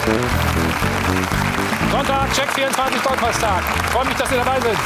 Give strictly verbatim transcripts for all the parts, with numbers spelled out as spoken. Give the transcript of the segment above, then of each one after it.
Sonntag, Check vierundzwanzig Goldpasstag. Freue mich, dass Sie dabei sind.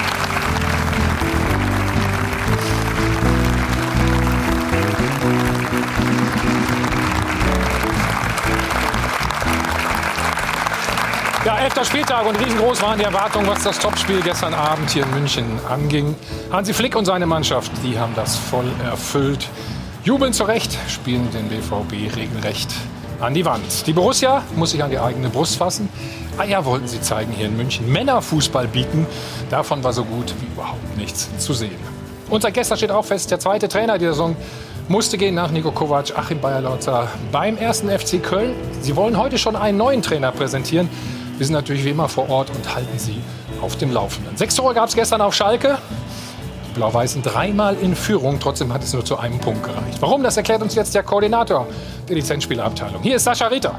Ja, elfter Spieltag und riesengroß waren die Erwartungen, was das Topspiel gestern Abend hier in München anging. Hansi Flick und seine Mannschaft, die haben das voll erfüllt. Jubeln zu Recht, spielen den B V B regelrecht an die Wand. Die Borussia muss sich an die eigene Brust fassen. Eier wollten sie zeigen hier in München. Männerfußball bieten, davon war so gut wie überhaupt nichts zu sehen. Und seit gestern steht auch fest, der zweite Trainer dieser Saison musste gehen nach Niko Kovac, Achim Beierlotzer beim ersten F C Köln. Sie wollen heute schon einen neuen Trainer präsentieren. Wir sind natürlich wie immer vor Ort und halten Sie auf dem Laufenden. Sechs Tore gab es gestern auf Schalke. Die Blau-Weißen dreimal in Führung. Trotzdem hat es nur zu einem Punkt gereicht. Warum? Das erklärt uns jetzt der Koordinator der Lizenzspielerabteilung. Hier ist Sascha Rieter.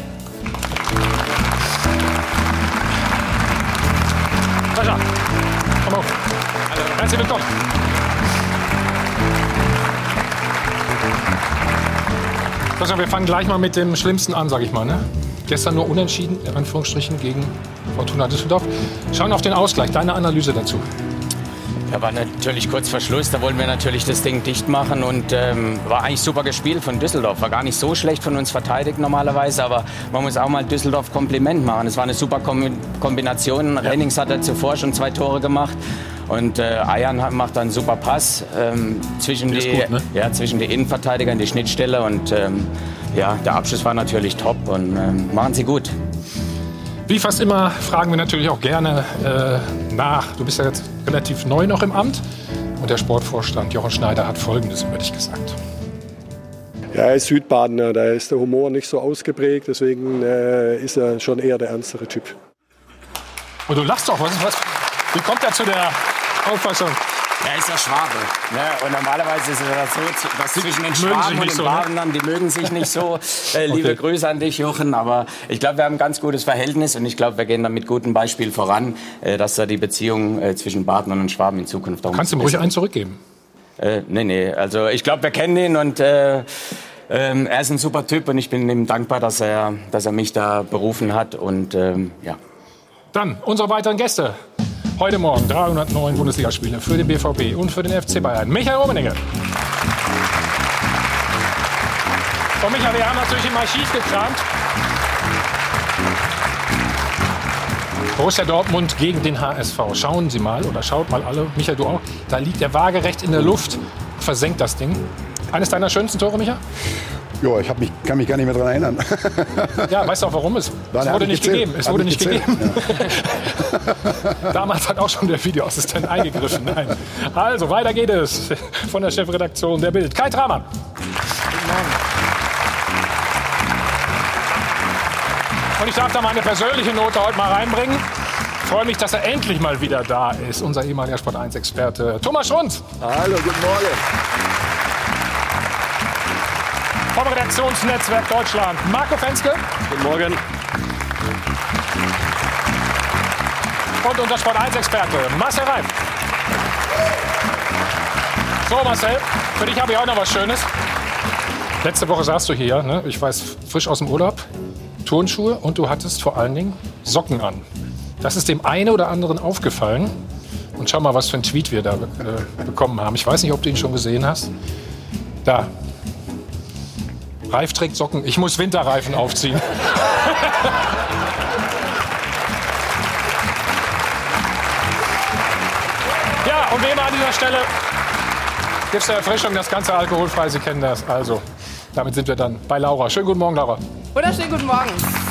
Sascha, komm auf. Hallo. Herzlich willkommen. Sascha, wir fangen gleich mal mit dem Schlimmsten an, sag ich mal, ne? Gestern nur unentschieden, in Anführungsstrichen, gegen Fortuna Düsseldorf. Schauen auf den Ausgleich. Deine Analyse dazu. Da war natürlich kurz vor Schluss. Da wollten wir natürlich das Ding dicht machen. Und ähm, war eigentlich super gespielt von Düsseldorf. War gar nicht so schlecht von uns verteidigt normalerweise. Aber man muss auch mal Düsseldorf Kompliment machen. Es war eine super Kombination. Ja. Rennings hat er zuvor schon zwei Tore gemacht. Und äh, Ayan hat, macht dann einen super Pass ähm, zwischen, die, gut, ne? ja, zwischen die Innenverteidiger in die Schnittstelle. Und ähm, ja, der Abschluss war natürlich top und ähm, machen sie gut. Wie fast immer fragen wir natürlich auch gerne äh, nach. Du bist ja jetzt relativ neu noch im Amt. Und der Sportvorstand Jochen Schneider hat Folgendes über dich gesagt. Ja, er ist Südbadener, da ist der Humor nicht so ausgeprägt. Deswegen äh, ist er schon eher der ernstere Typ. Und du lachst doch. Was, was, wie kommt er zu der Auffassung? Er ist ja Schwabe. Ne? Und normalerweise ist es ja so, dass zwischen den Schwaben und den Badenern, die mögen sich nicht so. Äh, liebe okay. Grüße an dich, Jochen. Aber ich glaube, wir haben ein ganz gutes Verhältnis. Und ich glaube, wir gehen da mit gutem Beispiel voran, äh, dass da die Beziehung äh, zwischen Badenern und Schwaben in Zukunft auch Kannst du ihm ruhig einen zurückgeben? Äh, nee, nee. Also ich glaube, wir kennen ihn und äh, ähm, er ist ein super Typ. Und ich bin ihm dankbar, dass er, dass er mich da berufen hat. Und ähm, ja. Dann unsere weiteren Gäste. Heute Morgen dreihundertneun Bundesligaspiele für den B V B und für den F C Bayern. Michael Rummenigge. Und Michael, wir haben natürlich im Archiv gekramt. Borussia Dortmund gegen den H S V. Schauen Sie mal, oder schaut mal alle, Michael, du auch. Da liegt er waagerecht in der Luft, versenkt das Ding. Eines deiner schönsten Tore, Michael? Ja, ich hab mich, kann mich gar nicht mehr daran erinnern. Ja, weißt du auch warum? Es, es wurde nicht gegeben. Es wurde nicht gegeben. Ja. Damals hat auch schon der Videoassistent eingegriffen. Nein. Also, weiter geht es von der Chefredaktion der Bild. Kai Tramann. Guten Morgen. Und ich darf da meine persönliche Note heute mal reinbringen. Ich freue mich, dass er endlich mal wieder da ist. Unser ehemaliger Sport eins Experte Thomas Strunz. Hallo, guten Morgen. Vom Redaktionsnetzwerk Deutschland, Marco Fenske. Guten Morgen. Und unser Sport eins Experte, Marcel Reif. So, Marcel, für dich habe ich auch noch was Schönes. Letzte Woche saßt du hier, ne? Ich weiß, frisch aus dem Urlaub, Turnschuhe und du hattest vor allen Dingen Socken an. Das ist dem einen oder anderen aufgefallen. Und schau mal, was für einen Tweet wir da äh, bekommen haben. Ich weiß nicht, ob du ihn schon gesehen hast. Da. Reif trägt Socken. Ich muss Winterreifen aufziehen. Ja, und wie immer an dieser Stelle gibt es eine Erfrischung, das Ganze alkoholfrei. Sie kennen das. Also, damit sind wir dann bei Laura. Schönen guten Morgen, Laura. Wunderschönen guten Morgen.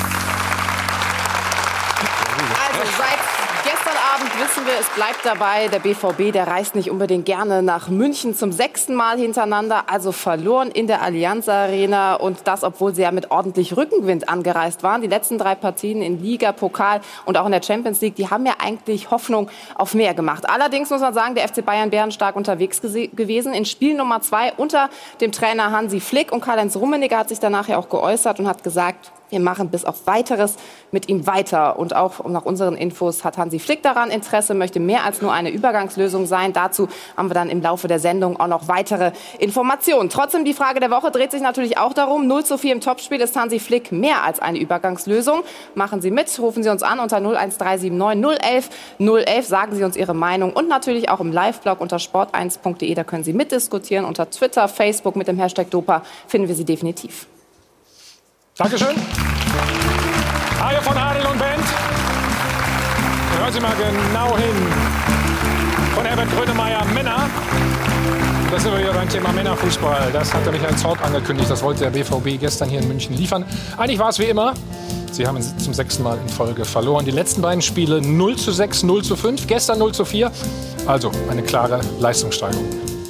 Also, seit gestern Abend wissen wir, es bleibt dabei. Der B V B, der reist nicht unbedingt gerne nach München zum sechsten Mal hintereinander. Also verloren in der Allianz Arena. Und das, obwohl sie ja mit ordentlich Rückenwind angereist waren. Die letzten drei Partien in Liga, Pokal und auch in der Champions League, die haben ja eigentlich Hoffnung auf mehr gemacht. Allerdings muss man sagen, der F C Bayern bärenstark unterwegs gewesen. In Spiel Nummer zwei unter dem Trainer Hansi Flick. Und Karl-Heinz Rummenigge hat sich danach ja auch geäußert und hat gesagt, wir machen bis auf Weiteres mit ihm weiter. Und auch nach unseren Infos hat Hansi Hansi Flick daran Interesse, möchte mehr als nur eine Übergangslösung sein. Dazu haben wir dann im Laufe der Sendung auch noch weitere Informationen. Trotzdem, die Frage der Woche dreht sich natürlich auch darum, null zu vier im Topspiel, ist Hansi Flick mehr als eine Übergangslösung? Machen Sie mit, rufen Sie uns an unter null eins drei sieben neun null eins null eins, sagen Sie uns Ihre Meinung und natürlich auch im Live-Blog unter sport eins punkt de, da können Sie mitdiskutieren, unter Twitter, Facebook mit dem Hashtag Dopa finden wir Sie definitiv. Dankeschön. Hajo von Adel und Band. Hören Sie mal genau hin. Von Herbert Grönemeyer, Männer. Das sind wir wieder beim Thema Männerfußball. Das hat der Michael Zorc angekündigt. Das wollte der B V B gestern hier in München liefern. Eigentlich war es wie immer. Sie haben zum sechsten Mal in Folge verloren. Die letzten beiden Spiele null zu sechs, null zu fünf. Gestern null zu vier. Also eine klare Leistungssteigerung.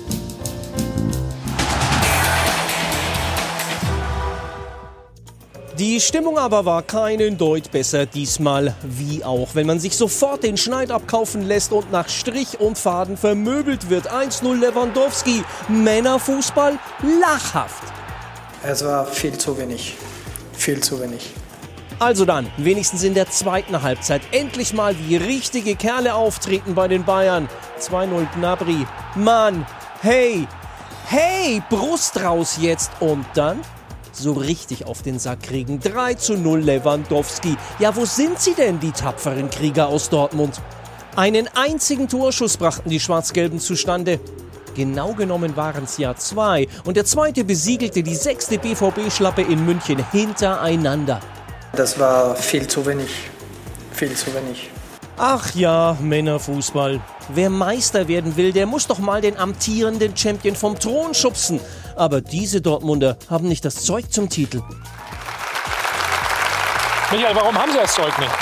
Die Stimmung aber war keinen Deut besser diesmal, wie auch, wenn man sich sofort den Schneid abkaufen lässt und nach Strich und Faden vermöbelt wird. eins null Lewandowski, Männerfußball, lachhaft. Es war viel zu wenig, viel zu wenig. Also dann, wenigstens in der zweiten Halbzeit, endlich mal wie richtige Kerle auftreten bei den Bayern. zwei null Gnabry, Mann, hey, hey, Brust raus jetzt und dann so richtig auf den Sack kriegen. drei zu null Lewandowski. Ja, wo sind sie denn, die tapferen Krieger aus Dortmund? Einen einzigen Torschuss brachten die Schwarz-Gelben zustande. Genau genommen waren es ja zwei. Und der zweite besiegelte die sechste B V B-Schlappe in München hintereinander. Das war viel zu wenig, viel zu wenig. Ach ja, Männerfußball. Wer Meister werden will, der muss doch mal den amtierenden Champion vom Thron schubsen. Aber diese Dortmunder haben nicht das Zeug zum Titel. Michael, warum haben sie das Zeug nicht?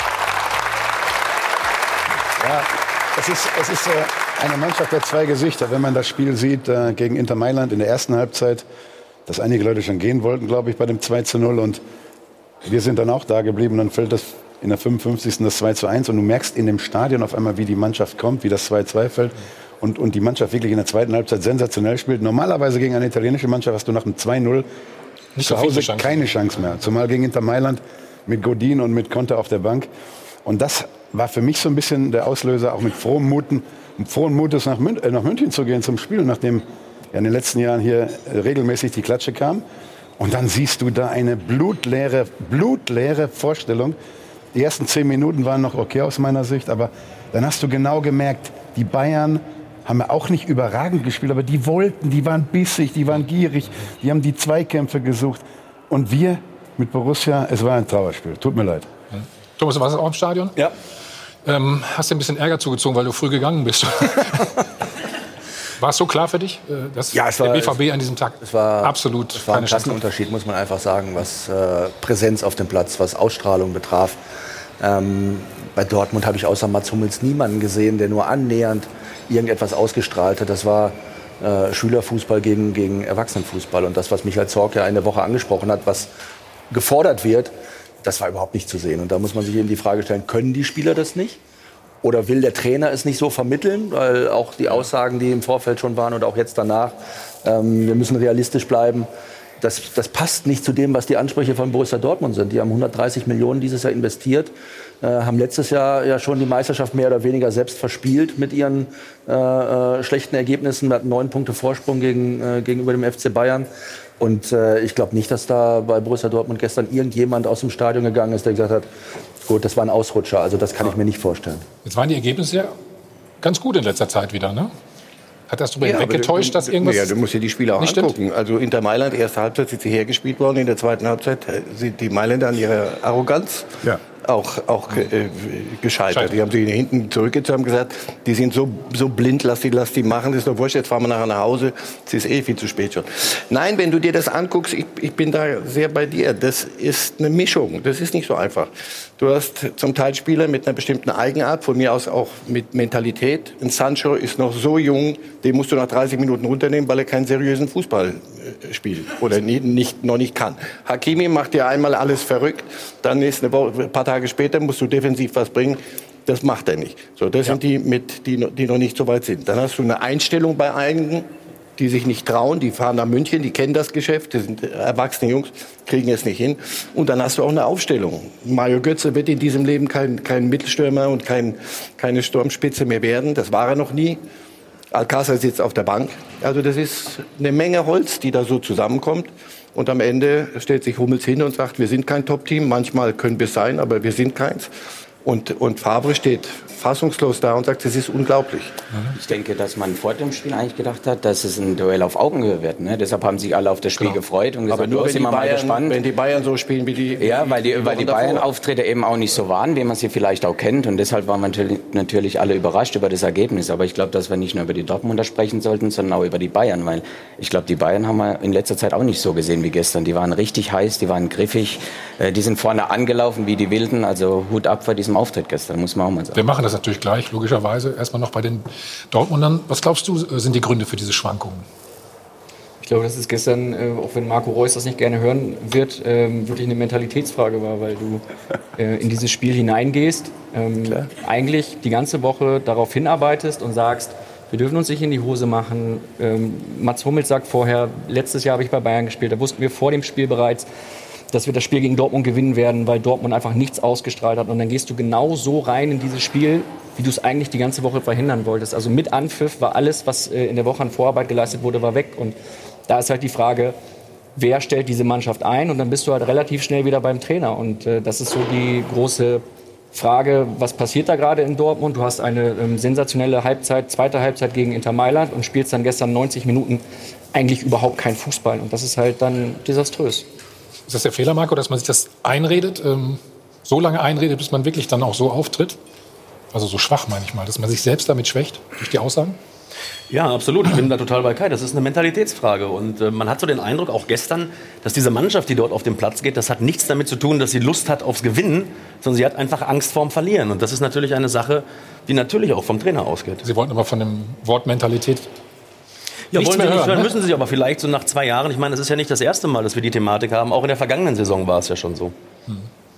Ja, es ist, es ist äh, eine Mannschaft der zwei Gesichter. Wenn man das Spiel sieht äh, gegen Inter Mailand in der ersten Halbzeit, dass einige Leute schon gehen wollten, glaube ich, bei dem zwei zu null. Und wir sind dann auch da geblieben. Dann fällt das in der fünfundfünfzigsten das zwei zu eins. Und du merkst in dem Stadion auf einmal, wie die Mannschaft kommt, wie das zwei zwei fällt. Und, und die Mannschaft wirklich in der zweiten Halbzeit sensationell spielt. Normalerweise gegen eine italienische Mannschaft hast du nach dem zwei null nicht zu so Hause Chance. keine Chance mehr. Zumal gegen Inter Mailand mit Godin und mit Conte auf der Bank. Und das war für mich so ein bisschen der Auslöser, auch mit frohem Muten, mit frohen Mutes nach, Mün äh, nach München zu gehen zum Spiel, nachdem ja in den letzten Jahren hier äh, regelmäßig die Klatsche kam. Und dann siehst du da eine blutleere, blutleere Vorstellung. Die ersten zehn Minuten waren noch okay aus meiner Sicht, aber dann hast du genau gemerkt, die Bayern haben ja auch nicht überragend gespielt, aber die wollten, die waren bissig, die waren gierig, die haben die Zweikämpfe gesucht. Und wir mit Borussia, es war ein Trauerspiel. Tut mir leid. Thomas, du warst auch im Stadion? Ja. Ähm, hast dir ein bisschen Ärger zugezogen, weil du früh gegangen bist. War es so klar für dich, dass ja, es war, der B V B an diesem Tag es war, absolut es war keine ein Chance Klassenunterschied, muss man einfach sagen, was äh, Präsenz auf dem Platz, was Ausstrahlung betraf. Ähm, bei Dortmund habe ich außer Mats Hummels niemanden gesehen, der nur annähernd irgendetwas ausgestrahlt hat. Das war äh, Schülerfußball gegen, gegen Erwachsenenfußball. Und das, was Michael Zorc ja in der Woche angesprochen hat, was gefordert wird, das war überhaupt nicht zu sehen. Und da muss man sich eben die Frage stellen, können die Spieler das nicht? Oder will der Trainer es nicht so vermitteln? Weil auch die Aussagen, die im Vorfeld schon waren und auch jetzt danach, ähm, wir müssen realistisch bleiben. Das, das passt nicht zu dem, was die Ansprüche von Borussia Dortmund sind. Die haben hundertdreißig Millionen dieses Jahr investiert, äh, haben letztes Jahr ja schon die Meisterschaft mehr oder weniger selbst verspielt mit ihren äh, äh, schlechten Ergebnissen. Wir hatten neun Punkte Vorsprung gegen, äh, gegenüber dem F C Bayern. Und äh, ich glaube nicht, dass da bei Borussia Dortmund gestern irgendjemand aus dem Stadion gegangen ist, der gesagt hat, gut, das war ein Ausrutscher. Also das kann ich mir nicht vorstellen. Jetzt waren die Ergebnisse ja ganz gut in letzter Zeit wieder, ne? Hat das darüber ja, hinweggetäuscht, dass irgendwas Ja, du musst dir die Spiele auch angucken. Stimmt? Also Inter Mailand, erste Halbzeit sind sie hergespielt worden, in der zweiten Halbzeit sind die Mailänder an ihrer Arroganz ja. auch, auch äh, gescheitert. Scheitert. Die haben sich hinten zurückgezogen und gesagt, die sind so, so blind, lass die, lass die machen, das ist doch wurscht, jetzt fahren wir nachher nach Hause, es ist eh viel zu spät schon. Nein, wenn du dir das anguckst, ich, ich bin da sehr bei dir, das ist eine Mischung, das ist nicht so einfach. Du hast zum Teil Spieler mit einer bestimmten Eigenart, von mir aus auch mit Mentalität. Ein Sancho ist noch so jung, den musst du nach dreißig Minuten runternehmen, weil er keinen seriösen Fußball spielt oder nie, nicht, noch nicht kann. Hakimi macht dir einmal alles verrückt, dann nächste Woche, ein paar Tage später musst du defensiv was bringen. Das macht er nicht. So, das ja. sind die, mit, die, die noch nicht so weit sind. Dann hast du eine Einstellung bei einigen, die sich nicht trauen, die fahren nach München, die kennen das Geschäft, das sind erwachsene Jungs, kriegen es nicht hin. Und dann hast du auch eine Aufstellung. Mario Götze wird in diesem Leben kein, kein Mittelstürmer und kein, keine Sturmspitze mehr werden. Das war er noch nie. Alcázar sitzt auf der Bank. Also das ist eine Menge Holz, die da so zusammenkommt. Und am Ende stellt sich Hummels hin und sagt, wir sind kein Top-Team. Manchmal können wir es sein, aber wir sind keins. Und, und Favre steht fassungslos da und sagt, das ist unglaublich. Ich denke, dass man vor dem Spiel eigentlich gedacht hat, dass es ein Duell auf Augenhöhe wird. Ne? Deshalb haben sich alle auf das Spiel genau. gefreut und gesagt, aber nur wenn die, Bayern, wenn die Bayern so spielen wie die... Ja, weil die, weil die Bayern-Auftritte eben auch nicht so waren, wie man sie vielleicht auch kennt. Und deshalb waren wir natürlich alle überrascht über das Ergebnis. Aber ich glaube, dass wir nicht nur über die Dortmunder sprechen sollten, sondern auch über die Bayern. Weil ich glaube, die Bayern haben wir in letzter Zeit auch nicht so gesehen wie gestern. Die waren richtig heiß, die waren griffig. Die sind vorne angelaufen wie die Wilden. Also Hut ab vor diesem Auftritt gestern, muss man auch mal sagen. Wir machen das natürlich gleich, logischerweise. Erstmal noch bei den Dortmundern. Was glaubst du, sind die Gründe für diese Schwankungen? Ich glaube, dass es gestern, auch wenn Marco Reus das nicht gerne hören wird, wirklich eine Mentalitätsfrage war, weil du in dieses Spiel hineingehst, eigentlich die ganze Woche darauf hinarbeitest und sagst, wir dürfen uns nicht in die Hose machen. Mats Hummels sagt vorher, letztes Jahr habe ich bei Bayern gespielt, da wussten wir vor dem Spiel bereits, dass wir das Spiel gegen Dortmund gewinnen werden, weil Dortmund einfach nichts ausgestrahlt hat. Und dann gehst du genau so rein in dieses Spiel, wie du es eigentlich die ganze Woche verhindern wolltest. Also mit Anpfiff war alles, was in der Woche an Vorarbeit geleistet wurde, war weg. Und da ist halt die Frage, wer stellt diese Mannschaft ein? Und dann bist du halt relativ schnell wieder beim Trainer. Und äh, das ist so die große Frage, was passiert da gerade in Dortmund? Du hast eine ähm, sensationelle Halbzeit, zweite Halbzeit gegen Inter Mailand und spielst dann gestern neunzig Minuten eigentlich überhaupt kein Fußball. Und das ist halt dann desaströs. Ist das der Fehler, Marco, dass man sich das einredet, ähm, so lange einredet, bis man wirklich dann auch so auftritt? Also so schwach, meine ich mal, dass man sich selbst damit schwächt, durch die Aussagen? Ja, absolut. Ich bin da total bei Kai. Das ist eine Mentalitätsfrage. Und äh, man hat so den Eindruck, auch gestern, dass diese Mannschaft, die dort auf den Platz geht, das hat nichts damit zu tun, dass sie Lust hat aufs Gewinnen, sondern sie hat einfach Angst vorm Verlieren. Und das ist natürlich eine Sache, die natürlich auch vom Trainer ausgeht. Sie wollten aber von dem Wort Mentalität... Ja, wollen Sie nicht hören, müssen Sie aber vielleicht so nach zwei Jahren. Ich meine, es ist ja nicht das erste Mal, dass wir die Thematik haben. Auch in der vergangenen Saison war es ja schon so. Hm.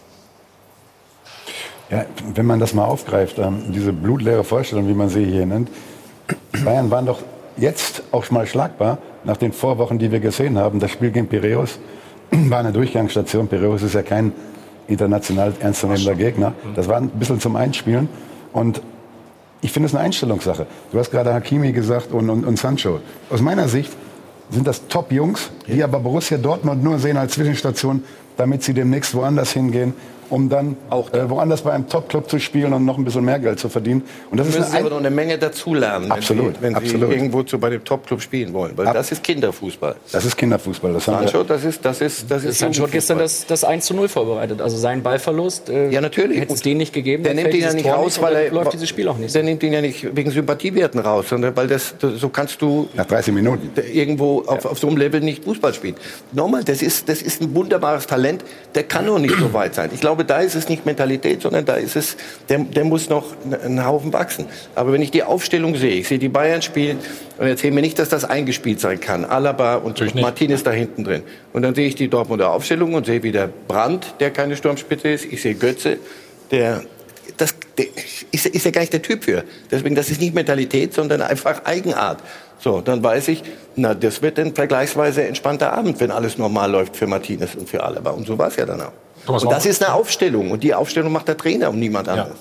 Ja, wenn man das mal aufgreift, ähm, diese blutleere Vorstellung, wie man sie hier nennt, Bayern waren doch jetzt auch mal schlagbar nach den Vorwochen, die wir gesehen haben. Das Spiel gegen Piräus war eine Durchgangsstation. Piräus ist ja kein international ernstzunehmender Gegner. Das war ein bisschen zum Einspielen. Und ich finde es eine Einstellungssache. Du hast gerade Hakimi gesagt und, und, und Sancho. Aus meiner Sicht sind das Top-Jungs, die aber Borussia Dortmund nur sehen als Zwischenstation, damit sie demnächst woanders hingehen, um dann auch äh, woanders bei einem Top-Club zu spielen und noch ein bisschen mehr Geld zu verdienen. Und das müssen ist Sie aber noch eine Menge dazulernen, absolut, wenn Sie, wenn absolut. Sie irgendwo zu, bei dem Top-Club spielen wollen. Weil Ab das ist Kinderfußball. Das ist Kinderfußball. Das Sancho, das ist, das ist, das ist Sancho hat gestern das, das eins zu null vorbereitet. Also sein Ballverlust, äh, ja, natürlich. hätte es den nicht gegeben. Der nimmt ihn ja nicht raus, weil er läuft dieses Spiel auch nicht. Der nimmt ihn ja nicht wegen Sympathiewerten raus, sondern weil das, so kannst du nach dreißig Minuten irgendwo auf, ja. auf so einem Level nicht Fußball spielen. Nochmal, das ist, das ist ein wunderbares Talent. Der kann noch nicht so weit sein. Ich glaube, da ist es nicht Mentalität, sondern da ist es, der, der muss noch einen Haufen wachsen. Aber wenn ich die Aufstellung sehe, ich sehe die Bayern spielen und erzähle mir nicht, dass das eingespielt sein kann. Alaba und Martinez da hinten drin. Und dann sehe ich die Dortmunder Aufstellung und sehe wieder Brandt, der keine Sturmspitze ist. Ich sehe Götze, der, das, der ist, ist ja gar nicht der Typ für. Deswegen, das ist nicht Mentalität, sondern einfach Eigenart. So, dann weiß ich, na, das wird ein vergleichsweise entspannter Abend, wenn alles normal läuft für Martinez und für Alaba. Und so war es ja dann auch. Und das ist eine Aufstellung. Und die Aufstellung macht der Trainer und niemand anderes.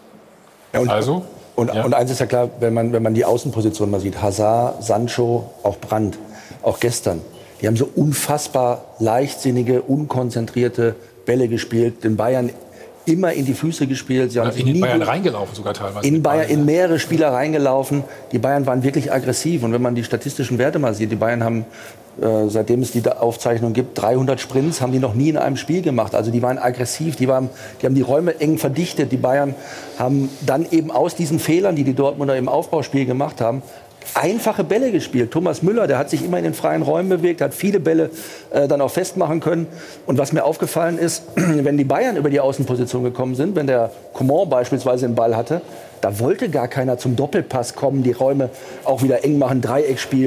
Ja, und, also? Und, ja. und eins ist ja klar, wenn man, wenn man die Außenposition mal sieht, Hazard, Sancho, auch Brandt, auch gestern, die haben so unfassbar leichtsinnige, unkonzentrierte Bälle gespielt, den Bayern immer in die Füße gespielt. Sie haben in die Bayern reingelaufen sogar teilweise. In, Bayern, in mehrere Spieler reingelaufen. Die Bayern waren wirklich aggressiv. Und wenn man die statistischen Werte mal sieht, die Bayern haben, äh, seitdem es die Aufzeichnung gibt, dreihundert Sprints haben die noch nie in einem Spiel gemacht. Also die waren aggressiv, die, waren, die haben die Räume eng verdichtet. Die Bayern haben dann eben aus diesen Fehlern, die die Dortmunder im Aufbauspiel gemacht haben, einfache Bälle gespielt. Thomas Müller, der hat sich immer in den freien Räumen bewegt, hat viele Bälle äh, dann auch festmachen können. Und was mir aufgefallen ist, wenn die Bayern über die Außenposition gekommen sind, wenn der Coman beispielsweise den Ball hatte, da wollte gar keiner zum Doppelpass kommen, die Räume auch wieder eng machen, Dreiecksspiel.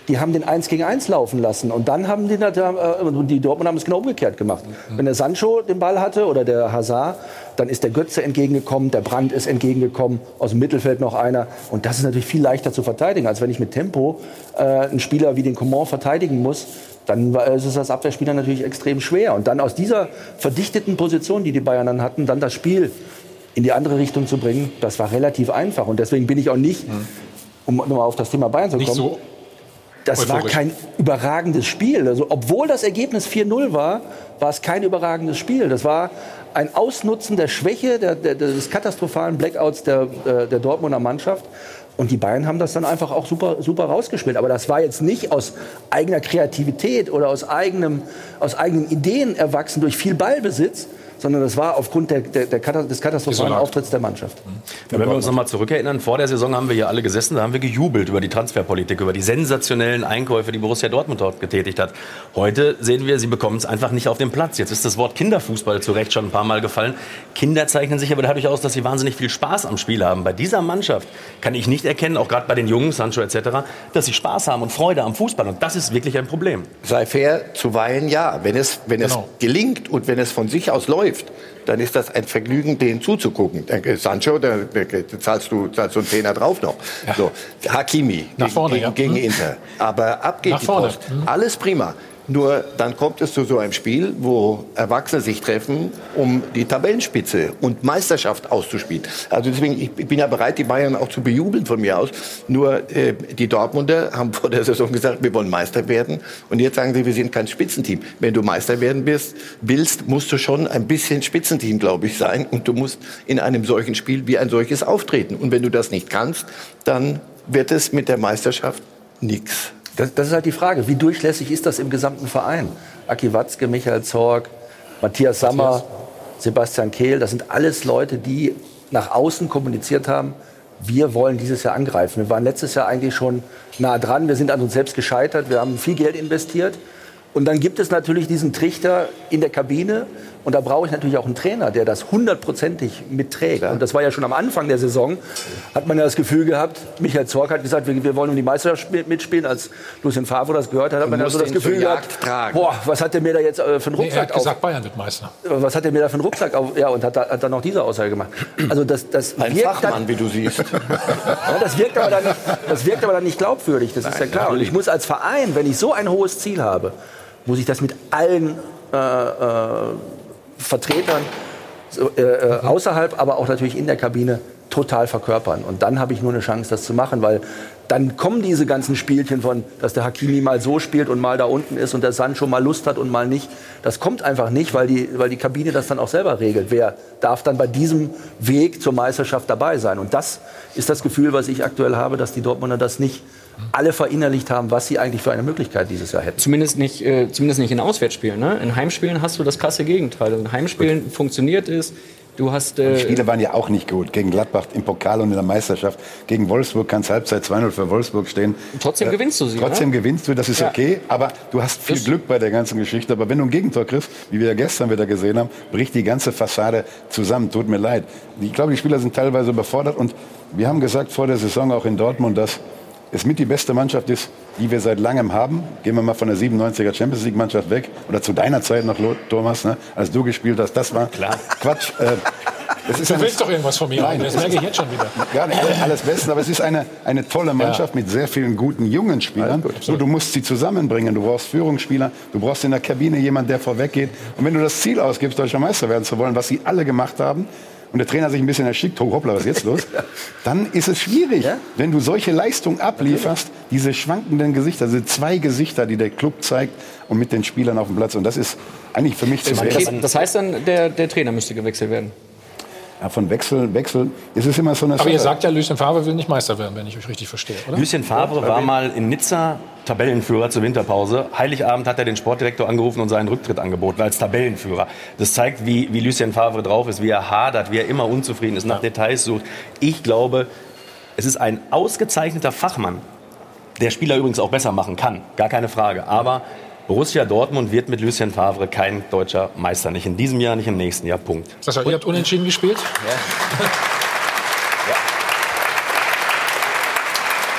die haben den eins gegen eins laufen lassen. Und dann haben die, äh, die Dortmund haben es genau umgekehrt gemacht. Mhm. Wenn der Sancho den Ball hatte oder der Hazard, dann ist der Götze entgegengekommen, der Brandt ist entgegengekommen, aus dem Mittelfeld noch einer. Und das ist natürlich viel leichter zu verteidigen, als wenn ich mit Tempo äh, einen Spieler wie den Coman verteidigen muss. Dann ist es als Abwehrspieler natürlich extrem schwer. Und dann aus dieser verdichteten Position, die die Bayern dann hatten, dann das Spiel in die andere Richtung zu bringen, das war relativ einfach. Und deswegen bin ich auch nicht, um nochmal auf das Thema Bayern zu kommen, so das euphorisch. War kein überragendes Spiel. Also, obwohl das Ergebnis vier null war, war es kein überragendes Spiel. Das war ein Ausnutzen der Schwäche, der, der, des katastrophalen Blackouts der, der Dortmunder Mannschaft. Und die Bayern haben das dann einfach auch super, super rausgespielt. Aber das war jetzt nicht aus eigener Kreativität oder aus, eigenem, aus eigenen Ideen erwachsen durch viel Ballbesitz, sondern das war aufgrund der, der, der, des katastrophalen Auftritts der Mannschaft. Ja, wenn wir uns noch mal zurückerinnern, vor der Saison haben wir hier alle gesessen, da haben wir gejubelt über die Transferpolitik, über die sensationellen Einkäufe, die Borussia Dortmund dort getätigt hat. Heute sehen wir, sie bekommen es einfach nicht auf den Platz. Jetzt ist das Wort Kinderfußball zu Recht schon ein paar Mal gefallen. Kinder zeichnen sich aber dadurch aus, dass sie wahnsinnig viel Spaß am Spiel haben. Bei dieser Mannschaft kann ich nicht erkennen, auch gerade bei den Jungen, Sancho et cetera, dass sie Spaß haben und Freude am Fußball. Und das ist wirklich ein Problem. Sei fair, zuweilen ja. Wenn es, wenn genau. es gelingt und wenn es von sich aus läuft, dann ist das ein Vergnügen, denen zuzugucken. Sancho, da, da zahlst du, zahlst du einen Zehner drauf noch. Ja. So, Hakimi Nach gegen, vorne, gegen, ja. gegen Inter. Aber ab geht Nach die vorne. Post. Alles prima. Nur dann kommt es zu so einem Spiel, wo Erwachsene sich treffen, um die Tabellenspitze und Meisterschaft auszuspielen. Also deswegen, ich bin ja bereit, die Bayern auch zu bejubeln von mir aus. Nur äh, die Dortmunder haben vor der Saison gesagt, wir wollen Meister werden. Und jetzt sagen sie, wir sind kein Spitzenteam. Wenn du Meister werden bist, willst, musst du schon ein bisschen Spitzenteam, glaube ich, sein. Und du musst in einem solchen Spiel wie ein solches auftreten. Und wenn du das nicht kannst, dann wird es mit der Meisterschaft nichts. Das, das ist halt die Frage, wie durchlässig ist das im gesamten Verein? Aki Watzke, Michael Zorc, Matthias Sammer, Matthias. Sebastian Kehl, das sind alles Leute, die nach außen kommuniziert haben, wir wollen dieses Jahr angreifen. Wir waren letztes Jahr eigentlich schon nah dran, wir sind an uns selbst gescheitert, wir haben viel Geld investiert. Und dann gibt es natürlich diesen Trichter in der Kabine. Und da brauche ich natürlich auch einen Trainer, der das hundertprozentig mitträgt. Ja. Und das war ja schon am Anfang der Saison, hat man ja das Gefühl gehabt, Michael Zorc hat gesagt, wir, wir wollen um die Meisterschaft mitspielen. Als Lucien Favre das gehört hat, hat man ja so das Gefühl gehabt, boah, was hat der mir da jetzt äh, für einen Rucksack nee, er hat gesagt, auf? Bayern wird Meister. Was hat der mir da für einen Rucksack auf? Ja, und hat, da, hat dann noch diese Aussage gemacht. Also das, das Ein wirkt Fachmann, dann, wie du siehst. ja, das, wirkt aber dann nicht, das wirkt aber dann nicht glaubwürdig, das Nein, ist ja klar. Und ich muss als Verein, wenn ich so ein hohes Ziel habe, muss ich das mit allen äh, äh, Vertretern äh, äh, außerhalb, aber auch natürlich in der Kabine total verkörpern. Und dann habe ich nur eine Chance, das zu machen, weil dann kommen diese ganzen Spielchen von, dass der Hakimi mal so spielt und mal da unten ist und der Sancho mal Lust hat und mal nicht. Das kommt einfach nicht, weil die, weil die Kabine das dann auch selber regelt. Wer darf dann bei diesem Weg zur Meisterschaft dabei sein? Und das ist das Gefühl, was ich aktuell habe, dass die Dortmunder das nicht alle verinnerlicht haben, was sie eigentlich für eine Möglichkeit dieses Jahr hätten. Zumindest nicht, äh, zumindest nicht in Auswärtsspielen. Ne? In Heimspielen hast du das krasse Gegenteil. In Heimspielen gut. funktioniert es. Du hast, äh, die Spiele waren ja auch nicht gut. Gegen Gladbach im Pokal und in der Meisterschaft. Gegen Wolfsburg kann es Halbzeit zwei null für Wolfsburg stehen. Trotzdem äh, gewinnst du sie. Trotzdem ne? gewinnst du, das ist ja. okay. Aber du hast viel das Glück bei der ganzen Geschichte. Aber wenn du ein Gegentor kriegst, wie wir ja gestern wieder gesehen haben, bricht die ganze Fassade zusammen. Tut mir leid. Ich glaube, die Spieler sind teilweise überfordert. Und wir haben gesagt vor der Saison auch in Dortmund, dass es mit die beste Mannschaft ist, die wir seit langem haben. Gehen wir mal von der siebenundneunziger Champions League Mannschaft weg. Oder zu deiner Zeit noch, Thomas, ne? Als du gespielt hast. Das war Klar. Quatsch. Äh, das ist du willst doch irgendwas von mir rein, das merke ich jetzt schon wieder. Gar nicht alles Besten, aber es ist eine, eine tolle Mannschaft ja. mit sehr vielen guten jungen Spielern. Gut, Nur du musst sie zusammenbringen. Du brauchst Führungsspieler, du brauchst in der Kabine jemanden, der vorweg geht. Und wenn du das Ziel ausgibst, deutscher Meister werden zu wollen, was sie alle gemacht haben, und der Trainer sich ein bisschen erschickt, oh, hoppla, was ist jetzt los? Dann ist es schwierig, ja? wenn du solche Leistungen ablieferst, diese schwankenden Gesichter, diese zwei Gesichter, die der Club zeigt und mit den Spielern auf dem Platz. Und das ist eigentlich für mich zu das, das heißt dann, der, der Trainer müsste gewechselt werden? Ja, von Wechsel, Wechsel, es ist immer so eine Aber Sache. ihr sagt ja, Lucien Favre will nicht Meister werden, wenn ich euch richtig verstehe, oder? Lucien Favre war mal in Nizza Tabellenführer zur Winterpause. Heiligabend hat er den Sportdirektor angerufen und seinen Rücktritt angeboten als Tabellenführer. Das zeigt, wie, wie Lucien Favre drauf ist, wie er hadert, wie er immer unzufrieden ist, nach Details sucht. Ich glaube, es ist ein ausgezeichneter Fachmann, der Spieler übrigens auch besser machen kann, gar keine Frage. Aber Borussia Dortmund wird mit Lucien Favre kein deutscher Meister. Nicht in diesem Jahr, nicht im nächsten Jahr. Punkt. Sascha, ihr habt unentschieden gespielt? Ja. ja.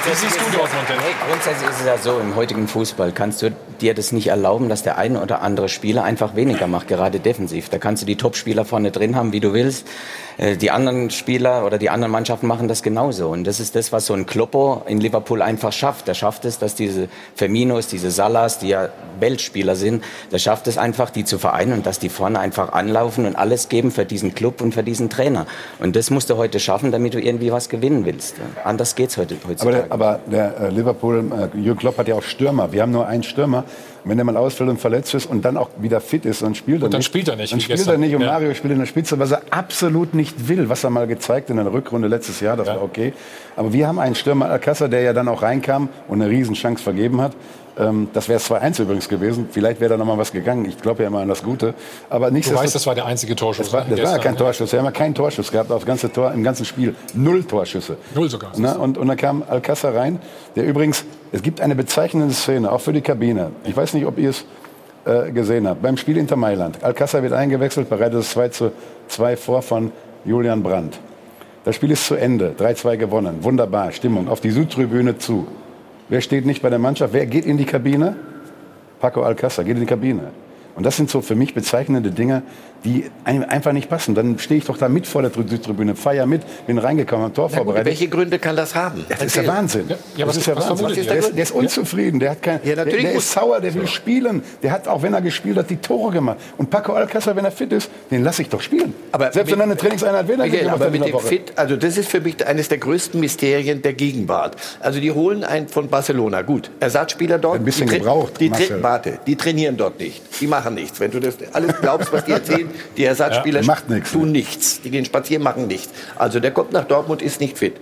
grundsätzlich, siehst du Dortmund denn? Hey, grundsätzlich ist es ja so, im heutigen Fußball kannst du dir das nicht erlauben, dass der eine oder andere Spieler einfach weniger macht, gerade defensiv. Da kannst du die Top-Spieler vorne drin haben, wie du willst. Die anderen Spieler oder die anderen Mannschaften machen das genauso. Und das ist das, was so ein Kloppo in Liverpool einfach schafft. Der schafft es, dass diese Firminos, diese Salas, die ja Weltspieler sind, der schafft es einfach, die zu vereinen und dass die vorne einfach anlaufen und alles geben für diesen Club und für diesen Trainer. Und das musst du heute schaffen, damit du irgendwie was gewinnen willst. Anders geht's heute heutzutage. Aber der, aber der äh, Liverpool, äh, Jürgen Klopp hat ja auch Stürmer. Wir haben nur einen Stürmer. Wenn der mal ausfällt und verletzt ist und dann auch wieder fit ist, dann spielt er und dann nicht. spielt er nicht. Dann spielt gestern. er nicht und ja. Mario spielt in der Spitze, was er absolut nicht will. Was er mal gezeigt in der Rückrunde letztes Jahr, das ja. war okay. Aber wir haben einen Stürmer, Alcázar, der ja dann auch reinkam und eine Riesenchance vergeben hat. Ähm, das wäre zwei eins übrigens gewesen. Vielleicht wäre da noch mal was gegangen. Ich glaube ja immer an das Gute. Aber du weißt, das war der einzige Torschuss. Das war, das war ja kein Torschuss. Wir haben ja keinen Torschuss gehabt auf das ganze Tor, im ganzen Spiel. Null Torschüsse. Null sogar. Na, und, und dann kam Alcázar rein, der übrigens, es gibt eine bezeichnende Szene, auch für die Kabine. Ich weiß nicht, ob ihr es äh, gesehen habt. Beim Spiel Inter Mailand. Alcázar wird eingewechselt, bereitet das zwei zu zwei vor von Julian Brandt. Das Spiel ist zu Ende. drei zwei gewonnen. Wunderbar. Stimmung. Auf die Südtribüne zu. Wer steht nicht bei der Mannschaft? Wer geht in die Kabine? Paco Alcázar geht in die Kabine. Und das sind so für mich bezeichnende Dinge, die einfach nicht passen. Dann stehe ich doch da mit vor der Südtribüne, feier mit, bin reingekommen, am Tor vorbereitet. Welche Gründe kann das haben? Das ist der Wahnsinn. Ja, ja, das was, ist der was Wahnsinn. Ist der, der, ist, der ist unzufrieden. Der, hat kein, ja, der, der ist sauer, der will spielen. Der hat, auch wenn er gespielt hat, die Tore gemacht. Und Paco Alcázar, wenn er fit ist, den lasse ich doch spielen. Aber selbst wenn er eine Trainingseinheit will, Miguel, aber mit dem Fit, also das ist für mich eines der größten Mysterien der Gegenwart. Also die holen einen von Barcelona, gut, Ersatzspieler dort. Ein bisschen die, gebraucht, die, die, warte, die trainieren dort nicht. Die machen nichts. Wenn du das alles glaubst, was die erzählen, die Ersatzspieler ja, macht nichts, tun nichts. Die gehen spazieren, machen nichts. Also der kommt nach Dortmund, ist nicht fit.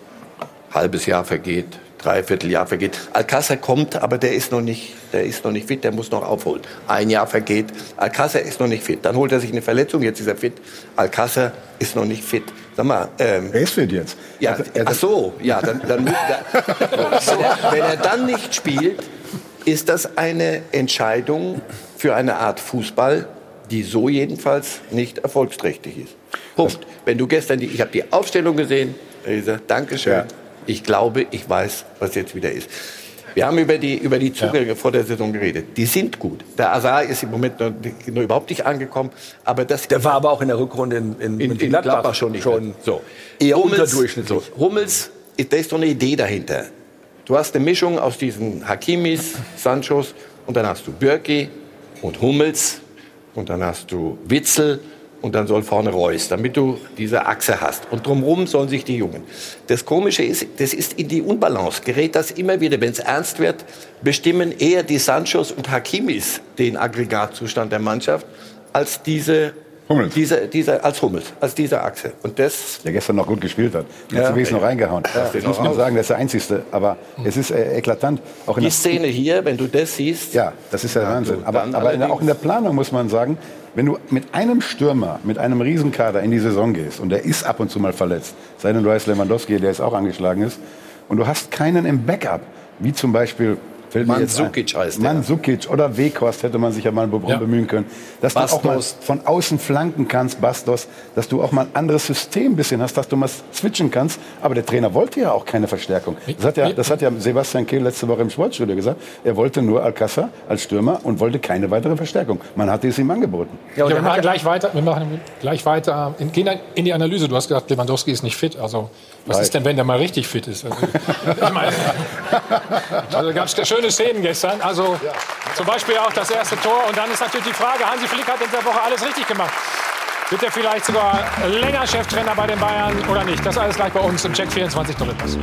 Halbes Jahr vergeht, Dreivierteljahr vergeht. Alcázar kommt, aber der ist noch nicht, der ist noch nicht fit, der muss noch aufholen. Ein Jahr vergeht, Alcázar ist noch nicht fit. Dann holt er sich eine Verletzung, jetzt ist er fit. Alcázar ist noch nicht fit. Sag mal, ähm, er ist fit jetzt. Ja, ach so, ja, dann, dann wenn, er, wenn er dann nicht spielt, ist das eine Entscheidung für eine Art Fußball, die so jedenfalls nicht erfolgsträchtig ist. Punkt. Wenn du gestern, die, ich habe die Aufstellung gesehen, ich sage, Dankeschön, ja. Ich glaube, ich weiß, was jetzt wieder ist. Wir haben über die, über die Zugänge ja. vor der Saison geredet. Die sind gut. Der Azar ist im Moment noch, noch überhaupt nicht angekommen. Aber das der war aber auch in der Rückrunde in, in, in, in Gladbach, Gladbach schon, nicht schon so. eher Hummels, unterdurchschnittlich. So. Hummels, da ist doch eine Idee dahinter. Du hast eine Mischung aus diesen Hakimis, Sanchos und dann hast du Bürki und Hummels und dann hast du Witzel und dann soll vorne Reus, damit du diese Achse hast. Und drumherum sollen sich die Jungen. Das Komische ist, das ist in die Unbalance. Gerät das immer wieder, wenn es ernst wird, bestimmen eher die Sanchos und Hakimis den Aggregatzustand der Mannschaft als diese Hummels. Diese, diese, als Hummels, als diese Achse. Und das der gestern noch gut gespielt hat. Der ja. hat sich noch reingehauen. Ja, das muss man sagen, der ist der Einzige. Aber mhm. es ist äh, eklatant. Auch in die Szene hier, wenn du das siehst. Ja, das ist ja der Wahnsinn. Aber, aber in der, auch in der Planung muss man sagen, wenn du mit einem Stürmer, mit einem Riesenkader in die Saison gehst, und der ist ab und zu mal verletzt, sei denn du heißt Lewandowski, der jetzt auch angeschlagen ist, und du hast keinen im Backup, wie zum Beispiel Mandzukic heißt der. Mandzukic oder Weghorst hätte man sich ja mal ja. bemühen können. Dass Bastos. Du auch mal von außen flanken kannst, Bastos, dass du auch mal ein anderes System ein bisschen hast, dass du mal switchen kannst. Aber der Trainer wollte ja auch keine Verstärkung. Das hat ja, das hat ja Sebastian Kehl letzte Woche im Sportstudio gesagt. Er wollte nur Alcázar als Stürmer und wollte keine weitere Verstärkung. Man hatte es ihm angeboten. Ja, und ja, wir, machen gleich weiter, wir machen gleich weiter. In, gehen in die Analyse. Du hast gesagt, Lewandowski ist nicht fit. Also, was Nein. ist denn, wenn der mal richtig fit ist? Also, ich meine, also gab es schöne Szenen gestern. Also ja. zum Beispiel auch das erste Tor. Und dann ist natürlich die Frage, Hansi Flick hat in der Woche alles richtig gemacht. Wird er vielleicht sogar länger Cheftrainer bei den Bayern oder nicht? Das alles gleich bei uns im Check vierundzwanzig Doppelpass.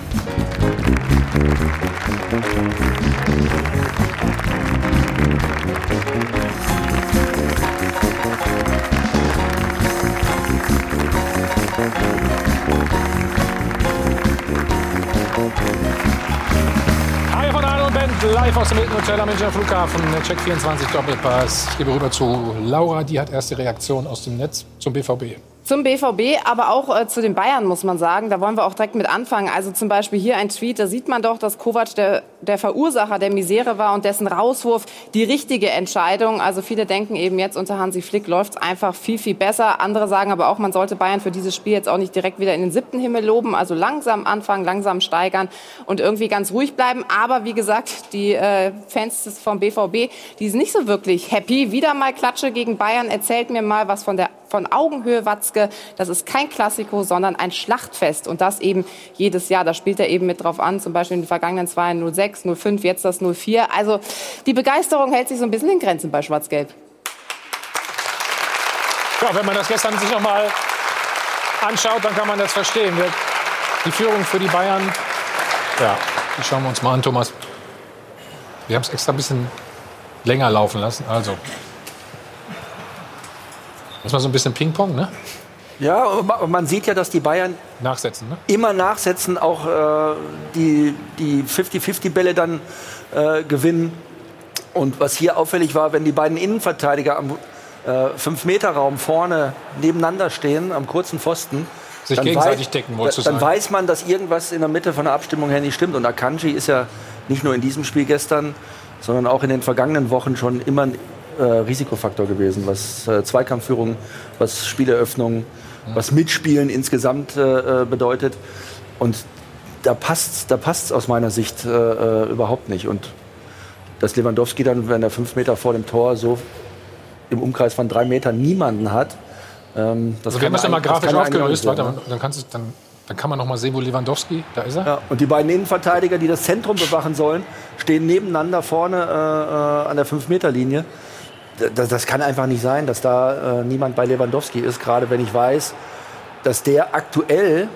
Hi von Arne und Ben, live aus dem Hilton Hotel am Münchner Flughafen. Check vierundzwanzig Doppelpass. Ich gebe rüber zu Laura, die hat erste Reaktion aus dem Netz zum B V B. Zum B V B, aber auch äh, zu den Bayern, muss man sagen. Da wollen wir auch direkt mit anfangen. Also zum Beispiel hier ein Tweet, da sieht man doch, dass Kovac der der Verursacher der Misere war und dessen Rauswurf die richtige Entscheidung. Also viele denken eben jetzt unter Hansi Flick läuft es einfach viel, viel besser. Andere sagen aber auch, man sollte Bayern für dieses Spiel jetzt auch nicht direkt wieder in den siebten Himmel loben. Also langsam anfangen, langsam steigern und irgendwie ganz ruhig bleiben. Aber wie gesagt, die äh, Fans vom B V B, die sind nicht so wirklich happy. Wieder mal Klatsche gegen Bayern. Erzählt mir mal was von der von Augenhöhe, Watzke. Das ist kein Klassiko, sondern ein Schlachtfest. Und das eben jedes Jahr. Da spielt er eben mit drauf an. Zum Beispiel in den vergangenen zwei null sechs, null fünf, jetzt das null vier. Also die Begeisterung hält sich so ein bisschen in Grenzen bei Schwarz-Gelb. Ja, wenn man das gestern sich noch mal anschaut, dann kann man das verstehen. Die Führung für die Bayern, ja, die schauen wir uns mal an, Thomas. Wir haben es extra ein bisschen länger laufen lassen. Also, das war so ein bisschen Ping-Pong, ne? Ja, man sieht ja, dass die Bayern nachsetzen, ne? immer nachsetzen, auch äh, die, die fünfzig fünfzig Bälle dann äh, gewinnen. Und was hier auffällig war, wenn die beiden Innenverteidiger am fünf Meter Raum vorne nebeneinander stehen, am kurzen Pfosten, sich gegenseitig weiß, decken, wolltest du dann sagen. weiß man, dass irgendwas in der Mitte von der Abstimmung her nicht stimmt. Und Akanji ist ja nicht nur in diesem Spiel gestern, sondern auch in den vergangenen Wochen schon immer ein äh, Risikofaktor gewesen, was äh, Zweikampfführung, was Spieleröffnung, mhm. was Mitspielen insgesamt äh, bedeutet. Und da passt's, da passt's aus meiner Sicht äh, überhaupt nicht. Und dass Lewandowski dann, wenn er fünf Meter vor dem Tor so im Umkreis von drei Metern niemanden hat. Ähm, das also wir haben das ja mal grafisch aufgelöst. Warte, ne? dann, kannst du, dann, dann kann man noch mal sehen, wo Lewandowski, da ist er. Ja, und die beiden Innenverteidiger, die das Zentrum bewachen sollen, stehen nebeneinander vorne äh, an der fünf Meter Linie. Das, das kann einfach nicht sein, dass da äh, niemand bei Lewandowski ist, gerade wenn ich weiß, dass der aktuell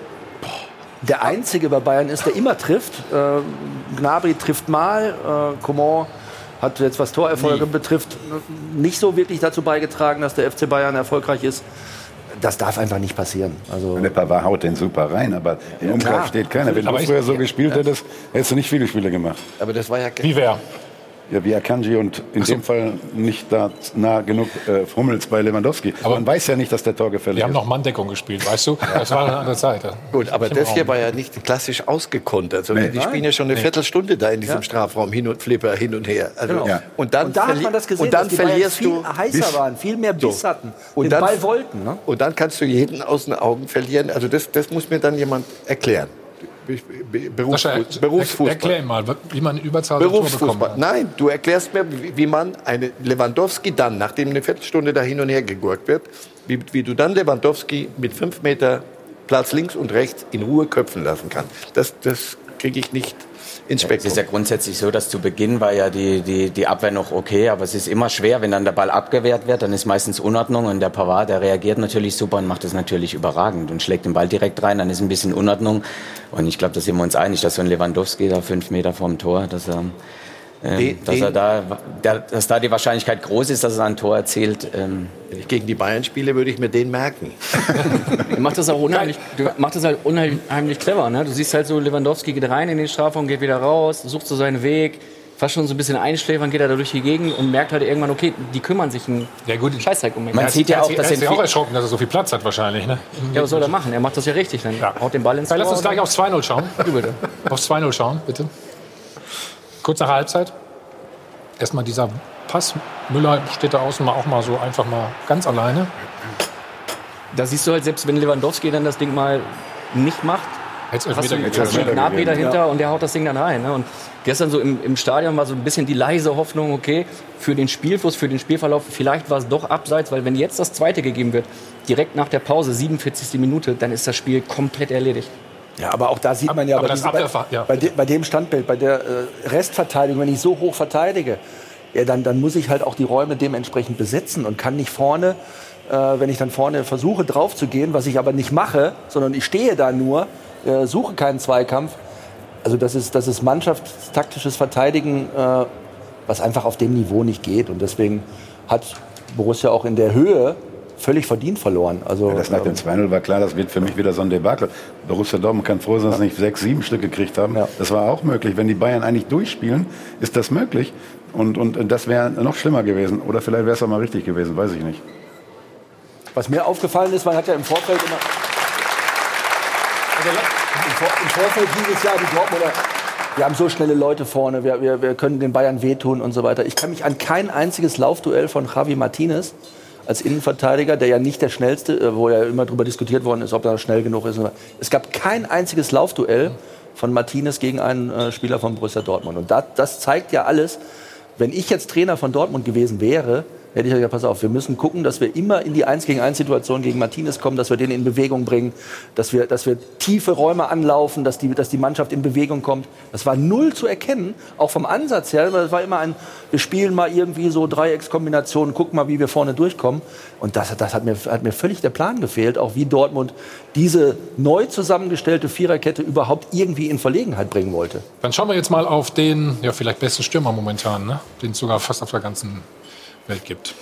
der Einzige bei Bayern ist, der immer trifft. Äh, Gnabry trifft mal, äh, Coman hat jetzt, was Torerfolge Nie. betrifft, nicht so wirklich dazu beigetragen, dass der F C Bayern erfolgreich ist. Das darf einfach nicht passieren. Also der Pavard haut den super rein, aber im ja, Umkreis steht keiner. Wenn aber du früher so gespielt ja. hättest, hättest du nicht viele Spiele gemacht. Aber das war ja... Wie wer? Ja, wie Akanji und in so. dem Fall nicht da nah genug äh, Hummels bei Lewandowski. Aber man weiß ja nicht, dass der Tor gefällig ist. Wir haben noch Manndeckung gespielt, weißt du? Das war eine andere Zeit. Gut, aber das hier war ja nicht klassisch ausgekontert, sondern nee. die spielen ja schon eine nee. Viertelstunde da in diesem ja. Strafraum, hin und Flipper, hin und her. Also genau. ja. Und dann, und da hat man das gesehen, und dann dass die verlierst viel du heißer Biss. waren, viel mehr Biss so. hatten, und den dann, Ball wollten. Ne? Und dann kannst du jeden aus den Augen verlieren. Also das, das muss mir dann jemand erklären. Berufsfußball. Berufsfußball. Erklär mal, wie man Überzahl Berufsfußball. Nein, du erklärst mir, wie man eine Lewandowski dann, nachdem eine Viertelstunde da hin und her gegurkt wird, wie, wie du dann Lewandowski mit fünf Meter Platz links und rechts in Ruhe köpfen lassen kannst. Das, das kriege ich nicht ins Spektrum. Es ist ja grundsätzlich so, dass zu Beginn war ja die, die, die Abwehr noch okay, aber es ist immer schwer, wenn dann der Ball abgewehrt wird, dann ist meistens Unordnung und der Pavard, der reagiert natürlich super und macht das natürlich überragend und schlägt den Ball direkt rein, dann ist ein bisschen Unordnung und ich glaube, da sind wir uns einig, dass so ein Lewandowski da fünf Meter vorm Tor, dass er, ähm, die, dass, er da, der, dass da die Wahrscheinlichkeit groß ist, dass er ein Tor erzielt. Ähm, Wenn ich gegen die Bayern spiele, würde ich mir den merken. Du machst das auch unheimlich, du machst das halt unheimlich clever. Ne? Du siehst halt so, Lewandowski geht rein in den Strafraum, geht wieder raus, sucht so seinen Weg, fast schon so ein bisschen einschläfern, geht er da durch die Gegend und merkt halt irgendwann, okay, die kümmern sich einen ja, gut. Scheißdreck um mich. Man sieht ja auch, dass er ist ja auch erschrocken, dass er so viel Platz hat wahrscheinlich. Ne? Ja, was soll er machen? Er macht das ja richtig. Dann ja. haut den Ball ins Tor. Lass uns gleich auf zwei null schauen. Du bitte. Auf zwei null schauen, bitte. Kurz nach der Halbzeit. Erstmal dieser Pass. Müller steht da außen mal auch mal so einfach mal ganz alleine. Da siehst du halt, selbst wenn Lewandowski dann das Ding mal nicht macht, hast du Gnabry dahinter ja. und der haut das Ding dann rein. Ne? Und gestern so im, im Stadion war so ein bisschen die leise Hoffnung, okay, für den Spielfluss, für den Spielverlauf, vielleicht war es doch abseits, weil wenn jetzt das Zweite gegeben wird, direkt nach der Pause, siebenundvierzigste Minute, dann ist das Spiel komplett erledigt. Ja, aber auch da sieht man ja, aber bei, diese, bei, ja. bei, de, bei dem Standbild, bei der äh, Restverteidigung, wenn ich so hoch verteidige, ja, dann, dann muss ich halt auch die Räume dementsprechend besetzen und kann nicht vorne, äh, wenn ich dann vorne versuche drauf zu gehen, was ich aber nicht mache, sondern ich stehe da nur, äh, suche keinen Zweikampf. Also das ist, das ist mannschaftstaktisches Verteidigen, äh, was einfach auf dem Niveau nicht geht. Und deswegen hat Borussia auch in der Höhe völlig verdient verloren. Also, ja, das nach dem zwei null war klar, das wird für mich wieder so ein Debakel. Borussia Dortmund kann froh sein, dass sie nicht sechs, sieben Stück gekriegt haben. Ja. Das war auch möglich. Wenn die Bayern eigentlich durchspielen, ist das möglich. Und, und das wäre noch schlimmer gewesen. Oder vielleicht wäre es auch mal richtig gewesen, weiß ich nicht. Was mir aufgefallen ist, man hat ja im Vorfeld immer... Also im, Vor im Vorfeld hieß es ja, die Dortmunder wir haben so schnelle Leute vorne, wir, wir, wir können den Bayern wehtun und so weiter. Ich kann mich an kein einziges Laufduell von Javi Martinez als Innenverteidiger, der ja nicht der schnellste, wo ja immer darüber diskutiert worden ist, ob er schnell genug ist. Es gab kein einziges Laufduell von Martinez gegen einen äh, Spieler von Borussia Dortmund. Und das, das zeigt ja alles, wenn ich jetzt Trainer von Dortmund gewesen wäre, hätte ich gesagt, pass auf, wir müssen gucken, dass wir immer in die eins gegen eins Situation gegen Martinez kommen, dass wir den in Bewegung bringen, dass wir, dass wir tiefe Räume anlaufen, dass die, dass die Mannschaft in Bewegung kommt. Das war null zu erkennen, auch vom Ansatz her. Das war immer ein, wir spielen mal irgendwie so Dreieckskombinationen, gucken mal, wie wir vorne durchkommen. Und das, das hat, mir, hat mir völlig der Plan gefehlt, auch wie Dortmund diese neu zusammengestellte Viererkette überhaupt irgendwie in Verlegenheit bringen wollte. Dann schauen wir jetzt mal auf den, ja, vielleicht besten Stürmer momentan, ne? Den es sogar fast auf der ganzen Welt gibt.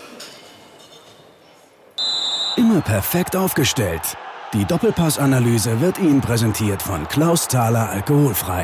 Immer perfekt aufgestellt. Die Doppelpassanalyse wird Ihnen präsentiert von Klaus Thaler Alkoholfrei.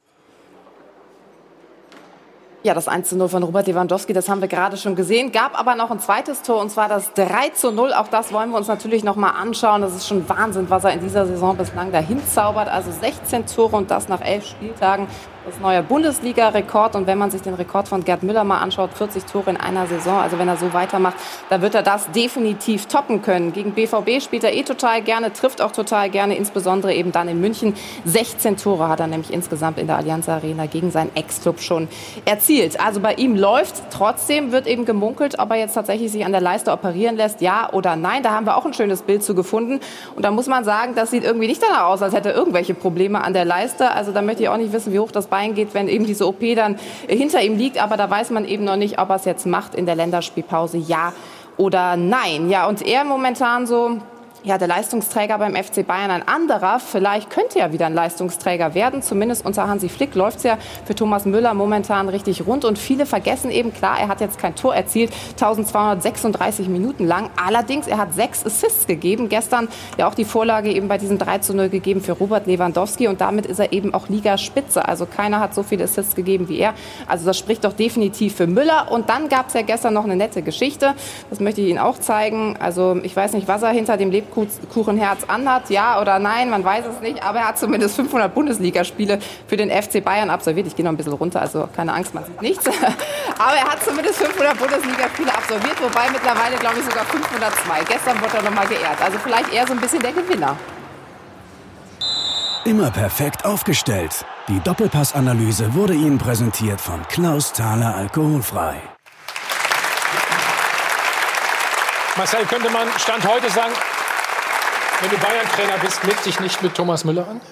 Ja, das eins zu null von Robert Lewandowski, das haben wir gerade schon gesehen. Gab aber noch ein zweites Tor, und zwar das drei zu null. Auch das wollen wir uns natürlich noch mal anschauen. Das ist schon Wahnsinn, was er in dieser Saison bislang dahin zaubert. Also sechzehn Tore und das nach elf Spieltagen. Das ist neuer Bundesliga-Rekord. Und wenn man sich den Rekord von Gerd Müller mal anschaut, vierzig Tore in einer Saison. Also wenn er so weitermacht, dann wird er das definitiv toppen können. Gegen B V B spielt er eh total gerne, trifft auch total gerne, insbesondere eben dann in München. sechzehn Tore hat er nämlich insgesamt in der Allianz Arena gegen seinen Ex-Club schon erzielt. Also bei ihm läuft. Trotzdem wird eben gemunkelt, ob er jetzt tatsächlich sich an der Leiste operieren lässt, ja oder nein. Da haben wir auch ein schönes Bild zu gefunden. Und da muss man sagen, das sieht irgendwie nicht danach aus, als hätte er irgendwelche Probleme an der Leiste. Also da möchte ich auch nicht wissen, wie hoch das Bein geht, wenn eben diese O P dann hinter ihm liegt. Aber da weiß man eben noch nicht, ob er es jetzt macht in der Länderspielpause, ja oder nein. Ja, und er momentan so... Ja, der Leistungsträger beim F C Bayern ein anderer. Vielleicht könnte er wieder ein Leistungsträger werden. Zumindest unter Hansi Flick läuft es ja für Thomas Müller momentan richtig rund. Und viele vergessen eben, klar, er hat jetzt kein Tor erzielt, eintausendzweihundertsechsunddreißig Minuten lang. Allerdings, er hat sechs Assists gegeben. Gestern ja auch die Vorlage eben bei diesem drei zu null gegeben für Robert Lewandowski. Und damit ist er eben auch Ligaspitze. Also keiner hat so viele Assists gegeben wie er. Also das spricht doch definitiv für Müller. Und dann gab es ja gestern noch eine nette Geschichte. Das möchte ich Ihnen auch zeigen. Also ich weiß nicht, was er hinter dem Lebkuchen Kuchenherz anhat, ja oder nein, man weiß es nicht, aber er hat zumindest fünfhundert Bundesligaspiele für den F C Bayern absolviert. Ich gehe noch ein bisschen runter, also keine Angst, man sieht nichts. Aber er hat zumindest fünfhundert Bundesligaspiele absolviert, wobei mittlerweile, glaube ich, sogar fünfhundertzwei. Gestern wurde er nochmal geehrt, also vielleicht eher so ein bisschen der Gewinner. Immer perfekt aufgestellt. Die Doppelpassanalyse wurde Ihnen präsentiert von Klaus Thaler Alkoholfrei. Marcel, könnte man Stand heute sagen, wenn du Bayern-Trainer bist, leg dich nicht mit Thomas Müller an?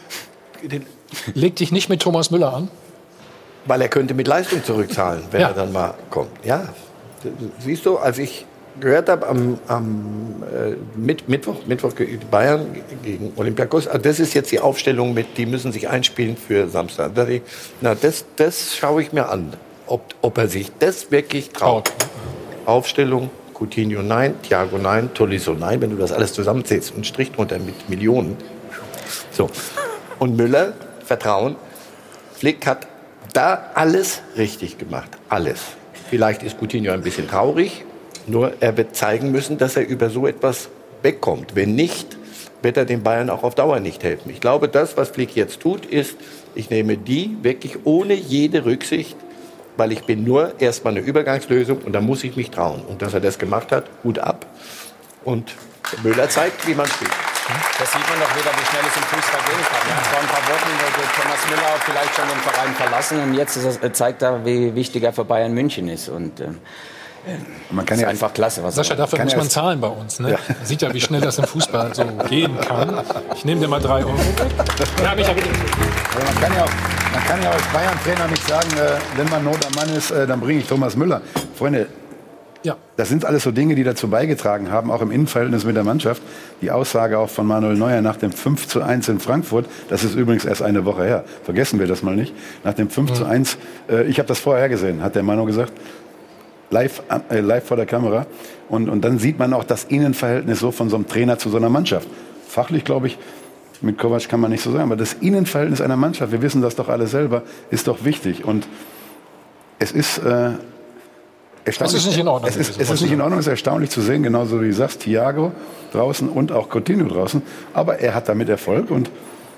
Leg dich nicht mit Thomas Müller an? Weil er könnte mit Leistung zurückzahlen, wenn ja. er dann mal kommt. Ja, siehst du, als ich gehört habe am, am äh, mit, Mittwoch, Mittwoch Bayern gegen Olympiakos, also das ist jetzt die Aufstellung mit, die müssen sich einspielen für Samstag. Na, das, das schaue ich mir an, ob, ob er sich das wirklich traut. Aufstellung. Coutinho nein, Thiago nein, Tolisso nein, wenn du das alles zusammenzählst und einen Strich drunter mit Millionen. So. Und Müller, Vertrauen, Flick hat da alles richtig gemacht. Alles. Vielleicht ist Coutinho ein bisschen traurig, nur er wird zeigen müssen, dass er über so etwas wegkommt. Wenn nicht, wird er den Bayern auch auf Dauer nicht helfen. Ich glaube, das, was Flick jetzt tut, ist, ich nehme die wirklich ohne jede Rücksicht, weil ich bin nur erstmal eine Übergangslösung und da muss ich mich trauen. Und dass er das gemacht hat, Hut ab. Und Müller zeigt, wie man spielt. Das sieht man doch wieder, wie schnell es im Fußball gehen kann. Ja, vor ein paar Wochen wurde Thomas Müller auch vielleicht schon den Verein verlassen und jetzt ist er, zeigt er, wie wichtig er für Bayern München ist. Und, äh, man kann ist ja einfach klasse. Was Sascha, dafür muss man ja zahlen bei uns. Ne? Ja. Man sieht ja, wie schnell das im Fußball so gehen kann. Ich nehme dir mal drei Euro weg. Ja, Michael, bitte. Also man kann ja auch, man kann ja als Bayern-Trainer nicht sagen, äh, wenn man Not am Mann ist, äh, dann bringe ich Thomas Müller. Freunde, ja. Das sind alles so Dinge, die dazu beigetragen haben, auch im Innenverhältnis mit der Mannschaft. Die Aussage auch von Manuel Neuer nach dem fünf zu eins in Frankfurt, das ist übrigens erst eine Woche her, vergessen wir das mal nicht. Nach dem fünf zu eins, äh, ich habe das vorher gesehen, hat der Manu gesagt, live, äh, live vor der Kamera. Und, und dann sieht man auch das Innenverhältnis so von so einem Trainer zu so einer Mannschaft. Fachlich, glaube ich, mit Kovac kann man nicht so sagen, aber das Innenverhältnis einer Mannschaft, wir wissen das doch alle selber, ist doch wichtig. Und es ist... Äh, Es ist nicht in Ordnung. Es ist, es ist nicht in Ordnung, es ist erstaunlich zu sehen, genauso wie du sagst, Thiago draußen und auch Coutinho draußen. Aber er hat damit Erfolg und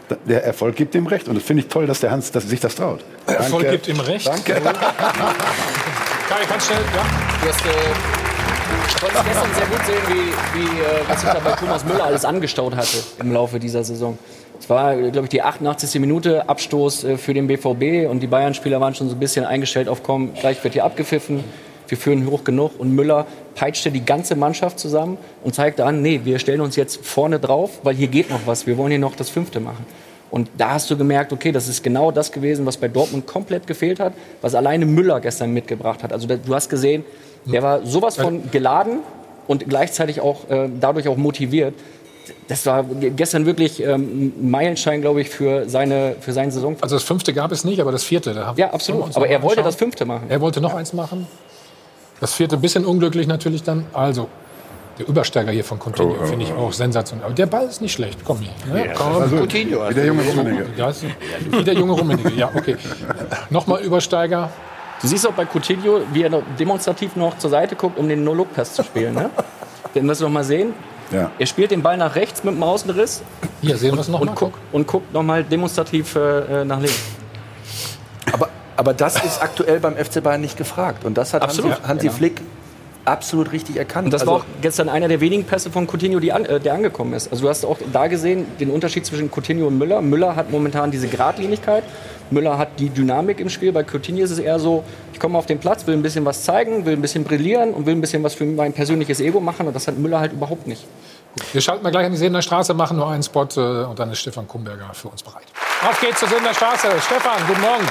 Der Erfolg gibt ihm recht. Und das finde ich toll, dass der Hans dass sich das traut. Erfolg Danke. gibt ihm recht. Danke. Kai, ganz schnell. Ja. Du hast, äh, ich konnte es gestern sehr gut sehen, wie, wie äh, was sich da bei Thomas Müller alles angestaut hatte im Laufe dieser Saison. Es war, glaube ich, die achtundachtzigste Minute, Abstoß äh, für den B V B. Und die Bayern-Spieler waren schon so ein bisschen eingestellt auf, komm, gleich wird hier abgepfiffen. Wir führen hoch genug. Und Müller peitschte die ganze Mannschaft zusammen und zeigte an, nee, wir stellen uns jetzt vorne drauf, weil hier geht noch was. Wir wollen hier noch das Fünfte machen. Und da hast du gemerkt, okay, das ist genau das gewesen, was bei Dortmund komplett gefehlt hat, was alleine Müller gestern mitgebracht hat. Also du hast gesehen, der war sowas von geladen und gleichzeitig auch äh, dadurch auch motiviert. Das war gestern wirklich ähm, ein Meilenstein, glaube ich, für seine, für seine Saison. Also das Fünfte gab es nicht, aber das Vierte. Da ja, absolut. Aber er wollte das Fünfte machen. Er wollte noch eins machen. Das Vierte ein bisschen unglücklich natürlich dann. Also der Übersteiger hier von Coutinho Oh, oh, finde ich auch sensationell. Aber der Ball ist nicht schlecht. Komm hier. Ne? Ja, Komm. also, Coutinho. Wie der junge Rummenigge. Ja, ist- wie der junge Rummenigge. Ja, okay. Nochmal Übersteiger. Du siehst auch bei Coutinho, wie er noch demonstrativ noch zur Seite guckt, um den No-Look-Pass zu spielen. Ne? Den müssen wir noch mal sehen. Ja. Er spielt den Ball nach rechts mit dem Außenriss. Hier sehen wir es nochmal. Und, guck, und guckt noch mal demonstrativ äh, nach links. Aber, aber das ist aktuell beim F C Bayern nicht gefragt. Und das hat Absolut. Hansi, Hansi Genau. Flick absolut richtig erkannt. Und das Also- war auch gestern einer der wenigen Pässe von Coutinho, die an, äh, der angekommen ist. Also du hast auch da gesehen, den Unterschied zwischen Coutinho und Müller. Müller hat momentan diese Geradlinigkeit. Müller hat die Dynamik im Spiel. Bei Coutinho ist es eher so, ich komme auf den Platz, will ein bisschen was zeigen, will ein bisschen brillieren und will ein bisschen was für mein persönliches Ego machen. Und das hat Müller halt überhaupt nicht. Wir schalten mal gleich an die Sebener Straße, machen nur einen Spot äh, und dann ist Stefan Kumberger für uns bereit. Auf geht's zur Sebener Straße. Stefan, guten Morgen.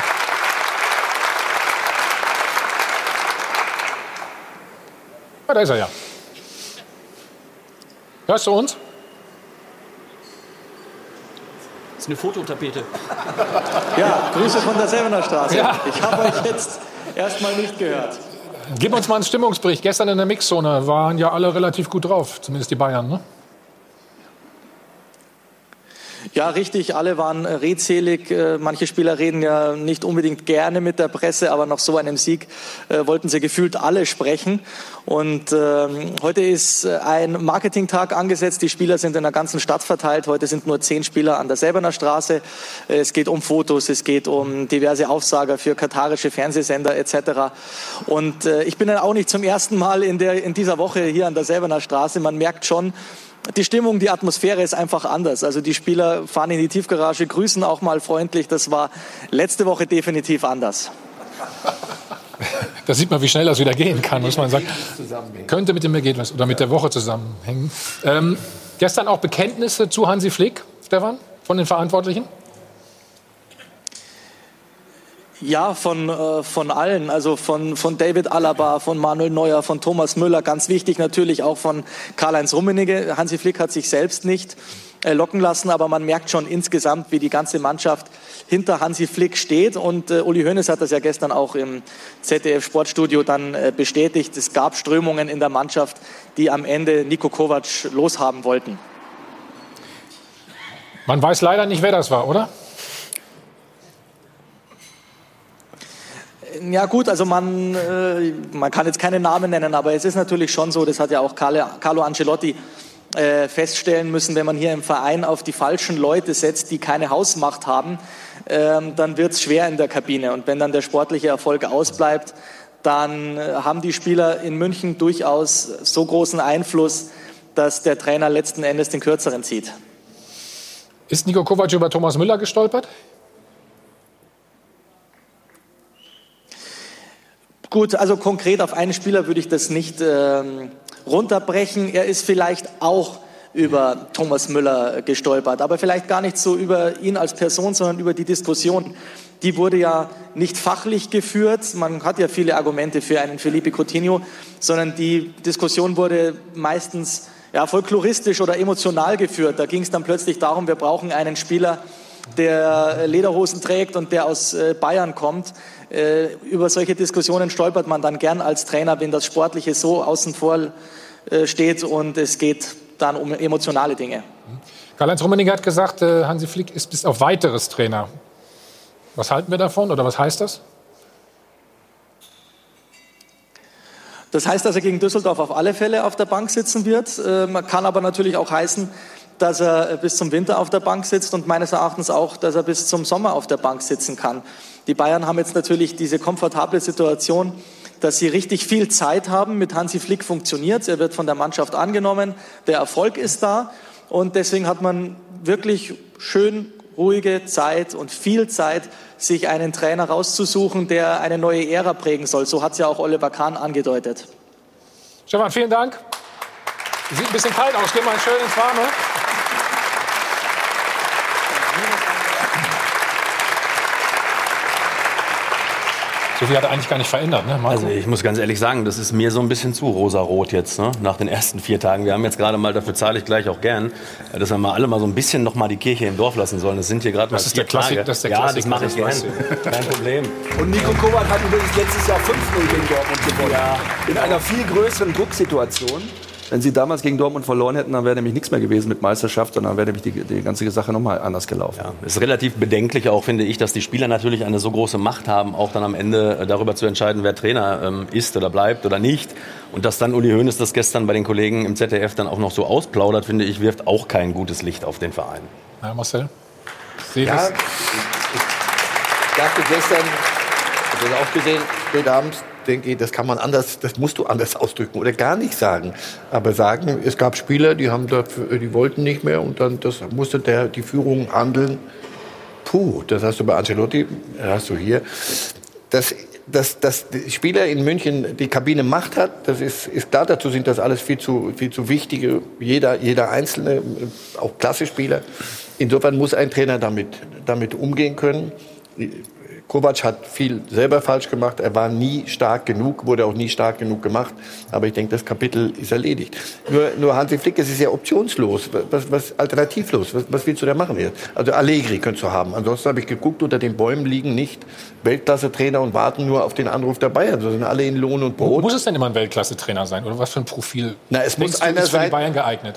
Ja, da ist er ja. Hörst du uns? Das ist eine Fototapete. Ja, Grüße von der Sebener Straße. Ja. Ich habe euch jetzt erstmal nicht gehört. Gib uns mal einen Stimmungsbericht. Gestern in der Mixzone waren ja alle relativ gut drauf, zumindest die Bayern, ne? Ja, richtig, alle waren äh, redselig. Äh, manche Spieler reden ja nicht unbedingt gerne mit der Presse, aber nach so einem Sieg äh, wollten sie gefühlt alle sprechen. Und ähm, heute ist äh, ein Marketingtag angesetzt. Die Spieler sind in der ganzen Stadt verteilt. Heute sind nur zehn Spieler an der Sebener Straße. Äh, es geht um Fotos, es geht um diverse Aufsager für katarische Fernsehsender et cetera. Und äh, ich bin dann auch nicht zum ersten Mal in, der, in dieser Woche hier an der Sebener Straße. Man merkt schon, die Stimmung, die Atmosphäre ist einfach anders. Also die Spieler fahren in die Tiefgarage, grüßen auch mal freundlich. Das war letzte Woche definitiv anders. Da sieht man, wie schnell das wieder gehen kann, muss man sagen. Könnte mit dem Ergebnis oder mit der Woche zusammenhängen. Ähm, gestern auch Bekenntnisse zu Hansi Flick, Stefan, von den Verantwortlichen? Ja, von, äh, von allen, also von, von David Alaba, von Manuel Neuer, von Thomas Müller, ganz wichtig natürlich auch von Karl-Heinz Rummenigge. Hansi Flick hat sich selbst nicht äh, locken lassen, aber man merkt schon insgesamt, wie die ganze Mannschaft hinter Hansi Flick steht. Und äh, Uli Hoeneß hat das ja gestern auch im Z D F-Sportstudio dann äh, bestätigt. Es gab Strömungen in der Mannschaft, die am Ende Niko Kovac loshaben wollten. Man weiß leider nicht, wer das war, oder? Ja gut, also man, äh, man kann jetzt keine Namen nennen, aber es ist natürlich schon so, das hat ja auch Carlo, Carlo Ancelotti äh, feststellen müssen, wenn man hier im Verein auf die falschen Leute setzt, die keine Hausmacht haben, äh, dann wird es schwer in der Kabine. Und wenn dann der sportliche Erfolg ausbleibt, dann äh, haben die Spieler in München durchaus so großen Einfluss, dass der Trainer letzten Endes den Kürzeren zieht. Ist Niko Kovac über Thomas Müller gestolpert? Gut, also konkret auf einen Spieler würde ich das nicht ähm, runterbrechen. Er ist vielleicht auch über Thomas Müller gestolpert, aber vielleicht gar nicht so über ihn als Person, sondern über die Diskussion. Die wurde ja nicht fachlich geführt, man hat ja viele Argumente für einen Felipe Coutinho, sondern die Diskussion wurde meistens ja, folkloristisch oder emotional geführt. Da ging es dann plötzlich darum, wir brauchen einen Spieler, der Lederhosen trägt und der aus Bayern kommt. Über solche Diskussionen stolpert man dann gern als Trainer, wenn das Sportliche so außen vor steht und es geht dann um emotionale Dinge. Karl-Heinz Rummenigge hat gesagt, Hansi Flick ist bis auf weiteres Trainer. Was halten wir davon oder was heißt das? Das heißt, dass er gegen Düsseldorf auf alle Fälle auf der Bank sitzen wird. Kann aber natürlich auch heißen, dass er bis zum Winter auf der Bank sitzt und meines Erachtens auch, dass er bis zum Sommer auf der Bank sitzen kann. Die Bayern haben jetzt natürlich diese komfortable Situation, dass sie richtig viel Zeit haben. Mit Hansi Flick funktioniert. Er wird von der Mannschaft angenommen. Der Erfolg ist da. Und deswegen hat man wirklich schön ruhige Zeit und viel Zeit, sich einen Trainer rauszusuchen, der eine neue Ära prägen soll. So hat es ja auch Oliver Kahn angedeutet. Stefan, vielen Dank. Sieht ein bisschen kalt aus. Geh mal schön ins Warme. So viel hat er eigentlich gar nicht verändert, ne, Marco? Also ich muss ganz ehrlich sagen, das ist mir so ein bisschen zu rosarot jetzt, ne? Nach den ersten vier Tagen. Wir haben jetzt gerade mal, dafür zahle ich gleich auch gern, dass wir mal alle mal so ein bisschen noch mal die Kirche im Dorf lassen sollen. Das sind hier gerade mal vier Tage. Das ist der ja, Klassik, das mache ich gern. Kein Problem. Und Nico Kovac hat übrigens letztes Jahr fünf null gegen Dortmund gewonnen. Ja. In einer viel größeren Drucksituation. Wenn sie damals gegen Dortmund verloren hätten, dann wäre nämlich nichts mehr gewesen mit Meisterschaft, sondern wäre nämlich die, die ganze Sache nochmal anders gelaufen. Ja, ist relativ bedenklich auch, finde ich, dass die Spieler natürlich eine so große Macht haben, auch dann am Ende darüber zu entscheiden, wer Trainer ähm, ist oder bleibt oder nicht. Und dass dann Uli Hoeneß das gestern bei den Kollegen im Z D F dann auch noch so ausplaudert, finde ich, wirft auch kein gutes Licht auf den Verein. Ja, Marcel? Seht ja, es? Ich dachte gestern, ich habe das auch gesehen, heute Abend, denke ich, das kann man anders, das musst du anders ausdrücken oder gar nicht sagen. Aber sagen, es gab Spieler, die haben dafür, die wollten nicht mehr und dann das musste der, die Führung handeln. Puh, das hast du bei Ancelotti, hast du hier. Dass, dass, dass die Spieler in München die Kabine Macht hat, das ist, ist klar, dazu sind das alles viel zu, viel zu wichtige, jeder, jeder Einzelne, auch Klasse-Spieler. Insofern muss ein Trainer damit, damit umgehen können. Kovac hat viel selber falsch gemacht. Er war nie stark genug, wurde auch nie stark genug gemacht. Aber ich denke, das Kapitel ist erledigt. Nur, nur Hansi Flick, es ist ja optionslos. Was, was alternativlos? Was, was willst du da machen jetzt? Also Allegri könntest du haben. Ansonsten habe ich geguckt, unter den Bäumen liegen nicht Weltklasse-Trainer und warten nur auf den Anruf der Bayern. So sind alle in Lohn und Brot. Muss es denn immer ein Weltklasse-Trainer sein? Oder was für ein Profil? Na, es muss einer ist für die sein. Bayern geeignet?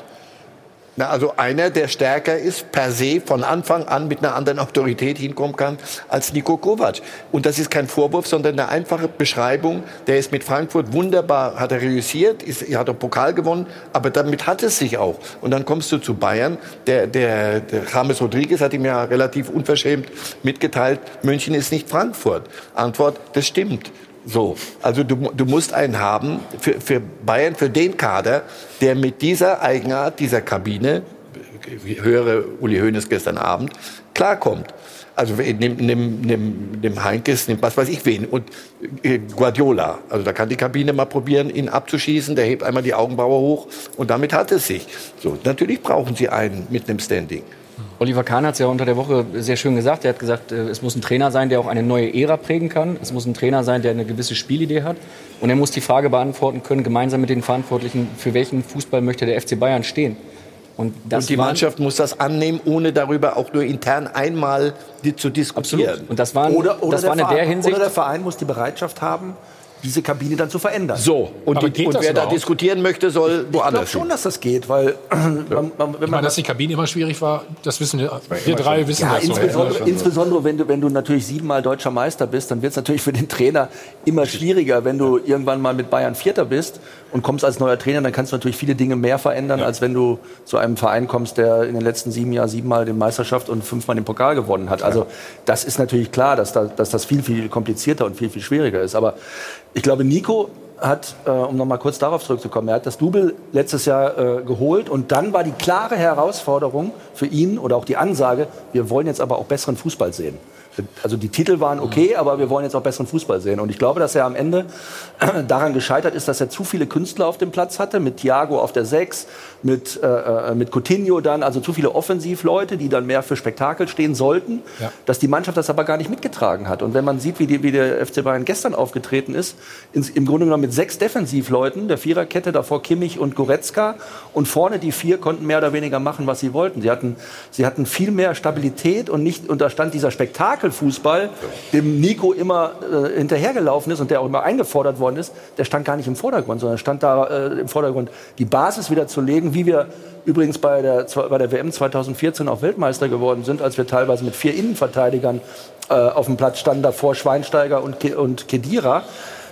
Na, also einer, der stärker ist, per se von Anfang an mit einer anderen Autorität hinkommen kann als Niko Kovac. Und das ist kein Vorwurf, sondern eine einfache Beschreibung. Der ist mit Frankfurt wunderbar, hat er reüssiert, ist, er hat auch Pokal gewonnen, aber damit hat es sich auch. Und dann kommst du zu Bayern. Der, der, der James Rodriguez hat ihm ja relativ unverschämt mitgeteilt, München ist nicht Frankfurt. Antwort, das stimmt. So, also du, du musst einen haben für, für Bayern, für den Kader, der mit dieser Eigenart, dieser Kabine, ich höre Uli Hoeneß gestern Abend, klarkommt. Also nimm, nimm, nimm, nimm Heinkes, nimm was weiß ich wen und äh, Guardiola. Also da kann die Kabine mal probieren, ihn abzuschießen. Der hebt einmal die Augenbraue hoch und damit hat es sich. So, natürlich brauchen sie einen mit einem Standing. Oliver Kahn hat es ja unter der Woche sehr schön gesagt. Er hat gesagt, es muss ein Trainer sein, der auch eine neue Ära prägen kann. Es muss ein Trainer sein, der eine gewisse Spielidee hat. Und er muss die Frage beantworten können, gemeinsam mit den Verantwortlichen, für welchen Fußball möchte der F C Bayern stehen. Und, das und die Mannschaft muss das annehmen, ohne darüber auch nur intern einmal zu diskutieren. Absolut. Und das war, oder, oder, das war in der Verein, Hinsicht. oder der Verein muss die Bereitschaft haben, diese Kabine dann zu verändern. So, und, die, und wer da diskutieren möchte, soll woanders. Ich glaube schon, dass das geht, weil man, man, wenn ich meine, dass die Kabine immer schwierig war, das wissen wir. Wir drei wissen ja, das. Insbesondere, so. insbesondere wenn, du, wenn du natürlich siebenmal deutscher Meister bist, dann wird es natürlich für den Trainer immer schwieriger. Wenn du irgendwann mal mit Bayern Vierter bist und kommst als neuer Trainer, dann kannst du natürlich viele Dinge mehr verändern, ja. als wenn du zu einem Verein kommst, der in den letzten sieben Jahren siebenmal die Meisterschaft und fünfmal den Pokal gewonnen hat. Also das ist natürlich klar, dass, da, dass das viel, viel komplizierter und viel, viel schwieriger ist. Aber ich glaube, Nico hat, äh, um noch mal kurz darauf zurückzukommen, er hat das Double letztes Jahr äh, geholt und dann war die klare Herausforderung für ihn oder auch die Ansage, wir wollen jetzt aber auch besseren Fußball sehen. Also die Titel waren okay, aber wir wollen jetzt auch besseren Fußball sehen. Und ich glaube, dass er am Ende daran gescheitert ist, dass er zu viele Künstler auf dem Platz hatte, mit Thiago auf der Sechs, mit, äh, mit Coutinho dann, also zu viele Offensivleute, die dann mehr für Spektakel stehen sollten, ja. dass die Mannschaft das aber gar nicht mitgetragen hat. Und wenn man sieht, wie, die, wie der F C Bayern gestern aufgetreten ist, ins, im Grunde genommen mit sechs Defensivleuten, der Viererkette, davor Kimmich und Goretzka und vorne die vier konnten mehr oder weniger machen, was sie wollten. Sie hatten, sie hatten viel mehr Stabilität und, nicht, und da stand dieser Spektakelfußball, dem Nico immer äh, hinterhergelaufen ist und der auch immer eingefordert worden ist, der stand gar nicht im Vordergrund, sondern stand da äh, im Vordergrund, die Basis wieder zu legen, wie wir übrigens bei der, bei der W M zweitausendvierzehn auch Weltmeister geworden sind, als wir teilweise mit vier Innenverteidigern äh, auf dem Platz standen, davor Schweinsteiger und, Ke und Khedira.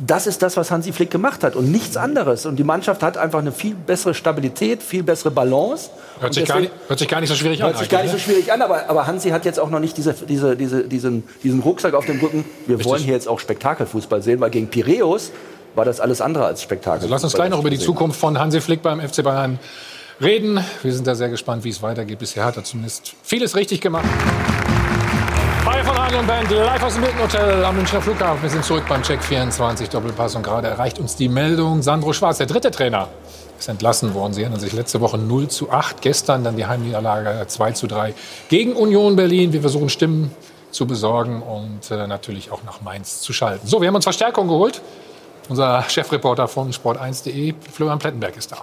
das ist das, was Hansi Flick gemacht hat und nichts anderes. Und die Mannschaft hat einfach eine viel bessere Stabilität, viel bessere Balance. Hört sich, gar nicht, hört sich gar nicht so schwierig an. Hört sich gar nicht so schwierig an, aber, aber Hansi hat jetzt auch noch nicht diese, diese, diese, diesen, diesen Rucksack auf dem Rücken. Wir Richtig. wollen hier jetzt auch Spektakelfußball sehen, weil gegen Piräus war das alles andere als Spektakel. Also lass uns gleich noch über die Zukunft von Hansi Flick beim F C Bayern reden. Wir sind da sehr gespannt, wie es weitergeht. Bisher hat er zumindest vieles richtig gemacht. Hi von Adel und Band, live aus dem Hilton Hotel am Münchner Flughafen. Wir sind zurück beim Check vierundzwanzig Doppelpass und gerade erreicht uns die Meldung, Sandro Schwarz, der dritte Trainer, ist entlassen worden. Sie erinnern sich, letzte Woche null zu acht, gestern dann die Heimniederlage zwei zu drei gegen Union Berlin. Wir versuchen Stimmen zu besorgen und äh, natürlich auch nach Mainz zu schalten. So, wir haben uns Verstärkung geholt. Unser Chefreporter von sport eins punkt de, Florian Plettenberg, ist da.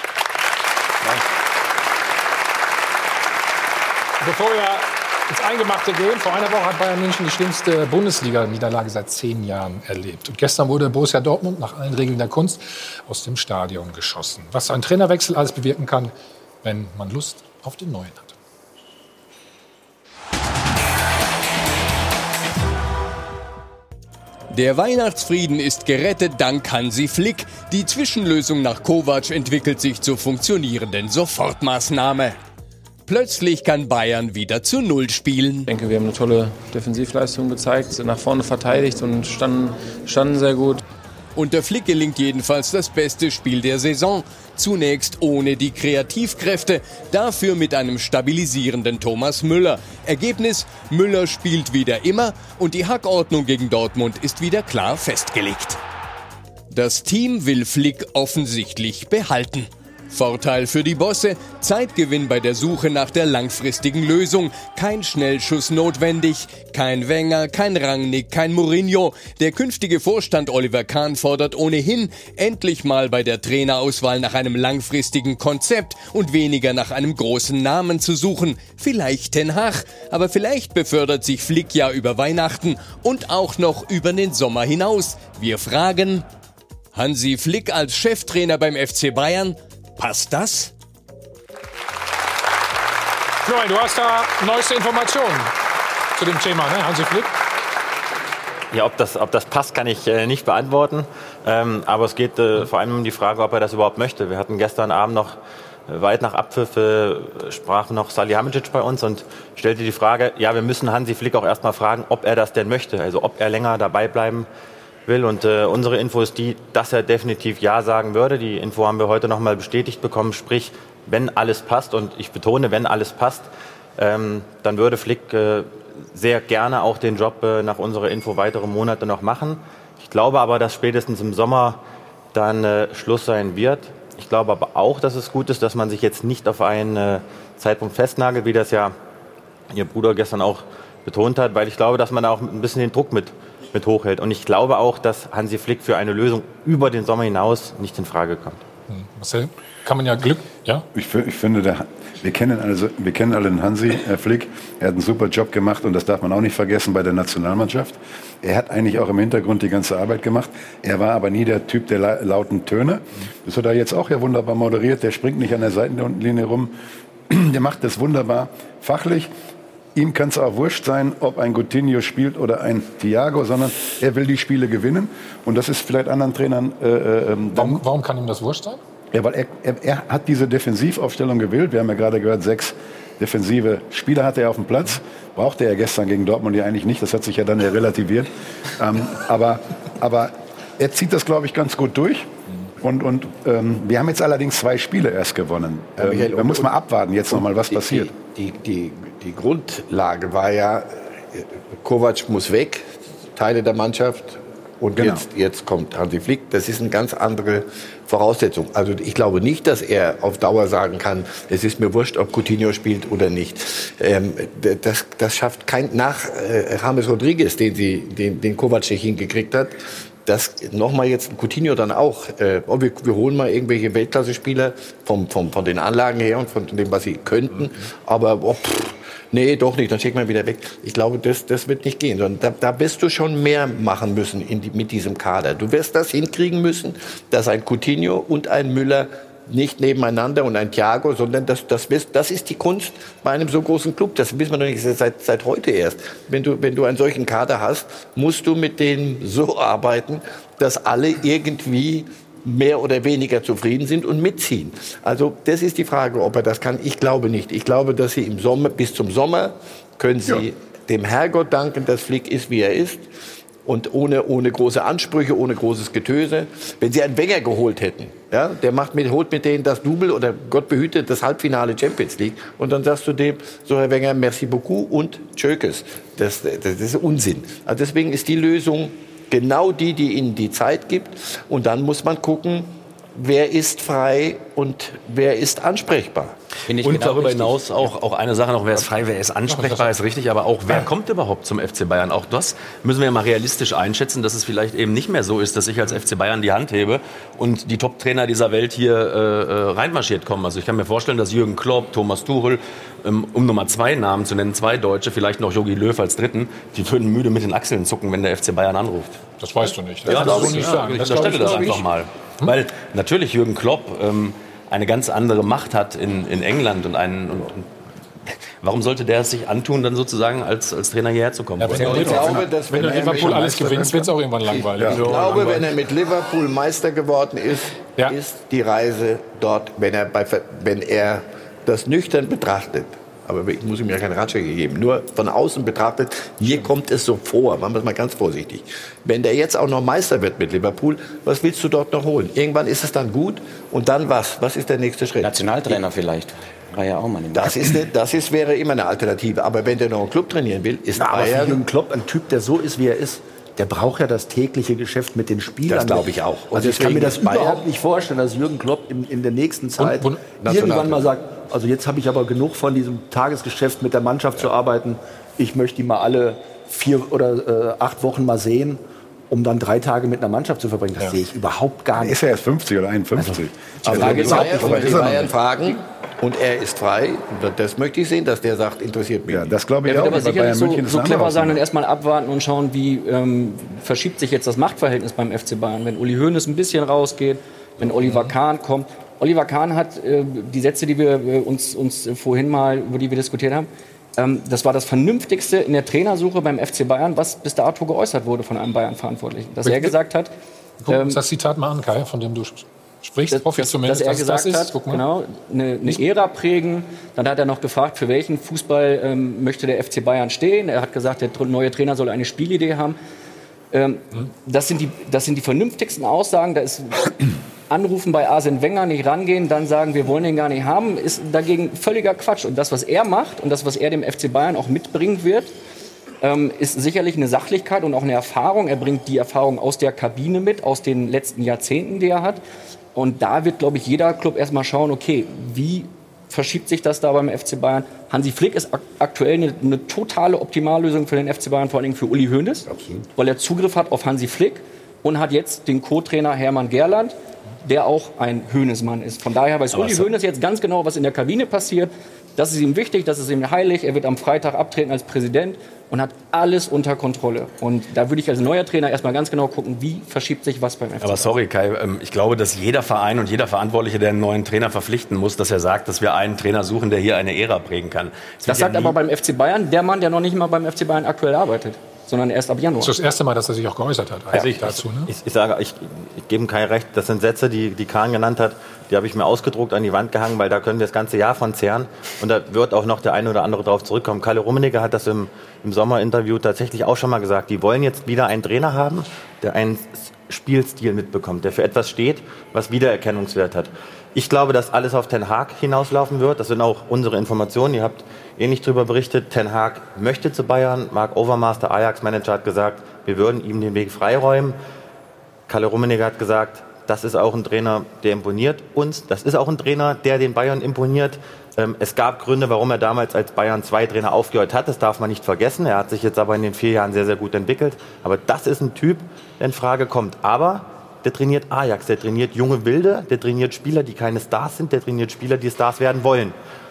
Bevor wir ins Eingemachte gehen, vor einer Woche hat Bayern München die schlimmste Bundesliga-Niederlage seit zehn Jahren erlebt. Und gestern wurde Borussia Dortmund nach allen Regeln der Kunst aus dem Stadion geschossen. Was ein Trainerwechsel alles bewirken kann, wenn man Lust auf den neuen hat. Der Weihnachtsfrieden ist gerettet dank Hansi Flick. Die Zwischenlösung nach Kovac entwickelt sich zur funktionierenden Sofortmaßnahme. Plötzlich kann Bayern wieder zu Null spielen. Ich denke, wir haben eine tolle Defensivleistung gezeigt, sind nach vorne verteidigt und standen, standen sehr gut. Unter Flick gelingt jedenfalls das beste Spiel der Saison. Zunächst ohne die Kreativkräfte, dafür mit einem stabilisierenden Thomas Müller. Ergebnis: Müller spielt wieder immer und die Hackordnung gegen Dortmund ist wieder klar festgelegt. Das Team will Flick offensichtlich behalten. Vorteil für die Bosse, Zeitgewinn bei der Suche nach der langfristigen Lösung. Kein Schnellschuss notwendig, kein Wenger, kein Rangnick, kein Mourinho. Der künftige Vorstand Oliver Kahn fordert ohnehin endlich mal bei der Trainerauswahl nach einem langfristigen Konzept und weniger nach einem großen Namen zu suchen. Vielleicht Ten Hag, aber vielleicht befördert sich Flick ja über Weihnachten und auch noch über den Sommer hinaus. Wir fragen: Hansi Flick als Cheftrainer beim F C Bayern? Passt das? Florian, du hast da neueste Informationen zu dem Thema, ne? Hansi Flick? Ja, ob das, ob das passt, kann ich äh, nicht beantworten. Ähm, aber es geht äh, vor allem um die Frage, ob er das überhaupt möchte. Wir hatten gestern Abend noch, äh, weit nach Abpfiff, äh, sprach noch Salihamidzic bei uns und stellte die Frage, ja, wir müssen Hansi Flick auch erstmal fragen, ob er das denn möchte. Also ob er länger dabei bleiben will. Und äh, unsere Info ist die, dass er definitiv Ja sagen würde. Die Info haben wir heute noch mal bestätigt bekommen. Sprich, wenn alles passt, und ich betone, wenn alles passt, ähm, dann würde Flick äh, sehr gerne auch den Job äh, nach unserer Info weitere Monate noch machen. Ich glaube aber, dass spätestens im Sommer dann äh, Schluss sein wird. Ich glaube aber auch, dass es gut ist, dass man sich jetzt nicht auf einen äh, Zeitpunkt festnagelt, wie das ja Ihr Bruder gestern auch betont hat, weil ich glaube, dass man da auch ein bisschen den Druck mit mit hochhält. Und ich glaube auch, dass Hansi Flick für eine Lösung über den Sommer hinaus nicht in Frage kommt. Marcel, kann man ja Glück, ja? Ich, ich finde, der, wir, kennen also, wir kennen alle den Hansi äh, Flick. Er hat einen super Job gemacht und das darf man auch nicht vergessen bei der Nationalmannschaft. Er hat eigentlich auch im Hintergrund die ganze Arbeit gemacht. Er war aber nie der Typ der la lauten Töne. Das hat er jetzt auch ja wunderbar moderiert. Der springt nicht an der Seitenlinie rum. Der macht das wunderbar fachlich. Ihm kann es auch wurscht sein, ob ein Coutinho spielt oder ein Thiago, sondern er will die Spiele gewinnen. Und das ist vielleicht anderen Trainern... Äh, äh, warum, warum kann ihm das wurscht sein? Ja, weil er, er, er hat diese Defensivaufstellung gewählt. Wir haben ja gerade gehört, sechs defensive Spieler hatte er auf dem Platz. Brauchte er gestern gegen Dortmund ja eigentlich nicht. Das hat sich ja dann ja relativiert. ähm, aber, aber er zieht das, glaube ich, ganz gut durch. Und, und ähm, wir haben jetzt allerdings zwei Spiele erst gewonnen. Ähm, Michael, da muss man abwarten jetzt noch mal, was die, passiert. Die, die, die, die Grundlage war ja, Kovac muss weg, Teile der Mannschaft. Und genau. jetzt, jetzt kommt Hansi Flick. Das ist eine ganz andere Voraussetzung. Also ich glaube nicht, dass er auf Dauer sagen kann, es ist mir wurscht, ob Coutinho spielt oder nicht. Ähm, das, das schafft kein... Nach äh, James Rodriguez, den, sie, den, den Kovac nicht hingekriegt hat, das nochmal jetzt Coutinho dann auch. Äh, wir, wir holen mal irgendwelche Weltklasse-Spieler vom, vom, von den Anlagen her und von dem, was sie könnten. Aber oh, pff, nee, doch nicht, dann schickt man wieder weg. Ich glaube, das, das wird nicht gehen. Sondern da, da wirst du schon mehr machen müssen in die, mit diesem Kader. Du wirst das hinkriegen müssen, dass ein Coutinho und ein Müller nicht nebeneinander und ein Thiago, sondern das, das, das ist die Kunst bei einem so großen Club. Das wissen wir noch nicht seit, seit heute erst. Wenn du, wenn du einen solchen Kader hast, musst du mit denen so arbeiten, dass alle irgendwie mehr oder weniger zufrieden sind und mitziehen. Also das ist die Frage, ob er das kann. Ich glaube nicht. Ich glaube, dass sie im Sommer, bis zum Sommer, können sie ja. dem Herrgott danken, dass Flick ist, wie er ist. Und ohne, ohne große Ansprüche, ohne großes Getöse. Wenn sie einen Wenger geholt hätten, ja, der macht mit, holt mit denen das Double oder Gott behüte das Halbfinale Champions League. Und dann sagst du dem, so Herr Wenger, merci beaucoup und tschökes. Das, das, das ist Unsinn. Also deswegen ist die Lösung genau die, die ihnen die Zeit gibt. Und dann muss man gucken, wer ist frei und wer ist ansprechbar. Und genau darüber richtig. hinaus auch, auch eine Sache noch, wer ist frei, wer ist ansprechbar, ist richtig, aber auch wer kommt überhaupt zum F C Bayern? Auch das müssen wir ja mal realistisch einschätzen, dass es vielleicht eben nicht mehr so ist, dass ich als F C Bayern die Hand hebe und die Top-Trainer dieser Welt hier äh, reinmarschiert kommen. Also ich kann mir vorstellen, dass Jürgen Klopp, Thomas Tuchel, ähm, um Nummer zwei Namen zu nennen, zwei Deutsche, vielleicht noch Jogi Löw als Dritten, die würden müde mit den Achseln zucken, wenn der F C Bayern anruft. Das weißt du nicht. Das ja, das das nicht ja, sagen. ich Das unterstelle das einfach ich. mal. Hm? Weil natürlich Jürgen Klopp ähm, eine ganz andere Macht hat in, in England und einen... Und, und warum sollte der es sich antun, dann sozusagen als, als Trainer hierher zu kommen? Ja, wenn, ich glaube, dass wenn, wenn Liverpool alles gewinnt, wird es auch irgendwann langweilig. Ich glaube, langweilig. Wenn er mit Liverpool Meister geworden ist, ja. ist die Reise dort, wenn er, bei, wenn er das nüchtern betrachtet, aber ich muss ihm ja keine Ratschläge geben, nur von außen betrachtet, hier kommt es so vor, machen wir es mal ganz vorsichtig. Wenn der jetzt auch noch Meister wird mit Liverpool, was willst du dort noch holen? Irgendwann ist es dann gut und dann was? Was ist der nächste Schritt? Nationaltrainer vielleicht. War ja auch mal eine das ist, eine, das ist, wäre immer eine Alternative. Aber wenn der noch einen Club trainieren will, ist ja, Bayern... Aber Jürgen Klopp, ein Typ, der so ist, wie er ist, der braucht ja das tägliche Geschäft mit den Spielern. Das glaube ich auch. Und also ich kann mir das Bayern überhaupt nicht vorstellen, dass Jürgen Klopp in, in der nächsten Zeit und, und irgendwann mal sagt, also jetzt habe ich aber genug von diesem Tagesgeschäft mit der Mannschaft ja. zu arbeiten. Ich möchte die mal alle vier oder äh, acht Wochen mal sehen, um dann drei Tage mit einer Mannschaft zu verbringen. Das ja. sehe ich überhaupt gar nicht. Ist er erst fünfzig oder einundfünfzig? Also, also die Bayern, aber die Bayern fragen und er ist frei. Das möchte ich sehen, dass der sagt, interessiert mich. Ja, das glaube ich er auch. Er wird aber sicherlich so, so clever sein und erstmal abwarten und schauen, wie ähm, verschiebt sich jetzt das Machtverhältnis beim F C Bayern. Wenn Uli Hoeneß ein bisschen rausgeht, wenn Oliver Kahn kommt. Oliver Kahn hat äh, die Sätze, die wir äh, uns, uns vorhin mal, über die wir diskutiert haben, ähm, das war das Vernünftigste in der Trainersuche beim F C Bayern, was bis dato geäußert wurde von einem Bayern-Verantwortlichen. Dass er gesagt hat... Guck uns ähm, das Zitat mal an, Kai, von dem du sprichst. Das, hoffe ich zumindest, dass er dass gesagt das ist. hat, Guck mal. genau, eine, eine Ära prägen. Dann hat er noch gefragt, für welchen Fußball ähm, möchte der F C Bayern stehen. Er hat gesagt, der neue Trainer soll eine Spielidee haben. Ähm, hm. das, sind die, das sind die vernünftigsten Aussagen. Da ist Anrufen bei Arsene Wenger, nicht rangehen, dann sagen, wir wollen den gar nicht haben, ist dagegen völliger Quatsch. Und das, was er macht und das, was er dem F C Bayern auch mitbringen wird, ähm, ist sicherlich eine Sachlichkeit und auch eine Erfahrung. Er bringt die Erfahrung aus der Kabine mit, aus den letzten Jahrzehnten, die er hat. Und da wird, glaube ich, jeder Club erstmal schauen, okay, wie verschiebt sich das da beim F C Bayern? Hansi Flick ist ak aktuell eine, eine totale Optimallösung für den F C Bayern, vor allen Dingen für Uli Hoeneß, Absolut. weil er Zugriff hat auf Hansi Flick und hat jetzt den Co-Trainer Hermann Gerland, der auch ein Hoeneß-Mann ist. Von daher weiß Aber Uli Hoeneß jetzt ganz genau, was in der Kabine passiert. Das ist ihm wichtig, das ist ihm heilig. Er wird am Freitag abtreten als Präsident und hat alles unter Kontrolle. Und da würde ich als neuer Trainer erstmal ganz genau gucken, wie verschiebt sich was beim F C Bayern. Aber sorry, Kai, ich glaube, dass jeder Verein und jeder Verantwortliche, der einen neuen Trainer verpflichten muss, dass er sagt, dass wir einen Trainer suchen, der hier eine Ära prägen kann. Das, das sagt ja aber beim F C Bayern der Mann, der noch nicht mal beim F C Bayern aktuell arbeitet, sondern erst ab Januar. Das ist das erste Mal, dass er sich auch geäußert hat. Also ich, dazu, ne? ich, ich sage, ich, ich gebe ihm kein Recht. Das sind Sätze, die, die Kahn genannt hat, die habe ich mir ausgedruckt, an die Wand gehangen, weil da können wir das ganze Jahr von zehren. Und da wird auch noch der eine oder andere drauf zurückkommen. Kalle Rummenigge hat das im, im Sommerinterview tatsächlich auch schon mal gesagt. Die wollen jetzt wieder einen Trainer haben, der einen Spielstil mitbekommt, der für etwas steht, was Wiedererkennungswert hat. Ich glaube, dass alles auf Ten Hag hinauslaufen wird. Das sind auch unsere Informationen. Ihr habt ähnlich darüber berichtet. Ten Hag möchte zu Bayern. Marc Overmars, der Ajax-Manager, hat gesagt, wir würden ihm den Weg freiräumen. Kalle Rummenigge hat gesagt, das ist auch ein Trainer, der imponiert uns. Das ist auch ein Trainer, der den Bayern imponiert. Ähm, es gab Gründe, warum er damals als Bayern zwei Trainer aufgehört hat. Das darf man nicht vergessen. Er hat sich jetzt aber in den vier Jahren sehr, sehr gut entwickelt. Aber das ist ein Typ, der in Frage kommt. Aber der trainiert Ajax, der trainiert junge Wilde, der trainiert Spieler, die keine Stars sind, der trainiert Spieler, die Stars werden wollen.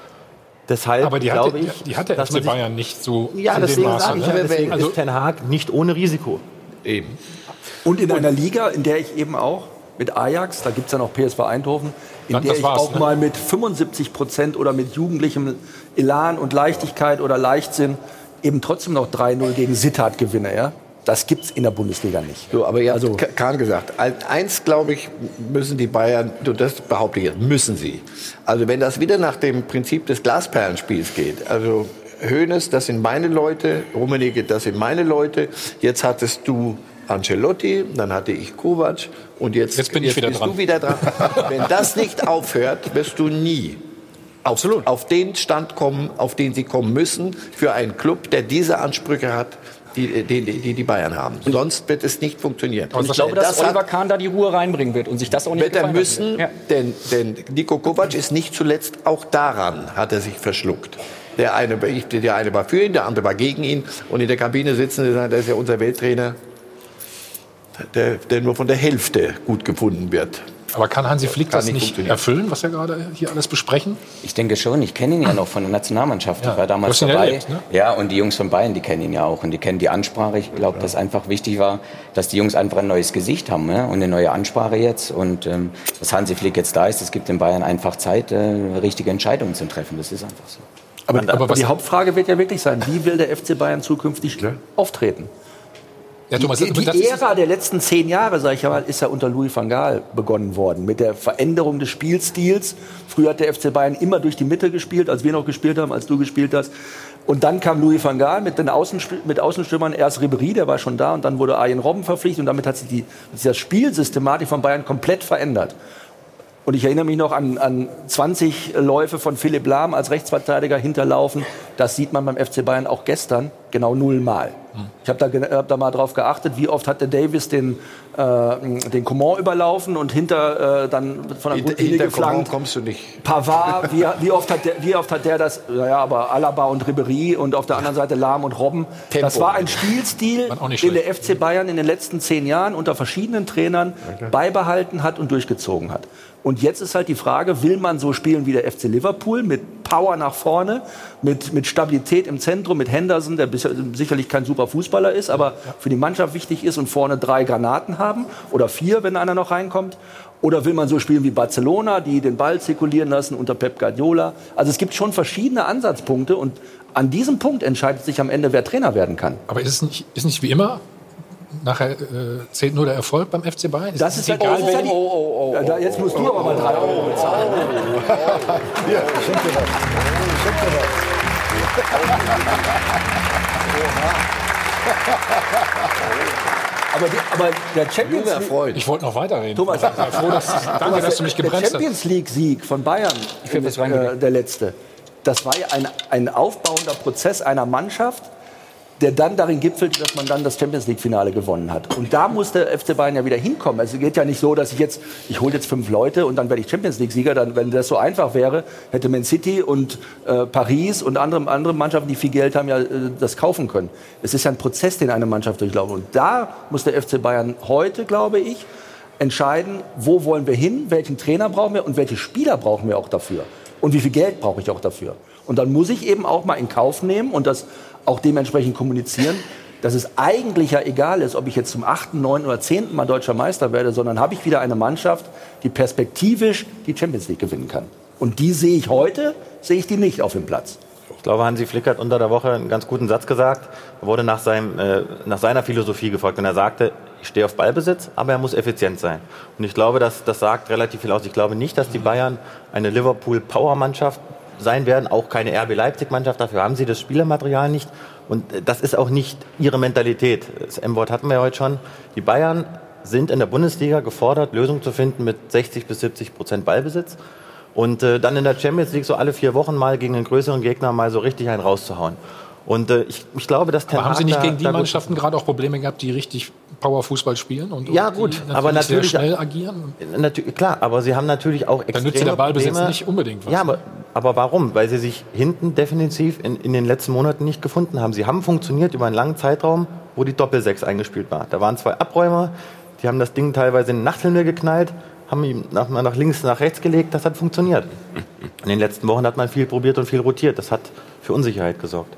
Deshalb aber die glaube hatte, ich, die hat der F C Bayern nicht so ja, in dem Maße. Ja, deswegen also ist Ten Hag nicht ohne Risiko. Eben. Und in einer Liga, in der ich eben auch mit Ajax, da gibt es ja noch P S V Eindhoven, in Dann, der das ich war's, auch ne? mal mit fünfundsiebzig Prozent oder mit jugendlichem Elan und Leichtigkeit oder Leichtsinn eben trotzdem noch drei null gegen Sittard gewinne. Ja? Das gibt es in der Bundesliga nicht. So, aber ihr habt Also- Kahn gesagt, eins, glaube ich, müssen die Bayern, du, das behaupte ich jetzt, müssen sie. Also wenn das wieder nach dem Prinzip des Glasperlenspiels geht, also Hoeneß, das sind meine Leute, Rummenigge, das sind meine Leute, jetzt hattest du Ancelotti, dann hatte ich Kovac und jetzt, Jetzt bin ich wieder bist dran. du wieder dran. Wenn das nicht aufhört, wirst du nie auf, auf den Stand kommen, auf den sie kommen müssen, für einen Club, der diese Ansprüche hat, die die, die, die Bayern haben. Sonst wird es nicht funktionieren. Und ich glaube, dass Oliver Kahn da die Ruhe reinbringen wird und sich das auch nicht wird er gefallen müssen, Ja. denn, denn Niko Kovac ist nicht zuletzt auch daran, hat er sich verschluckt. Der eine, der eine war für ihn, der andere war gegen ihn. Und in der Kabine sitzen, der ist ja unser Welttrainer, der, der nur von der Hälfte gut gefunden wird. Aber kann Hansi Flick Kann das nicht nicht funktionieren. erfüllen, was wir gerade hier alles besprechen? Ich denke schon. Ich kenne ihn ja noch von der Nationalmannschaft. Ja, Ich war damals du hast ihn dabei. erlebt, ne? Ja, und die Jungs von Bayern, die kennen ihn ja auch. Und die kennen die Ansprache. Ich glaube, dass einfach wichtig war, dass die Jungs einfach ein neues Gesicht haben, ne? Und eine neue Ansprache jetzt. Und ähm, dass Hansi Flick jetzt da ist, das gibt den Bayern einfach Zeit, äh, richtige Entscheidungen zu treffen. Das ist einfach so. Aber, Aber aber was- die Hauptfrage wird ja wirklich sein, wie will der F C Bayern zukünftig auftreten? Ja, Thomas, die die das ist- Ära der letzten zehn Jahre, sag ich mal, ist ja unter Louis van Gaal begonnen worden. Mit der Veränderung des Spielstils. Früher hat der F C Bayern immer durch die Mitte gespielt, als wir noch gespielt haben, als du gespielt hast. Und dann kam Louis van Gaal mit den Außensp- mit Außenstürmern, erst Ribéry, der war schon da, und dann wurde Arjen Robben verpflichtet. Und damit hat sich die, hat sich das Spielsystematik von Bayern komplett verändert. Und ich erinnere mich noch an, an zwanzig Läufe von Philipp Lahm als Rechtsverteidiger hinterlaufen. Das sieht man beim F C Bayern auch gestern genau nullmal. Ich habe da, ge- hab da mal drauf geachtet, wie oft hat der Davis den, äh, den Coman überlaufen und hinter äh, dann von der Hinter, Grundlinie hinter Coman geflankt. kommst du nicht. Pavard, wie, wie, oft hat der, wie oft hat der das, naja, aber Alaba und Ribéry und auf der anderen Seite Lahm und Robben. Tempo. Das war ein Spielstil, War auch nicht den schlecht. der F C Bayern in den letzten zehn Jahren unter verschiedenen Trainern beibehalten hat und durchgezogen hat. Und jetzt ist halt die Frage, will man so spielen wie der F C Liverpool, mit Power nach vorne, mit, mit Stabilität im Zentrum, mit Henderson, der bis- sicherlich kein super Fußballer ist, aber für die Mannschaft wichtig ist, und vorne drei Granaten haben oder vier, wenn einer noch reinkommt? Oder will man so spielen wie Barcelona, die den Ball zirkulieren lassen unter Pep Guardiola? Also es gibt schon verschiedene Ansatzpunkte, und an diesem Punkt entscheidet sich am Ende, wer Trainer werden kann. Aber ist es nicht, ist nicht wie immer? Nachher äh, zählt nur der Erfolg beim F C Bayern? Das ist, es ja, egal, das ist ja wer- die, Ja, da, jetzt musst du aber mal drei Euro bezahlen. Ja, schenk dir was. Schenk dir was. Aber, die, aber der Champions Junger League, Freund. Ich wollte noch weiterreden. Thomas, Ich bin froh, dass, danke, Thomas, dass du mich der gebremst hast. Champions League-Sieg von Bayern, will was äh, der letzte, das war ja ein, ein aufbauender Prozess einer Mannschaft, der dann darin gipfelte, dass man dann das Champions League-Finale gewonnen hat. Und da muss der F C Bayern ja wieder hinkommen. Also es geht ja nicht so, dass ich jetzt, ich hole jetzt fünf Leute und dann werde ich Champions League-Sieger. Dann, wenn das so einfach wäre, hätte Man City und äh, Paris und andere, andere Mannschaften, die viel Geld haben, ja äh, das kaufen können. Es ist ja ein Prozess, den eine Mannschaft durchlaufen. Und da muss der F C Bayern heute, glaube ich, entscheiden, wo wollen wir hin, welchen Trainer brauchen wir und welche Spieler brauchen wir auch dafür. Und wie viel Geld brauche ich auch dafür. Und dann muss ich eben auch mal in Kauf nehmen und das auch dementsprechend kommunizieren, dass es eigentlich ja egal ist, ob ich jetzt zum achten, neunten oder zehnten Mal deutscher Meister werde, sondern habe ich wieder eine Mannschaft, die perspektivisch die Champions League gewinnen kann. Und die sehe ich heute, sehe ich die nicht auf dem Platz. Ich glaube, Hansi Flick hat unter der Woche einen ganz guten Satz gesagt. Er wurde nach, seinem, äh, nach seiner Philosophie gefragt und er sagte, ich stehe auf Ballbesitz, aber er muss effizient sein. Und ich glaube, das, das sagt relativ viel aus. Ich glaube nicht, dass die Bayern eine Liverpool-Power-Mannschaft sein werden, auch keine R B Leipzig-Mannschaft. Dafür haben sie das Spielermaterial nicht. Und das ist auch nicht ihre Mentalität. Das M-Wort hatten wir ja heute schon. Die Bayern sind in der Bundesliga gefordert, Lösungen zu finden mit sechzig bis siebzig Prozent Ballbesitz. Und äh, dann in der Champions League so alle vier Wochen mal gegen einen größeren Gegner mal so richtig einen rauszuhauen. Und äh, ich, ich glaube, dass Ten Aber haben Hag Sie nicht da- gegen die da gut- Mannschaften gerade auch Probleme gehabt, die richtig Powerfußball spielen? Und, Ja, und gut, die aber natürlich- sehr schnell agieren? Natürlich, klar, aber sie haben natürlich auch extreme Dann nützt der Ballbesitz Probleme. nicht unbedingt was. Ja, aber, aber warum? Weil sie sich hinten definitiv in, in den letzten Monaten nicht gefunden haben. Sie haben funktioniert über einen langen Zeitraum, wo die Doppelsechs eingespielt war. Da waren zwei Abräumer, die haben das Ding teilweise in den Nachthimmel geknallt, haben ihn nach, nach links, nach rechts gelegt, das hat funktioniert. In den letzten Wochen hat man viel probiert und viel rotiert. Das hat für Unsicherheit gesorgt.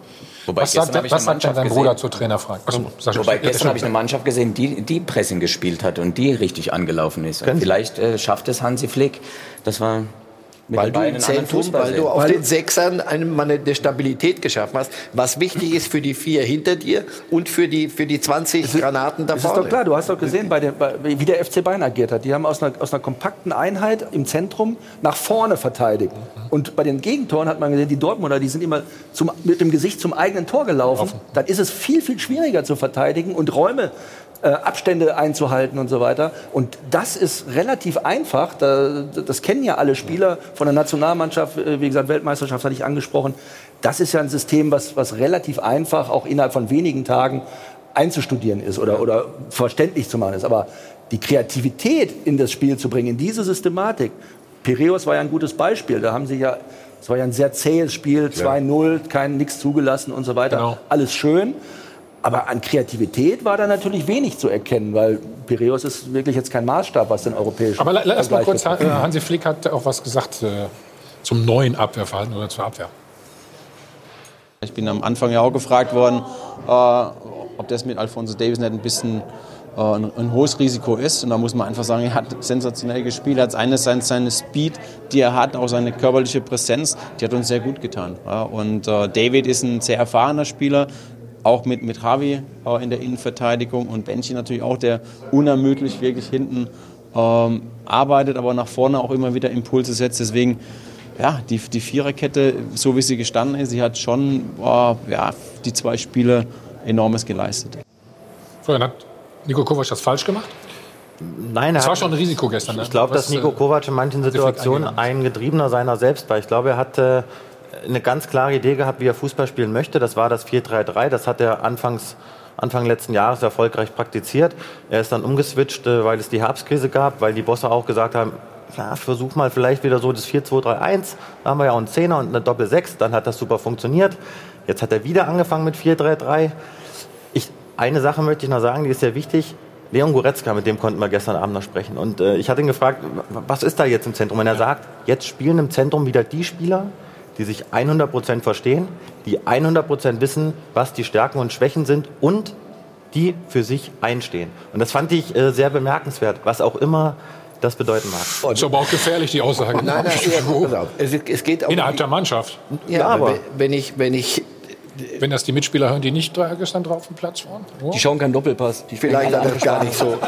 Wobei was sagt, gestern was sagt denn dein gesehen, Bruder zur Trainerfrage? Achso, Sascha, Wobei ja, gestern habe ich eine Mannschaft gesehen, die, die Pressing gespielt hat und die richtig angelaufen ist. Und vielleicht äh, schafft es Hansi Flick, das war mit Weil den du beiden im einen anderen Zentrum, Fußball weil du sehen. auf den Sechsern eine, mal eine Stabilität geschaffen hast, was wichtig ist für die vier hinter dir und für die, für die zwanzig ist, Granaten da das vorne. ist doch klar, du hast doch gesehen, bei der, bei, wie der F C Bayern agiert hat. Die haben aus einer, aus einer kompakten Einheit im Zentrum nach vorne verteidigt. Und bei den Gegentoren hat man gesehen, die Dortmunder, die sind immer zum, mit dem Gesicht zum eigenen Tor gelaufen. Dann ist es viel, viel schwieriger zu verteidigen und Räume Äh, Abstände einzuhalten und so weiter. Und das ist relativ einfach. Da, das kennen ja alle Spieler von der Nationalmannschaft. Wie gesagt, Weltmeisterschaft hatte ich angesprochen. Das ist ja ein System, was, was relativ einfach auch innerhalb von wenigen Tagen einzustudieren ist oder, oder verständlich zu machen ist. Aber die Kreativität in das Spiel zu bringen, in diese Systematik. Piräus war ja ein gutes Beispiel. Da haben sie ja, es war ja ein sehr zähes Spiel, zwei null, kein nichts zugelassen und so weiter. Genau. Alles schön. Aber an Kreativität war da natürlich wenig zu erkennen, weil Piräus ist wirklich jetzt kein Maßstab, was den europäischen Aber lass mal kurz, betrifft. Hansi Flick hat auch was gesagt äh, zum neuen Abwehrverhalten oder zur Abwehr. Ich bin am Anfang ja auch gefragt worden, äh, ob das mit Alphonso Davies nicht ein bisschen äh, ein, ein hohes Risiko ist. Und da muss man einfach sagen, er hat sensationell gespielt. Er hat einerseits seine Speed, die er hat, auch seine körperliche Präsenz, die hat uns sehr gut getan. Ja. Und äh, David ist ein sehr erfahrener Spieler, auch mit, mit Javi äh, in der Innenverteidigung und Benchi natürlich auch, der unermüdlich wirklich hinten ähm, arbeitet, aber nach vorne auch immer wieder Impulse setzt. Deswegen, ja, die, die Viererkette, so wie sie gestanden ist, sie hat schon äh, ja, die zwei Spiele Enormes geleistet. Florian, hat Niko Kovac das falsch gemacht? Nein, das er war hat, schon ein Risiko gestern. Ne? Ich glaube, dass Niko Kovac in manchen Situationen ein Getriebener seiner selbst war. Ich glaube, er hatte eine ganz klare Idee gehabt, wie er Fußball spielen möchte. Das war das vier drei drei. Das hat er anfangs, Anfang letzten Jahres erfolgreich praktiziert. Er ist dann umgeswitcht, weil es die Herbstkrise gab, weil die Bosse auch gesagt haben, ja, versuch mal vielleicht wieder so das vier zwei drei eins. Da haben wir ja auch einen Zehner und eine Doppel-Sechs. Dann hat das super funktioniert. Jetzt hat er wieder angefangen mit vier drei drei. Ich, eine Sache möchte ich noch sagen, die ist sehr wichtig. Leon Goretzka, mit dem konnten wir gestern Abend noch sprechen. Und äh, ich hatte ihn gefragt, was ist da jetzt im Zentrum? Und er sagt, jetzt spielen im Zentrum wieder die Spieler, die sich hundert Prozent verstehen, die hundert Prozent wissen, was die Stärken und Schwächen sind und die für sich einstehen. Und das fand ich äh, sehr bemerkenswert, was auch immer das bedeuten mag. Das ist aber auch gefährlich, die Aussage. Nein, nein, ja, pass auf. Es, es geht auch innerhalb der Mannschaft. Ja, ja, aber wenn ich, wenn ich wenn das die Mitspieler hören, die nicht gestern drauf auf dem Platz waren? Oh. Die schauen keinen Doppelpass. Die vielleicht hat er gar nicht so.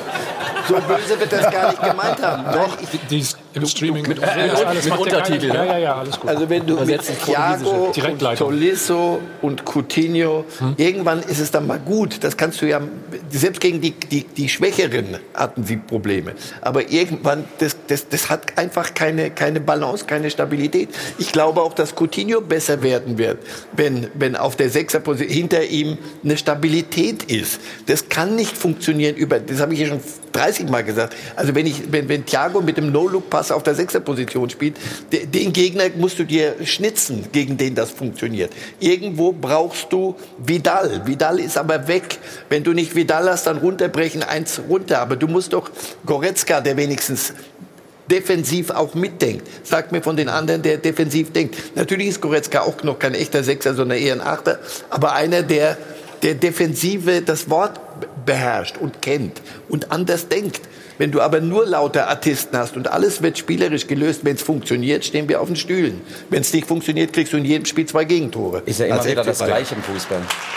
So böse wird das gar nicht gemeint haben. Doch, die, die im Streaming mit, mit, mit Untertiteln. Ja, ja, ja, alles gut. Also wenn du mit Thiago, und Tolisso und Coutinho, hm. irgendwann ist es dann mal gut. Das kannst du ja, selbst gegen die, die, die Schwächeren hatten sie Probleme. Aber irgendwann, das, das, das hat einfach keine, keine Balance, keine Stabilität. Ich glaube auch, dass Coutinho besser werden wird, wenn, wenn auf der Sechserposition hinter ihm eine Stabilität ist. Das kann nicht funktionieren über, das habe ich ja schon dreißig Mal gesagt. Also wenn ich, wenn, wenn Thiago mit dem No-Look-Pass auf der Sechserposition spielt, de, den Gegner musst du dir schnitzen, gegen den das funktioniert. Irgendwo brauchst du Vidal. Vidal ist aber weg. Wenn du nicht Vidal hast, dann runterbrechen, eins runter. Aber du musst doch Goretzka, der wenigstens defensiv auch mitdenkt. Sagt mir von den anderen, der defensiv denkt. Natürlich ist Goretzka auch noch kein echter Sechser, sondern eher ein Achter. Aber einer, der der Defensive das Wort beherrscht und kennt und anders denkt. Wenn du aber nur lauter Artisten hast und alles wird spielerisch gelöst, wenn es funktioniert, stehen wir auf den Stühlen. Wenn es nicht funktioniert, kriegst du in jedem Spiel zwei Gegentore. Ist ja immer wieder das Gleiche im Fußball.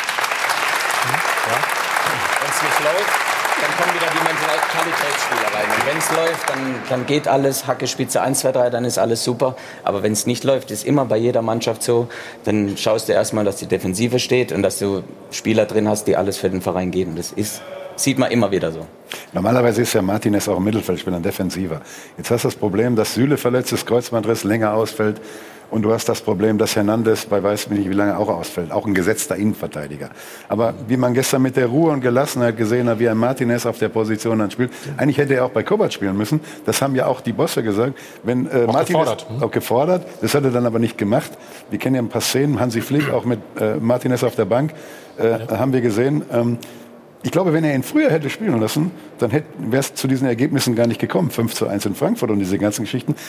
Ja. Wenn es nicht läuft, dann kommen wieder die Mentalitätsspieler rein. Und wenn es läuft, dann, dann geht alles, Hacke, Spitze, eins, zwei, drei, dann ist alles super. Aber wenn es nicht läuft, ist immer bei jeder Mannschaft so, dann schaust du erstmal, dass die Defensive steht und dass du Spieler drin hast, die alles für den Verein geben. Das ist, sieht man immer wieder so. Normalerweise ist ja Martinez auch im Mittelfeldspieler, ein Defensiver. Jetzt hast du das Problem, dass Süle verletzt ist, Kreuzbandriss länger ausfällt. Und du hast das Problem, dass Hernandez bei weiß nicht wie lange auch ausfällt. Auch ein gesetzter Innenverteidiger. Aber wie man gestern mit der Ruhe und Gelassenheit gesehen hat, wie ein Martinez auf der Position dann spielt, eigentlich hätte er auch bei Kovac spielen müssen. Das haben ja auch die Bosse gesagt. Wenn, äh, auch Martinez, gefordert. Auch gefordert. Das hat er dann aber nicht gemacht. Wir kennen ja ein paar Szenen, Hansi Flick auch mit äh, Martinez auf der Bank, äh, ja. haben wir gesehen. Ähm, Ich glaube, wenn er ihn früher hätte spielen lassen, dann wäre es zu diesen Ergebnissen gar nicht gekommen. fünf zu eins in Frankfurt und diese ganzen Geschichten.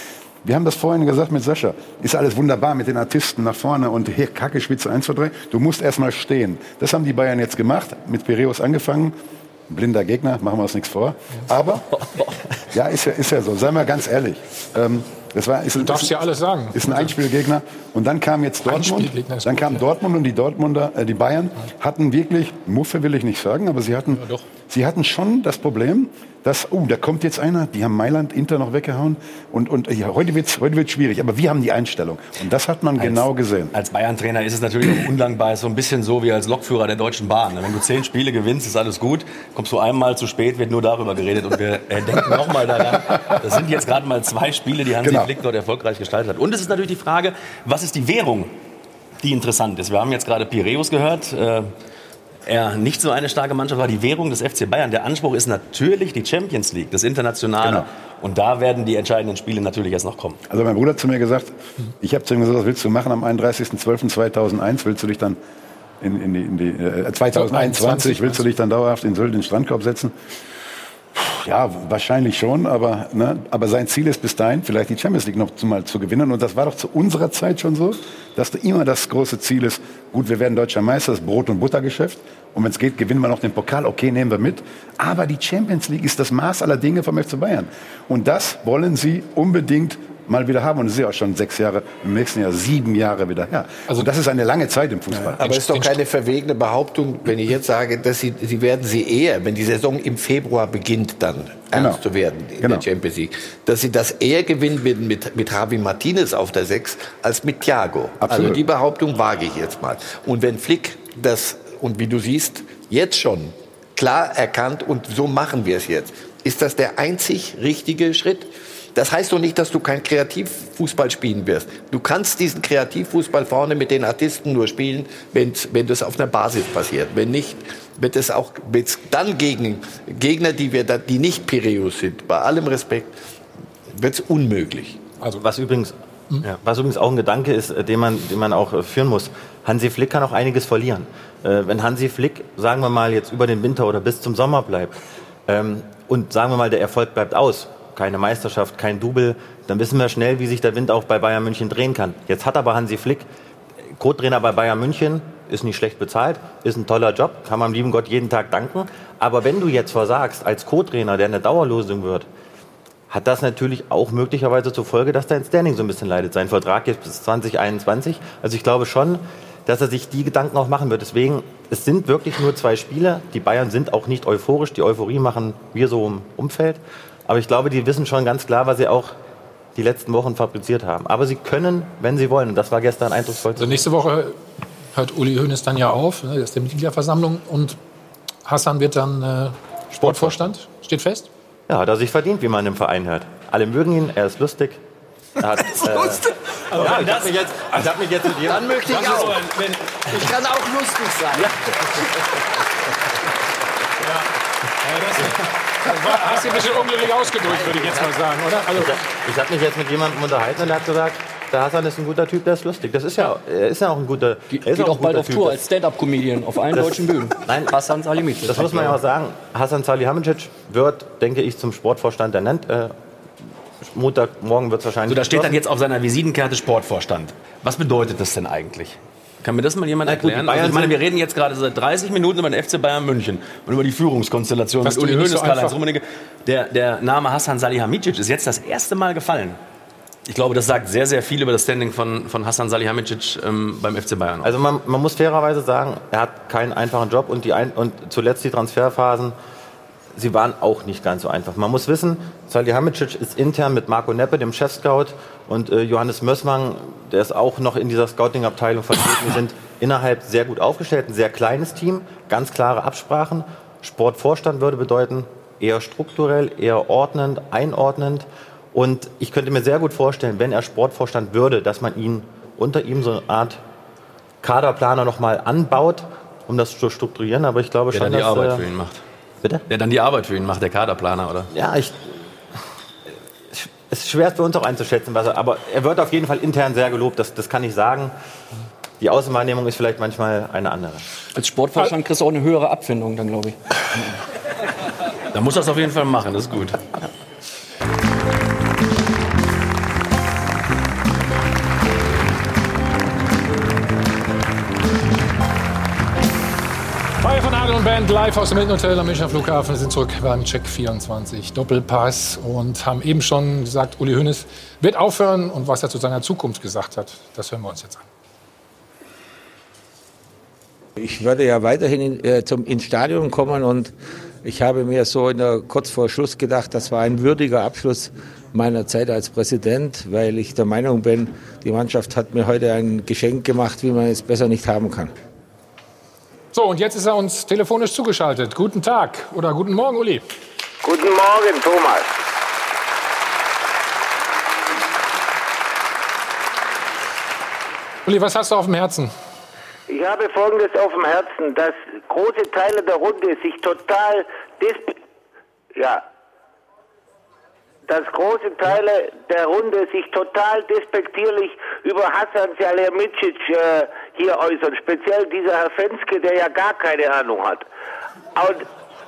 Wir haben das vorhin gesagt mit Sascha. Ist alles wunderbar mit den Artisten nach vorne und hier Kacke, Spitze eins, zwei, drei. Du musst erst mal stehen. Das haben die Bayern jetzt gemacht, mit Piräus angefangen. Blinder Gegner, machen wir uns nichts vor. Aber, ja, ist ja, ist ja so. Seien wir ganz ehrlich. Ähm, das war, ist, du darfst ist, ja alles sagen. Ist ein Einspielgegner. Und dann kam jetzt Dortmund. Dann kam gut, Dortmund und die Dortmunder, äh, die Bayern hatten wirklich, Muffe will ich nicht sagen, aber sie hatten, ja, sie hatten schon das Problem, dass, oh, da kommt jetzt einer, die haben Mailand, Inter noch weggehauen. Und, und ja, heute wird es heute wird's schwierig. Aber wir haben die Einstellung. Und das hat man als, genau gesehen. Als Bayern-Trainer ist es natürlich auch undankbar, so ein bisschen so wie als Lokführer der Deutschen Bahn. Wenn du zehn Spiele gewinnst, ist alles gut. Kommst du einmal zu spät, wird nur darüber geredet. Und wir äh, denken nochmal daran, das sind jetzt gerade mal zwei Spiele, die Hansi genau. Flick dort erfolgreich gestaltet hat. Und es ist natürlich die Frage, was ist die Währung, die interessant ist. Wir haben jetzt gerade Piräus gehört. Äh, er nicht so eine starke Mannschaft war, die Währung des F C Bayern. Der Anspruch ist natürlich die Champions League, das Internationale. Genau. Und da werden die entscheidenden Spiele natürlich erst noch kommen. Also mein Bruder hat zu mir gesagt, ich habe zu ihm gesagt, was willst du machen am einunddreißigsten zwölften zweitausendeins? Willst du dich dann in, in die, in die äh, zweitausendeinundzwanzig, willst du dich dann dauerhaft in Sylt in den Strandkorb setzen? Ja, wahrscheinlich schon, aber, ne, aber sein Ziel ist bis dahin, vielleicht die Champions League noch mal zu gewinnen. Und das war doch zu unserer Zeit schon so, dass da immer das große Ziel ist, gut, wir werden deutscher Meister, das Brot- und Buttergeschäft. Und wenn es geht, gewinnen wir noch den Pokal, okay, nehmen wir mit. Aber die Champions League ist das Maß aller Dinge vom F C Bayern. Und das wollen sie unbedingt mal wieder haben. Und es ist ja auch schon sechs Jahre, im nächsten Jahr sieben Jahre wieder her. Also und das ist eine lange Zeit im Fußball. Ja, aber es ist doch keine verwegene Behauptung, wenn ich jetzt sage, dass sie, sie werden sie eher, wenn die Saison im Februar beginnt, dann genau. ernst zu werden in genau. der Champions League, dass sie das eher gewinnen werden mit, mit Javi Martinez auf der sechs als mit Thiago. Absolut. Also die Behauptung wage ich jetzt mal. Und wenn Flick das, und wie du siehst, jetzt schon klar erkannt und so machen wir es jetzt, ist das der einzig richtige Schritt? Das heißt doch nicht, dass du kein Kreativfußball spielen wirst. Du kannst diesen Kreativfußball vorne mit den Artisten nur spielen, wenn, wenn das auf einer Basis passiert. Wenn nicht, wird es auch wird's dann gegen Gegner, die, wir da, die nicht Piräus sind, bei allem Respekt, wird es unmöglich. Also was übrigens, hm? ja, was übrigens auch ein Gedanke ist, den man, den man auch führen muss. Hansi Flick kann auch einiges verlieren. Äh, wenn Hansi Flick, sagen wir mal, jetzt über den Winter oder bis zum Sommer bleibt ähm, und sagen wir mal, der Erfolg bleibt aus, keine Meisterschaft, kein Double, dann wissen wir schnell, wie sich der Wind auch bei Bayern München drehen kann. Jetzt hat aber Hansi Flick, Co-Trainer bei Bayern München, ist nicht schlecht bezahlt, ist ein toller Job, kann man dem lieben Gott jeden Tag danken. Aber wenn du jetzt versagst als Co-Trainer, der eine Dauerlösung wird, hat das natürlich auch möglicherweise zur Folge, dass dein Standing so ein bisschen leidet. Sein Vertrag geht bis zwanzig einundzwanzig. Also ich glaube schon, dass er sich die Gedanken auch machen wird. Deswegen, es sind wirklich nur zwei Spiele. Die Bayern sind auch nicht euphorisch. Die Euphorie machen wir so im Umfeld. Aber ich glaube, die wissen schon ganz klar, was sie auch die letzten Wochen fabriziert haben. Aber sie können, wenn sie wollen. Und das war gestern eindrucksvoll. Also nächste Woche hört Uli Hoeneß dann ja auf. Das ist die Mitgliederversammlung. Und Hassan wird dann äh, Sportvorstand. Steht fest? Ja, hat er sich verdient, wie man im Verein hört. Alle mögen ihn, er ist lustig. Er hat, das ist lustig. Äh, also ja, ich habe mich jetzt, ich hab mich jetzt mit Dann möchte ich auch. Wenn, ich kann auch lustig sein. Ja. Ja. Das hast du ein bisschen unglücklich ausgedrückt, würde ich jetzt mal sagen, oder? Also ich ich habe mich jetzt mit jemandem unterhalten und er hat gesagt, der Hassan ist ein guter Typ, der ist lustig. Das ist ja, er ist ja auch ein guter Typ. Geht auch, auch bald auf typ. Tour als Stand-Up-Comedian auf allen das, deutschen Bühnen. Nein, Hassan Salihamidzic. Das muss man ja auch sagen. Hassan Salihamidzic wird, denke ich, zum Sportvorstand ernannt. Äh, Montagmorgen wird es wahrscheinlich. So, da steht dann jetzt auf seiner Visitenkarte Sportvorstand. Was bedeutet das denn eigentlich? Kann mir das mal jemand erklären? Gut, also ich meine, wir reden jetzt gerade seit dreißig Minuten über den F C Bayern München und über die Führungskonstellation mit Uli Hoeneß, Karl-Heinz Rummenigge. Der, der Name Hassan Salihamidzic ist jetzt das erste Mal gefallen. Ich glaube, das sagt sehr, sehr viel über das Standing von, von Hassan Salihamidzic ähm, beim F C Bayern. Also man, man muss fairerweise sagen, er hat keinen einfachen Job und, die ein, und zuletzt die Transferphasen, sie waren auch nicht ganz so einfach. Man muss wissen, Salihamidzic ist intern mit Marco Neppe, dem Chef-Scout, und äh, Johannes Mössmann, der ist auch noch in dieser Scouting-Abteilung vertreten. Wir sind innerhalb sehr gut aufgestellt, ein sehr kleines Team, ganz klare Absprachen. Sportvorstand würde bedeuten, eher strukturell, eher ordnend, einordnend. Und ich könnte mir sehr gut vorstellen, wenn er Sportvorstand würde, dass man ihn unter ihm so eine Art Kaderplaner noch mal anbaut, um das zu strukturieren. Aber ich glaube der schon, dann die dass, Arbeit äh, für ihn macht. Bitte? Der dann die Arbeit für ihn macht, der Kaderplaner, oder? Ja, ich, es ist schwer für uns auch einzuschätzen, was er, aber er wird auf jeden Fall intern sehr gelobt, das, das kann ich sagen. Die Außenwahrnehmung ist vielleicht manchmal eine andere. Als Sportvorstand kriegst du auch eine höhere Abfindung, dann glaube ich. Da muss das auf jeden Fall machen, das ist gut. Band live aus dem Hilton Hotel am Münchner Flughafen. Wir sind zurück beim Check vierundzwanzig Doppelpass und haben eben schon gesagt, Uli Hoeneß wird aufhören. Und was er zu seiner Zukunft gesagt hat, das hören wir uns jetzt an. Ich werde ja weiterhin in, äh, zum, ins Stadion kommen und ich habe mir so in der, kurz vor Schluss gedacht, das war ein würdiger Abschluss meiner Zeit als Präsident, weil ich der Meinung bin, die Mannschaft hat mir heute ein Geschenk gemacht, wie man es besser nicht haben kann. So, und jetzt ist er uns telefonisch zugeschaltet. Guten Tag oder guten Morgen, Uli. Guten Morgen, Thomas. Uli, was hast du auf dem Herzen? Ich habe Folgendes auf dem Herzen, dass große Teile der Runde sich total dis- ja, dass große Teile der Runde sich total despektierlich über Hasan Salihamidzic äh, hier äußern. Speziell dieser Herr Fenske, der ja gar keine Ahnung hat. Und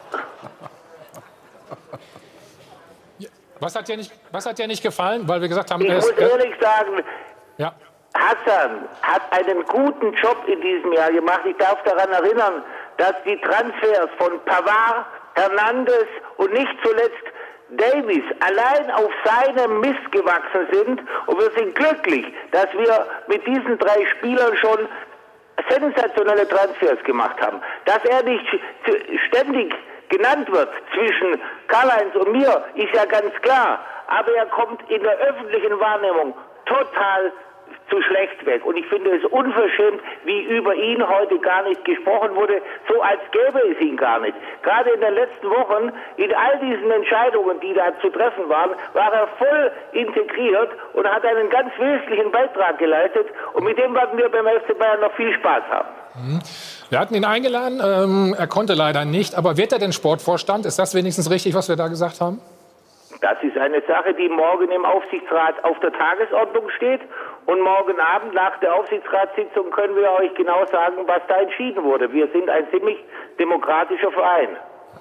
was hat dir nicht, was hat dir nicht gefallen? Weil wir gesagt haben, ich er muss ist, ehrlich sagen, ja. Hasan hat einen guten Job in diesem Jahr gemacht. Ich darf daran erinnern, dass die Transfers von Pavard, Hernandez und nicht zuletzt Davies allein auf seinem Mist gewachsen sind. Und wir sind glücklich, dass wir mit diesen drei Spielern schon sensationelle Transfers gemacht haben. Dass er nicht ständig genannt wird zwischen Karl-Heinz und mir, ist ja ganz klar. Aber er kommt in der öffentlichen Wahrnehmung total zu schlecht weg. Und ich finde es unverschämt, wie über ihn heute gar nicht gesprochen wurde, so als gäbe es ihn gar nicht. Gerade in den letzten Wochen, in all diesen Entscheidungen, die da zu treffen waren, war er voll integriert und hat einen ganz wesentlichen Beitrag geleistet. Und mit dem werden wir beim F C Bayern noch viel Spaß haben. Wir hatten ihn eingeladen, ähm, er konnte leider nicht. Aber wird er denn Sportvorstand? Ist das wenigstens richtig, was wir da gesagt haben? Das ist eine Sache, die morgen im Aufsichtsrat auf der Tagesordnung steht. Und morgen Abend nach der Aufsichtsratssitzung können wir euch genau sagen, was da entschieden wurde. Wir sind ein ziemlich demokratischer Verein.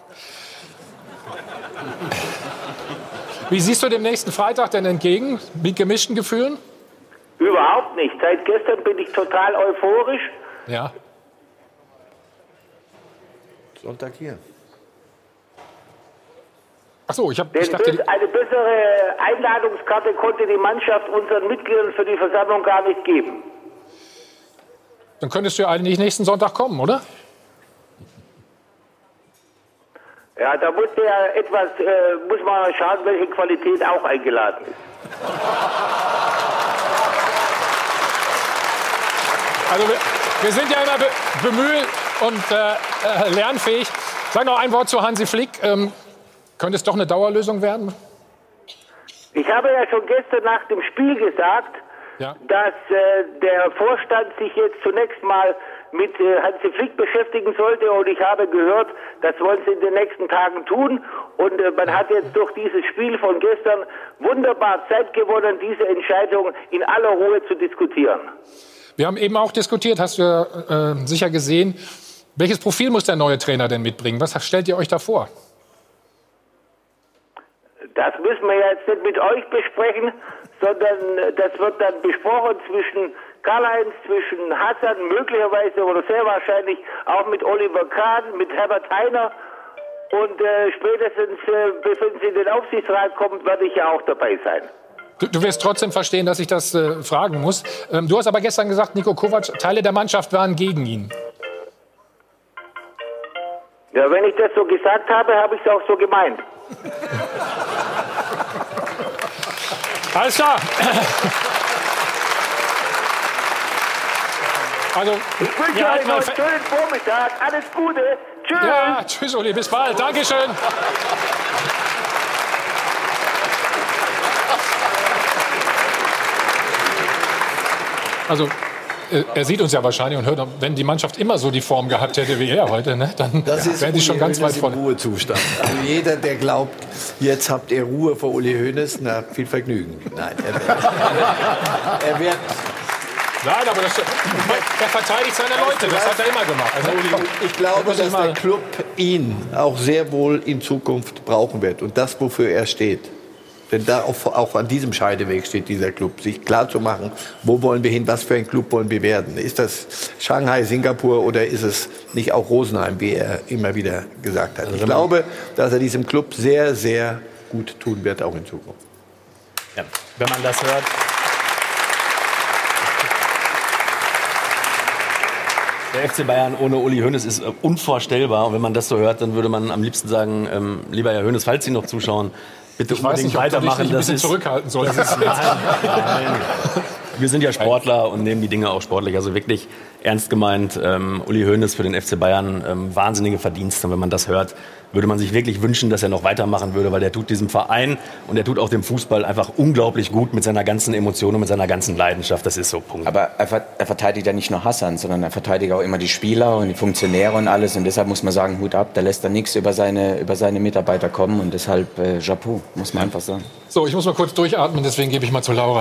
Wie siehst du dem nächsten Freitag denn entgegen? Mit gemischten Gefühlen? Überhaupt nicht. Seit gestern bin ich total euphorisch. Ja. Sonntag hier. Ach so, ich habe Denn eine bessere Einladungskarte konnte die Mannschaft unseren Mitgliedern für die Versammlung gar nicht geben. Dann könntest du ja eigentlich nächsten Sonntag kommen, oder? Ja, da muss ja etwas, äh, muss man schauen, welche Qualität auch eingeladen ist. Also wir, wir sind ja immer be bemüht und äh, äh, lernfähig. Sag noch ein Wort zu Hansi Flick. Ähm, Könnte es doch eine Dauerlösung werden? Ich habe ja schon gestern nach dem Spiel gesagt, ja. dass äh, der Vorstand sich jetzt zunächst mal mit äh, Hansi Flick beschäftigen sollte. Und ich habe gehört, das wollen sie in den nächsten Tagen tun. Und äh, man hat jetzt durch dieses Spiel von gestern wunderbar Zeit gewonnen, diese Entscheidung in aller Ruhe zu diskutieren. Wir haben eben auch diskutiert, hast du äh, sicher gesehen, welches Profil muss der neue Trainer denn mitbringen? Was stellt ihr euch da vor? Das müssen wir jetzt nicht mit euch besprechen, sondern das wird dann besprochen zwischen Karl-Heinz, zwischen Hasan, möglicherweise oder sehr wahrscheinlich auch mit Oliver Kahn, mit Herbert Heiner. Und äh, spätestens, äh, bevor sie in den Aufsichtsrat kommt, werde ich ja auch dabei sein. Du, du wirst trotzdem verstehen, dass ich das äh, fragen muss. Ähm, du hast aber gestern gesagt, Niko Kovac, Teile der Mannschaft waren gegen ihn. Ja, wenn ich das so gesagt habe, habe ich es auch so gemeint. Alles klar. Also, ich wünsche ja, euch noch einen schönen Vormittag. Alles Gute. Tschüss. Ja, tschüss, Uli. Bis bald. Dankeschön. Also, er sieht uns ja wahrscheinlich und hört, wenn die Mannschaft immer so die Form gehabt hätte wie er heute, ne, dann wären die schon ganz weit vorne. Das ist Ruhezustand. Also jeder, der glaubt, jetzt habt ihr Ruhe vor Uli Hoeneß, na, viel Vergnügen. Nein, er wird... er wird Nein, aber das, er verteidigt seine Leute, das hat er immer gemacht. Also, ich glaube, dass der Club ihn auch sehr wohl in Zukunft brauchen wird und das, wofür er steht. Denn da auch, auch an diesem Scheideweg steht dieser Club, sich klar zu machen, wo wollen wir hin, was für ein Club wollen wir werden. Ist das Shanghai, Singapur oder ist es nicht auch Rosenheim, wie er immer wieder gesagt hat. Ich glaube, dass er diesem Club sehr, sehr gut tun wird, auch in Zukunft. Ja, wenn man das hört. Der F C Bayern ohne Uli Hoeneß ist äh, unvorstellbar. Und wenn man das so hört, dann würde man am liebsten sagen, ähm, lieber Herr Hoeneß, falls Sie noch zuschauen, bitte ich weiß unbedingt nicht, ob weitermachen. Du dich ein bisschen ist, zurückhalten sollst. Das ist, nein, nein. Wir sind ja Sportler und nehmen die Dinge auch sportlich. Also wirklich ernst gemeint, ähm, Uli Hoeneß für den F C Bayern, ähm, wahnsinnige Verdienste. Und wenn man das hört, würde man sich wirklich wünschen, dass er noch weitermachen würde, weil der tut diesem Verein und er tut auch dem Fußball einfach unglaublich gut mit seiner ganzen Emotion und mit seiner ganzen Leidenschaft. Das ist so Punkt. Aber er, ver- er verteidigt ja nicht nur Hassan, sondern er verteidigt auch immer die Spieler und die Funktionäre und alles. Und deshalb muss man sagen, Hut ab, da lässt er nichts über seine, über seine Mitarbeiter kommen. Und deshalb äh, Chapeau, muss man einfach sagen. So, ich muss mal kurz durchatmen, deswegen gebe ich mal zu Laura.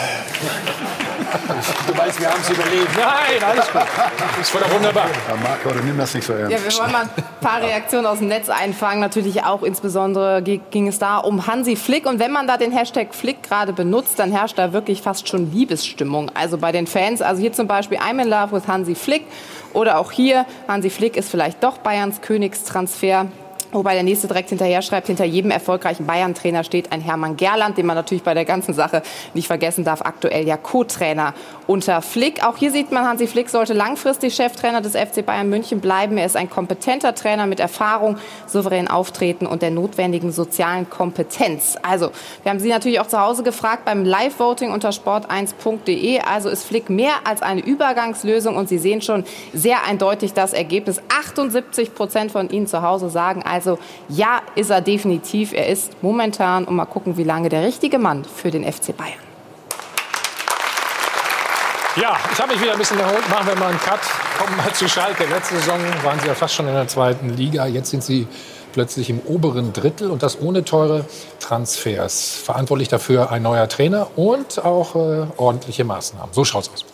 Du weißt, wir haben es überlebt. Nein, alles gut. Das war doch wunderbar. Ja, Marco, du nimm das nicht so ernst. Ja, wir wollen mal ein paar Reaktionen aus dem Netz einfangen. Natürlich auch insbesondere ging es da um Hansi Flick. Und wenn man da den Hashtag Flick gerade benutzt, dann herrscht da wirklich fast schon Liebesstimmung. Also bei den Fans, also hier zum Beispiel I'm in love with Hansi Flick. Oder auch hier, Hansi Flick ist vielleicht doch Bayerns Königstransfer. Wobei der nächste direkt hinterher schreibt, hinter jedem erfolgreichen Bayern-Trainer steht ein Hermann Gerland, den man natürlich bei der ganzen Sache nicht vergessen darf, aktuell ja Co-Trainer unter Flick. Auch hier sieht man, Hansi Flick sollte langfristig Cheftrainer des F C Bayern München bleiben. Er ist ein kompetenter Trainer mit Erfahrung, souverän auftreten und der notwendigen sozialen Kompetenz. Also, wir haben Sie natürlich auch zu Hause gefragt beim Live-Voting unter sport eins punkt de. Also ist Flick mehr als eine Übergangslösung und Sie sehen schon sehr eindeutig das Ergebnis. achtundsiebzig Prozent von Ihnen zu Hause sagen also, ja, ist er definitiv. Er ist momentan, und mal gucken, wie lange, der richtige Mann für den F C Bayern. Ja, ich habe mich wieder ein bisschen erholt. Machen wir mal einen Cut. Kommen wir mal zu Schalke. Letzte Saison waren sie ja fast schon in der zweiten Liga. Jetzt sind sie plötzlich im oberen Drittel und das ohne teure Transfers. Verantwortlich dafür ein neuer Trainer und auch äh, ordentliche Maßnahmen. So schaut's aus.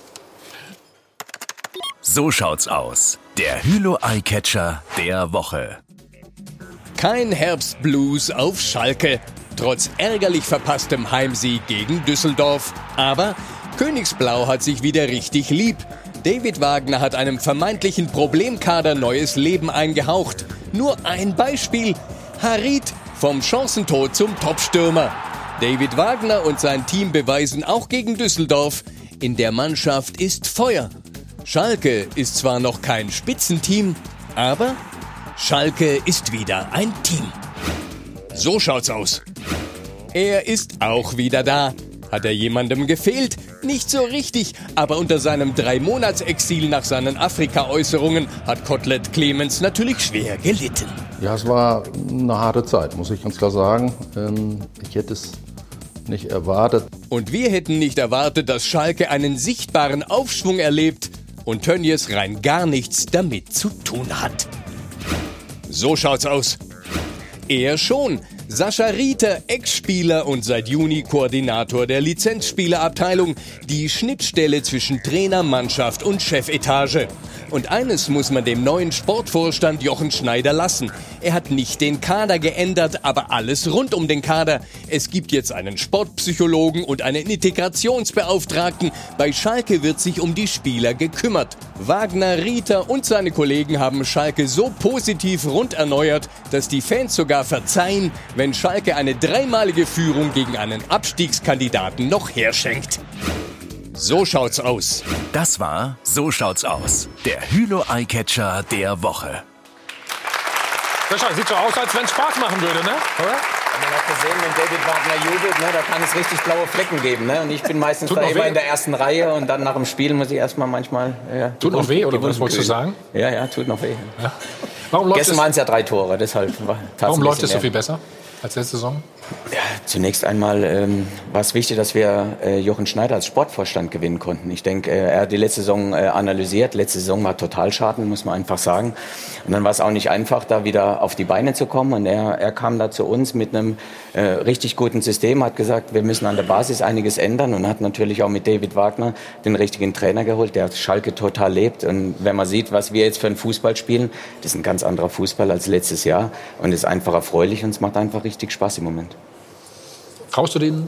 So schaut's aus. Der Hülo-Eyecatcher der Woche. Kein Herbstblues auf Schalke, trotz ärgerlich verpasstem Heimsieg gegen Düsseldorf. Aber Königsblau hat sich wieder richtig lieb. David Wagner hat einem vermeintlichen Problemkader neues Leben eingehaucht. Nur ein Beispiel: Harit vom Chancentod zum Topstürmer. David Wagner und sein Team beweisen auch gegen Düsseldorf, in der Mannschaft ist Feuer. Schalke ist zwar noch kein Spitzenteam, aber Schalke ist wieder ein Team. So schaut's aus. Er ist auch wieder da. Hat er jemandem gefehlt? Nicht so richtig, aber unter seinem Drei-Monats-Exil nach seinen Afrika-Äußerungen hat Kotlet Clemens natürlich schwer gelitten. Ja, es war eine harte Zeit, muss ich ganz klar sagen. Ich hätte es nicht erwartet. Und wir hätten nicht erwartet, dass Schalke einen sichtbaren Aufschwung erlebt und Tönnies rein gar nichts damit zu tun hat. So schaut's aus. Er schon. Sascha Rieter, Ex-Spieler und seit Juni Koordinator der Lizenzspielerabteilung, die Schnittstelle zwischen Trainer, Mannschaft und Chefetage. Und eines muss man dem neuen Sportvorstand Jochen Schneider lassen. Er hat nicht den Kader geändert, aber alles rund um den Kader. Es gibt jetzt einen Sportpsychologen und einen Integrationsbeauftragten. Bei Schalke wird sich um die Spieler gekümmert. Wagner, Rieter und seine Kollegen haben Schalke so positiv rund erneuert, dass die Fans sogar verzeihen, wenn Schalke eine dreimalige Führung gegen einen Abstiegskandidaten noch herschenkt. So schaut's aus. Das war So schaut's aus. Der Hülo-Eyecatcher der Woche. Das sieht so aus, als wenn es Spaß machen würde, ne? Oder? Man hat gesehen, wenn David Wagner jubelt, ne, da kann es richtig blaue Flecken geben. Ne? Und ich bin meistens Tut da noch immer weh. in der ersten Reihe und dann nach dem Spiel muss ich erstmal manchmal... Ja, Tut noch weh, oder was wolltest du sagen? Ja, ja, tut noch weh. Ja. Warum läuft Gestern es, waren es ja drei Tore, deshalb war warum läuft es so mehr. viel besser als letzte Saison? Ja, zunächst einmal ähm, war es wichtig, dass wir äh, Jochen Schneider als Sportvorstand gewinnen konnten. Ich denke, äh, er hat die letzte Saison äh, analysiert. Letzte Saison war Totalschaden, muss man einfach sagen. Und dann war es auch nicht einfach, da wieder auf die Beine zu kommen. Und er, er kam da zu uns mit einem äh, richtig guten System, hat gesagt, wir müssen an der Basis einiges ändern und hat natürlich auch mit David Wagner den richtigen Trainer geholt, der Schalke total lebt. Und wenn man sieht, was wir jetzt für einen Fußball spielen, das ist ein ganz anderer Fußball als letztes Jahr und ist einfach erfreulich und es macht einfach richtig Spaß im Moment. Traust du denen?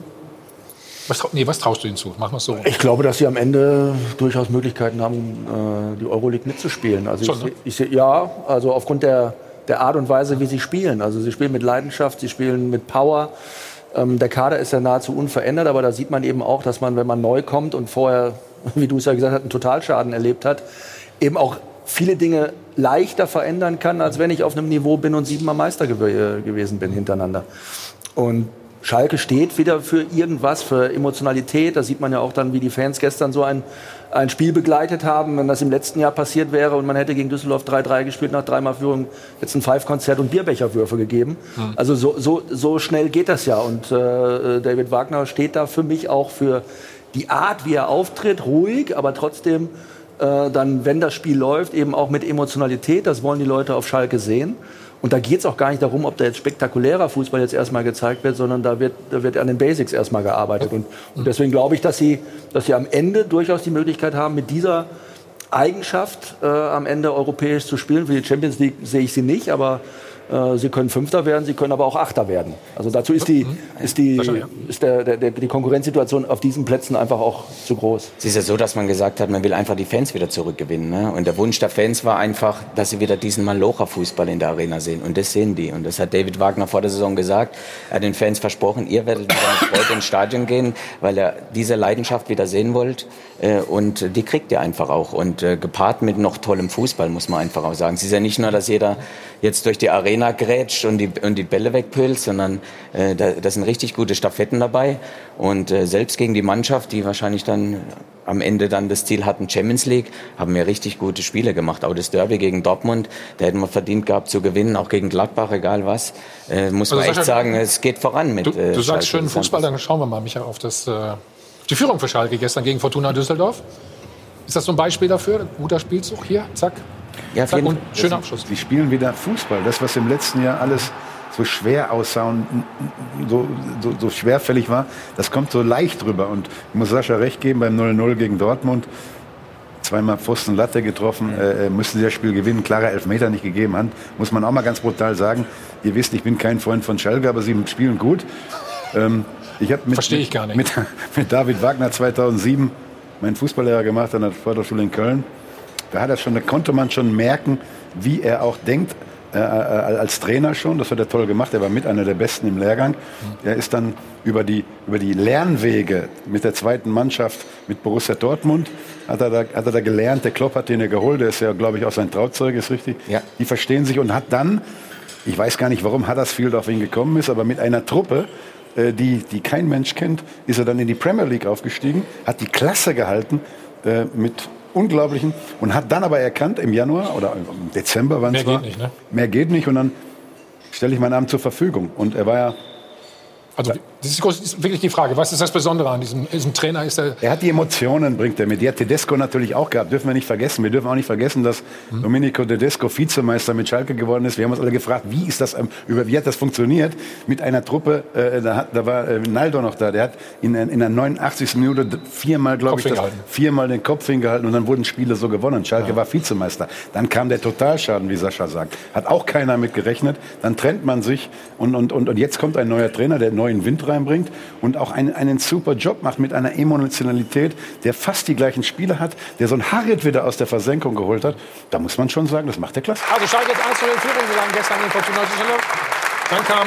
Was, trau, nee, was traust du ihnen zu? Machen wir es so. Ich glaube, dass sie am Ende durchaus Möglichkeiten haben, äh, die Euroleague mitzuspielen. Also Schon, ich, ich, ja, also aufgrund der, der Art und Weise, wie sie spielen. Also sie spielen mit Leidenschaft, sie spielen mit Power. Ähm, der Kader ist ja nahezu unverändert, aber da sieht man eben auch, dass man, wenn man neu kommt und vorher, wie du es ja gesagt hast, einen Totalschaden erlebt hat, eben auch viele Dinge leichter verändern kann, als wenn ich auf einem Niveau bin und siebenmal Meister gew- gewesen bin hintereinander. Und Schalke steht wieder für irgendwas, für Emotionalität. Da sieht man ja auch dann, wie die Fans gestern so ein, ein Spiel begleitet haben. Wenn das im letzten Jahr passiert wäre und man hätte gegen Düsseldorf drei drei gespielt, nach dreimal Führung, jetzt ein Five-Konzert und Bierbecherwürfe gegeben. Mhm. Also so, so, so schnell geht das ja. Und äh, David Wagner steht da für mich auch für die Art, wie er auftritt, ruhig, aber trotzdem äh, dann, wenn das Spiel läuft, eben auch mit Emotionalität. Das wollen die Leute auf Schalke sehen. Und da geht es auch gar nicht darum, ob da jetzt spektakulärer Fußball jetzt erstmal gezeigt wird, sondern da wird, da wird an den Basics erstmal gearbeitet. Und, und deswegen glaube ich, dass sie, dass sie am Ende durchaus die Möglichkeit haben, mit dieser Eigenschaft äh, am Ende europäisch zu spielen. Für die Champions League sehe ich sie nicht, aber äh, sie können Fünfter werden, sie können aber auch Achter werden. Also dazu ist die, ist die, ist der, der, der, die Konkurrenzsituation auf diesen Plätzen einfach auch zu groß. Es ist ja so, dass man gesagt hat, man will einfach die Fans wieder zurückgewinnen. Ne? Und der Wunsch der Fans war einfach, dass sie wieder diesen Malocha-Fußball in der Arena sehen. Und das sehen die. Und das hat David Wagner vor der Saison gesagt. Er hat den Fans versprochen, ihr werdet wieder mit Freude ins Stadion gehen, weil er diese Leidenschaft wieder sehen wollt. Äh, und die kriegt ihr einfach auch. Und äh, gepaart mit noch tollem Fußball, muss man einfach auch sagen. Es ist ja nicht nur, dass jeder jetzt durch die Arena grätscht und die, und die Bälle wegpült, sondern äh, da, da sind richtig gute Stafetten dabei. Und äh, selbst gegen die Mannschaft, die wahrscheinlich dann am Ende dann das Ziel hatten, Champions League, haben wir richtig gute Spiele gemacht. Auch das Derby gegen Dortmund, da hätten wir verdient gehabt zu gewinnen, auch gegen Gladbach, egal was. Äh, muss also man echt Sascha, sagen, es geht voran mit Du, du äh, sagst schönen Fußball, dann schauen wir mal, Micha, auf das, äh, die Führung für Schalke gestern gegen Fortuna Düsseldorf. Ist das so ein Beispiel dafür? Guter Spielzug hier, zack. Ja, zack und schöner Abschluss. Die spielen wieder Fußball. Das, was im letzten Jahr alles so schwer aussah und so, so, so schwerfällig war, das kommt so leicht rüber. Und ich muss Sascha recht geben, beim null null gegen Dortmund, zweimal Pfosten Latte getroffen, äh, müssten sie das Spiel gewinnen, klarer Elfmeter nicht gegeben haben, muss man auch mal ganz brutal sagen. Ihr wisst, ich bin kein Freund von Schalke, aber sie spielen gut. Ähm, ich habe mit, Verstehe ich gar nicht. Mit, mit David Wagner zweitausendsieben meinen Fußballlehrer gemacht an der Förderschule in Köln. Da hat er schon, da konnte man schon merken, wie er auch denkt, äh, als Trainer schon. Das hat er toll gemacht. Er war mit einer der Besten im Lehrgang. Er ist dann über die, über die Lernwege mit der zweiten Mannschaft, mit Borussia Dortmund, hat er da, hat er da gelernt. Der Klopp hat den ja geholt. Der ist ja, glaube ich, auch sein Trauzeug, ist richtig. Ja. Die verstehen sich und hat dann, ich weiß gar nicht, warum Huddersfield auf ihn gekommen ist, aber mit einer Truppe, die, die kein Mensch kennt, ist er dann in die Premier League aufgestiegen, hat die Klasse gehalten äh, mit unglaublichen und hat dann aber erkannt im Januar oder im Dezember, wann es war, mehr geht nicht, ne? Mehr geht nicht und dann stelle ich meinen Abend zur Verfügung und er war ja. Also das ist, das ist wirklich die Frage, was ist das Besondere an diesem, diesem Trainer? Ist er, er hat die Emotionen, bringt er mit. Die hat Tedesco natürlich auch gehabt, dürfen wir nicht vergessen. Wir dürfen auch nicht vergessen, dass hm. Domenico Tedesco Vizemeister mit Schalke geworden ist. Wir haben uns alle gefragt, wie ist das, über, wie hat das funktioniert mit einer Truppe, äh, da, hat, da war äh, Naldo noch da, der hat in, in der neunundachtzigsten Minute viermal, glaube ich, das, viermal den Kopf hingehalten und dann wurden Spiele so gewonnen. Schalke ja. war Vizemeister. Dann kam der Totalschaden, wie Sascha sagt. Hat auch keiner mit gerechnet. Dann trennt man sich und, und, und, und jetzt kommt ein neuer Trainer, der neuen Wind reinbringt und auch einen, einen super Job macht mit einer Emotionalität, der fast die gleichen Spiele hat, der so ein Harit wieder aus der Versenkung geholt hat. Da muss man schon sagen, das macht der klasse. Also Schalke jetzt eins zu null in Führung gegangen gestern in Fortuna Düsseldorf. Dann kam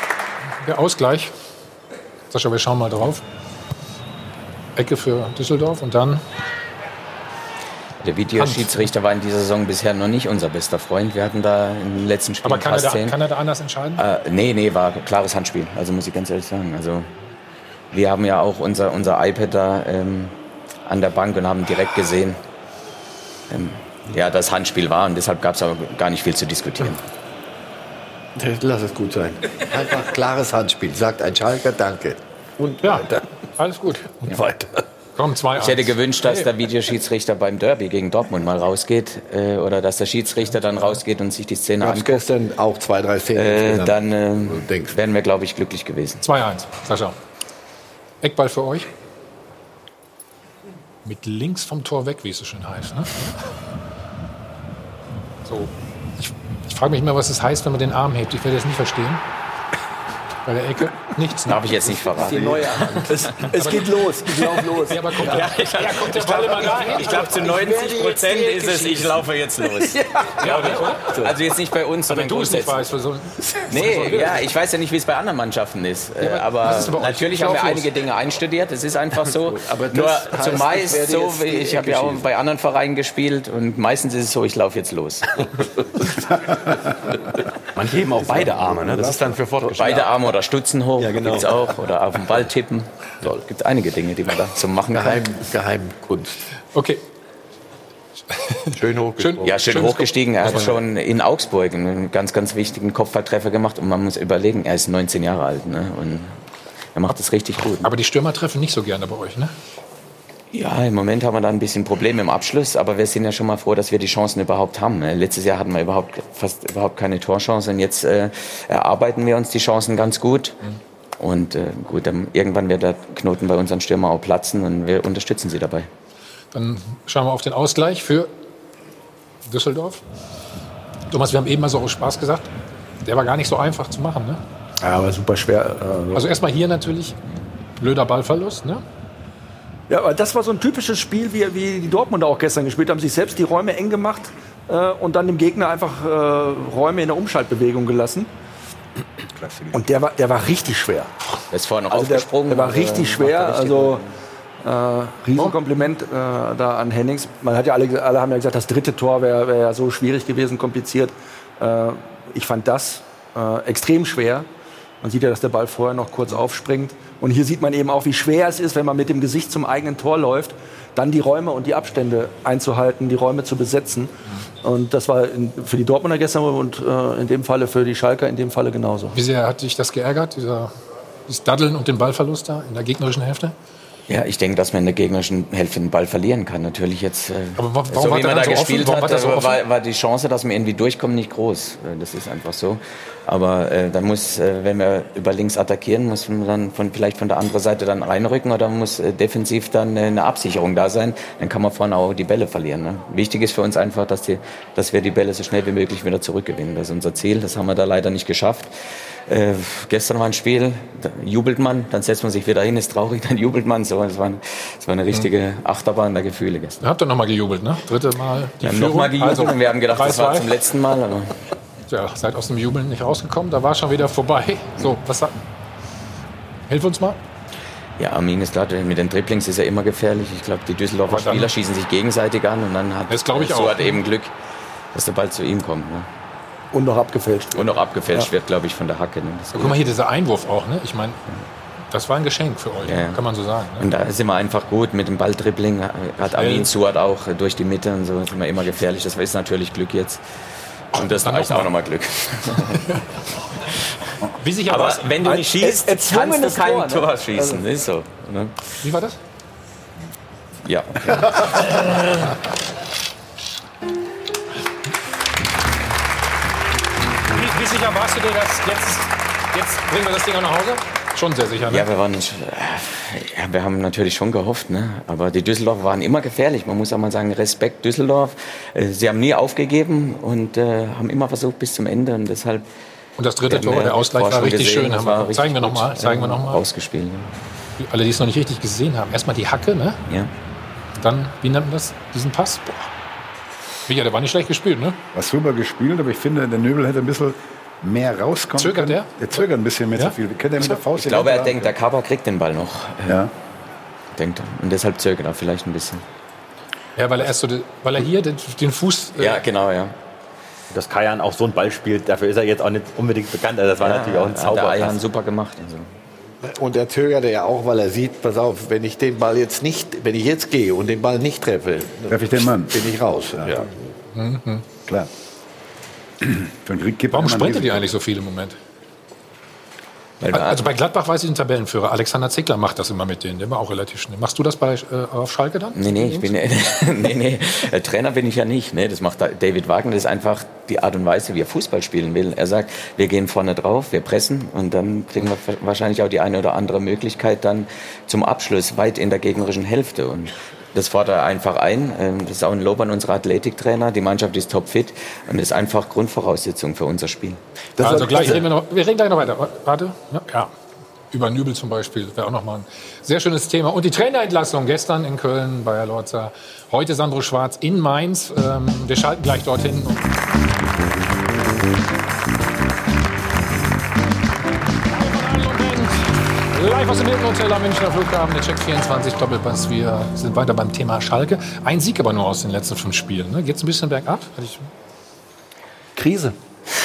der Ausgleich. Sascha, wir schauen mal drauf. Ecke für Düsseldorf und dann... Der Videoschiedsrichter war in dieser Saison bisher noch nicht unser bester Freund. Wir hatten da im letzten Spiel Aber kann, fast er da, zehn. kann er da anders entscheiden? Äh, nee, nee, war ein klares Handspiel. Also muss ich ganz ehrlich sagen. Also wir haben ja auch unser, unser iPad da ähm, an der Bank und haben direkt gesehen, ähm, ja, das Handspiel war. Und deshalb gab es aber gar nicht viel zu diskutieren. Lass es gut sein. Einfach klares Handspiel. Sagt ein Schalker, danke. Und ja, weiter. Alles gut. Und ja. weiter. Komm, zwei, ich hätte gewünscht, dass der Videoschiedsrichter beim Derby gegen Dortmund mal rausgeht äh, oder dass der Schiedsrichter dann rausgeht und sich die Szene anguckt. gestern auch zwei, drei Szenen. Äh, dann äh, wären wir, glaube ich, glücklich gewesen. zwei eins, Sascha. Eckball für euch. Mit links vom Tor weg, wie es so schön heißt. Ne? So. Ich, ich frage mich immer, was es das heißt, wenn man den Arm hebt. Ich werde das nicht verstehen. Bei der Ecke. Nichts. Darf ich jetzt nicht verraten. Die neue es, es geht los. Ich lauf los. Ja, aber kommt, Ja, ich, ja, kommt der Ball immer dahin? ich glaube, zu neunzig Prozent ist es, ich laufe jetzt los. Ja. Ja, also jetzt nicht bei uns, sondern du es nicht weißt, so Nee, ja, ich weiß ja nicht, wie es bei anderen Mannschaften ist. Ja, aber ist natürlich haben wir einige Dinge einstudiert. Es ist einfach so. Aber Nur zumeist so, wie ich habe ja auch bei anderen Vereinen gespielt und meistens ist es so, ich laufe jetzt los. Manche heben auch beide Arme, ne? Das ist dann für Fortgeschrittene. Beide Arme oder Stutzen hoch, ja, genau. Gibt's auch. Oder auf den Ball tippen. Es gibt einige Dinge, die man da zum Machen Geheim, kann. Geheimkunst. Okay. Schön hochgestiegen. Ja, schön Schönes hochgestiegen. Er hat schon in Augsburg einen ganz, ganz wichtigen Kopfballtreffer gemacht. Und man muss überlegen, er ist neunzehn Jahre alt. Ne? Und er macht es richtig gut. Aber die Stürmer treffen nicht so gerne bei euch, ne? Ja, im Moment haben wir da ein bisschen Probleme im Abschluss, aber wir sind ja schon mal froh, dass wir die Chancen überhaupt haben. Letztes Jahr hatten wir überhaupt fast überhaupt keine Torchance und jetzt äh, erarbeiten wir uns die Chancen ganz gut. Mhm. Und äh, gut, dann irgendwann wird der Knoten bei unseren Stürmern auch platzen und wir unterstützen sie dabei. Dann schauen wir auf den Ausgleich für Düsseldorf. Thomas, wir haben eben mal so aus Spaß gesagt, der war gar nicht so einfach zu machen, ne? Ja, aber super schwer. Äh, also erstmal hier natürlich blöder Ballverlust, ne? Ja, aber das war so ein typisches Spiel, wie, wie die Dortmunder auch gestern gespielt haben. Sich selbst die Räume eng gemacht äh, und dann dem Gegner einfach äh, Räume in der Umschaltbewegung gelassen. Und der war, der war richtig schwer. Der ist vorne noch also der, aufgesprungen. Der war richtig äh, schwer. richtig Also äh, Riesenkompliment äh, da an Hennings. Man hat ja alle, alle haben ja gesagt, das dritte Tor wäre wär ja so schwierig gewesen, kompliziert. Äh, ich fand das äh, extrem schwer. Man sieht ja, dass der Ball vorher noch kurz aufspringt. Und hier sieht man eben auch, wie schwer es ist, wenn man mit dem Gesicht zum eigenen Tor läuft, dann die Räume und die Abstände einzuhalten, die Räume zu besetzen. Und das war in, für die Dortmunder gestern und äh, in dem Falle für die Schalker in dem Falle genauso. Wie sehr hat dich das geärgert, dieser, dieses Daddeln und den Ballverlust da in der gegnerischen Hälfte? Ja, ich denke, dass man in der gegnerischen Hälfte den Ball verlieren kann. Natürlich jetzt, äh, aber warum so war wie man da so gespielt offen? hat, War, so war, war die Chance, dass wir irgendwie durchkommen, nicht groß. Das ist einfach so. Aber äh, dann muss, äh, wenn wir über links attackieren, muss man dann von, vielleicht von der anderen Seite dann reinrücken oder muss äh, defensiv dann äh, eine Absicherung da sein. Dann kann man vorne auch die Bälle verlieren. Ne? Wichtig ist für uns einfach, dass, die, dass wir die Bälle so schnell wie möglich wieder zurückgewinnen. Das ist unser Ziel. Das haben wir da leider nicht geschafft. Äh, gestern war ein Spiel, da jubelt man, dann setzt man sich wieder hin, ist traurig, dann jubelt man. So, das war, das war eine richtige Achterbahn der Gefühle gestern. Ihr habt doch nochmal gejubelt, ne? Dritte Mal die Wir haben nochmal gejubelt also, und wir haben gedacht, das war zum letzten Mal. Aber ja, seid aus dem Jubeln nicht rausgekommen, da war schon wieder vorbei. So, was sagt? Hilf uns mal. Ja, Armin ist klar, mit den Dribblings ist er immer gefährlich. Ich glaube, die Düsseldorfer Spieler schießen sich gegenseitig an und dann hat das ich so auch. hat eben Glück, dass der Ball zu ihm kommt. Ne? Und noch abgefälscht. Und noch abgefälscht ja. wird, glaube ich, von der Hacke. Ne? Ja, guck mal hier, dieser Einwurf auch. Ne? Ich meine, das war ein Geschenk für euch, ja. kann man so sagen. Ne? Und da sind wir einfach gut mit dem Balldribbling. Hat Armin Suat auch durch die Mitte und so sind wir immer gefährlich. Das ist natürlich Glück jetzt. Und das reicht auch nochmal Glück. Wie sich aber was, wenn du nicht schießt, kannst du kein Tor, ne? Tor schießen. Also. Ist so. Ne? Wie war das? Ja. Okay. wie, wie sicher warst du dir, dass jetzt, jetzt bringen wir das Ding auch nach Hause? Schon sehr sicher, ne? Ja, wir waren nicht, ja, wir haben natürlich schon gehofft, ne? Aber die Düsseldorfer waren immer gefährlich. Man muss auch mal sagen, Respekt Düsseldorf. Sie haben nie aufgegeben und äh, haben immer versucht bis zum Ende und deshalb. Und das dritte Tor, der Ausgleich war richtig gesehen, schön. Haben wir, richtig zeigen wir nochmal, zeigen wir noch mal. Ausgespielt. Ja. Alle, die es noch nicht richtig gesehen haben. Erstmal die Hacke, ne? Ja. Dann, wie nennt man das? Diesen Pass? Boah. Micha, der war nicht schlecht gespielt, ne? War super gespielt, aber ich finde, der Nöbel hätte ein bisschen mehr rauskommen Zögert können. der? Der zögert ein bisschen mehr ja? zu viel. Kennt er mit der Faust ich glaube, er denkt, der Kaba kriegt den Ball noch. Ja. Denkt er. Und deshalb zögert er vielleicht ein bisschen. Ja, weil er erst so, weil er hier den, den Fuß. Äh ja, genau, ja. Dass Kajan auch so einen Ball spielt, dafür ist er jetzt auch nicht unbedingt bekannt. Also das war ja, natürlich auch ein Zauber. Hat der super gemacht. Also. Und er zögerte ja auch, weil er sieht, pass auf, wenn ich den Ball jetzt nicht, wenn ich jetzt gehe und den Ball nicht treffe, treffe ich den Mann, bin ich raus. Ja. Ja. Mhm. Klar. Warum sprintet ihr eigentlich so viel im Moment? Also bei Gladbach weiß ich den Tabellenführer. Alexander Zickler macht das immer mit denen. Der war auch relativ schnell. Machst du das bei, äh, auf Schalke dann? Nee, nee, ich bin, nee, nee, nee. Trainer bin ich ja nicht. Nee, das macht David Wagner. Das ist einfach die Art und Weise, wie er Fußball spielen will. Er sagt, wir gehen vorne drauf, wir pressen und dann kriegen wir wahrscheinlich auch die eine oder andere Möglichkeit dann zum Abschluss weit in der gegnerischen Hälfte. Und das fordert er einfach ein. Das ist auch ein Lob an unsere Athletiktrainer. Die Mannschaft ist topfit und ist einfach Grundvoraussetzung für unser Spiel. Das also gleich reden wir noch. Wir reden gleich noch weiter. Warte. Ja. ja. über Nübel zum Beispiel, wäre auch nochmal ein sehr schönes Thema. Und die Trainerentlassung gestern in Köln, Bayer Lorzer, heute Sandro Schwarz in Mainz. Ähm, wir schalten gleich dorthin. Live aus dem Hilton Hotel am Münchner Flughafen, der Check vierundzwanzig Doppelpass. Wir sind weiter beim Thema Schalke. Ein Sieg aber nur aus den letzten fünf Spielen. Ne? Geht es ein bisschen bergab? Krise.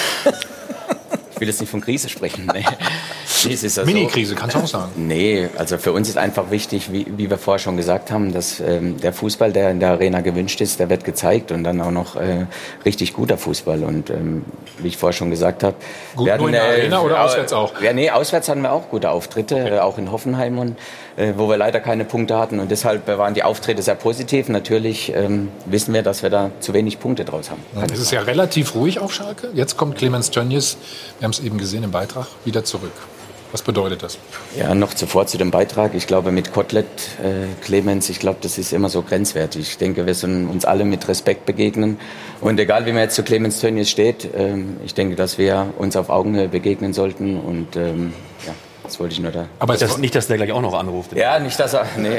Ich will jetzt nicht von Krise sprechen. Nee. Nee, es ist ja Mini-Krise, kannst du auch sagen. Nee, also für uns ist einfach wichtig, wie, wie wir vorher schon gesagt haben, dass ähm, der Fußball, der in der Arena gewünscht ist, der wird gezeigt und dann auch noch äh, richtig guter Fußball. Und ähm, wie ich vorher schon gesagt habe... Gut, werden, nur in der äh, Arena oder auswärts auch? Ja, nee, auswärts hatten wir auch gute Auftritte, okay. äh, auch in Hoffenheim, und, äh, wo wir leider keine Punkte hatten. Und deshalb waren die Auftritte sehr positiv. Natürlich ähm, wissen wir, dass wir da zu wenig Punkte draus haben. Ja, es ist ja relativ ruhig auf Schalke. Jetzt kommt Clemens Tönnies, wir haben es eben gesehen im Beitrag, wieder zurück. Was bedeutet das? Ja, noch zuvor zu dem Beitrag. Ich glaube, mit Kotlet, äh, Clemens, ich glaube, das ist immer so grenzwertig. Ich denke, wir sollen uns alle mit Respekt begegnen. Und egal, wie man jetzt zu Clemens Tönnies steht, ähm, ich denke, dass wir uns auf Augenhöhe begegnen sollten. Und ähm, ja, das wollte ich nur da. Aber das, nicht, dass der gleich auch noch anruft. Ja, nicht, dass er... Nee.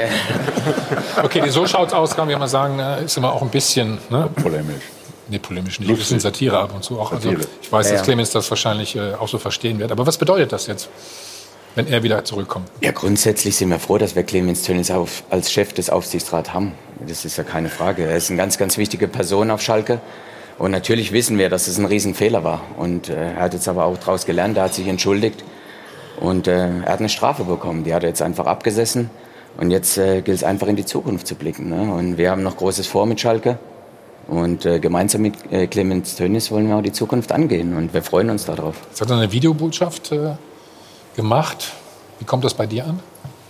Okay, so schaut's aus, kann man mal sagen, ist immer auch ein bisschen... Ne? Polemisch. Nee, polemisch nicht. Ein bisschen Satire ab und zu auch. Also, ich weiß, ja, dass ja. Clemens das wahrscheinlich äh, auch so verstehen wird. Aber was bedeutet das jetzt, wenn er wieder zurückkommt? Ja, grundsätzlich sind wir froh, dass wir Clemens Tönnies auf, als Chef des Aufsichtsrats haben. Das ist ja keine Frage. Er ist eine ganz, ganz wichtige Person auf Schalke. Und natürlich wissen wir, dass es ein Riesenfehler war. Und äh, er hat jetzt aber auch daraus gelernt, er hat sich entschuldigt. Und äh, er hat eine Strafe bekommen. Die hat er jetzt einfach abgesessen. Und jetzt äh, gilt es einfach in die Zukunft zu blicken. Ne? Und wir haben noch Großes vor mit Schalke. Und äh, gemeinsam mit äh, Clemens Tönnies wollen wir auch die Zukunft angehen. Und wir freuen uns darauf. Jetzt hat er eine Videobotschaft äh, gemacht. Wie kommt das bei dir an?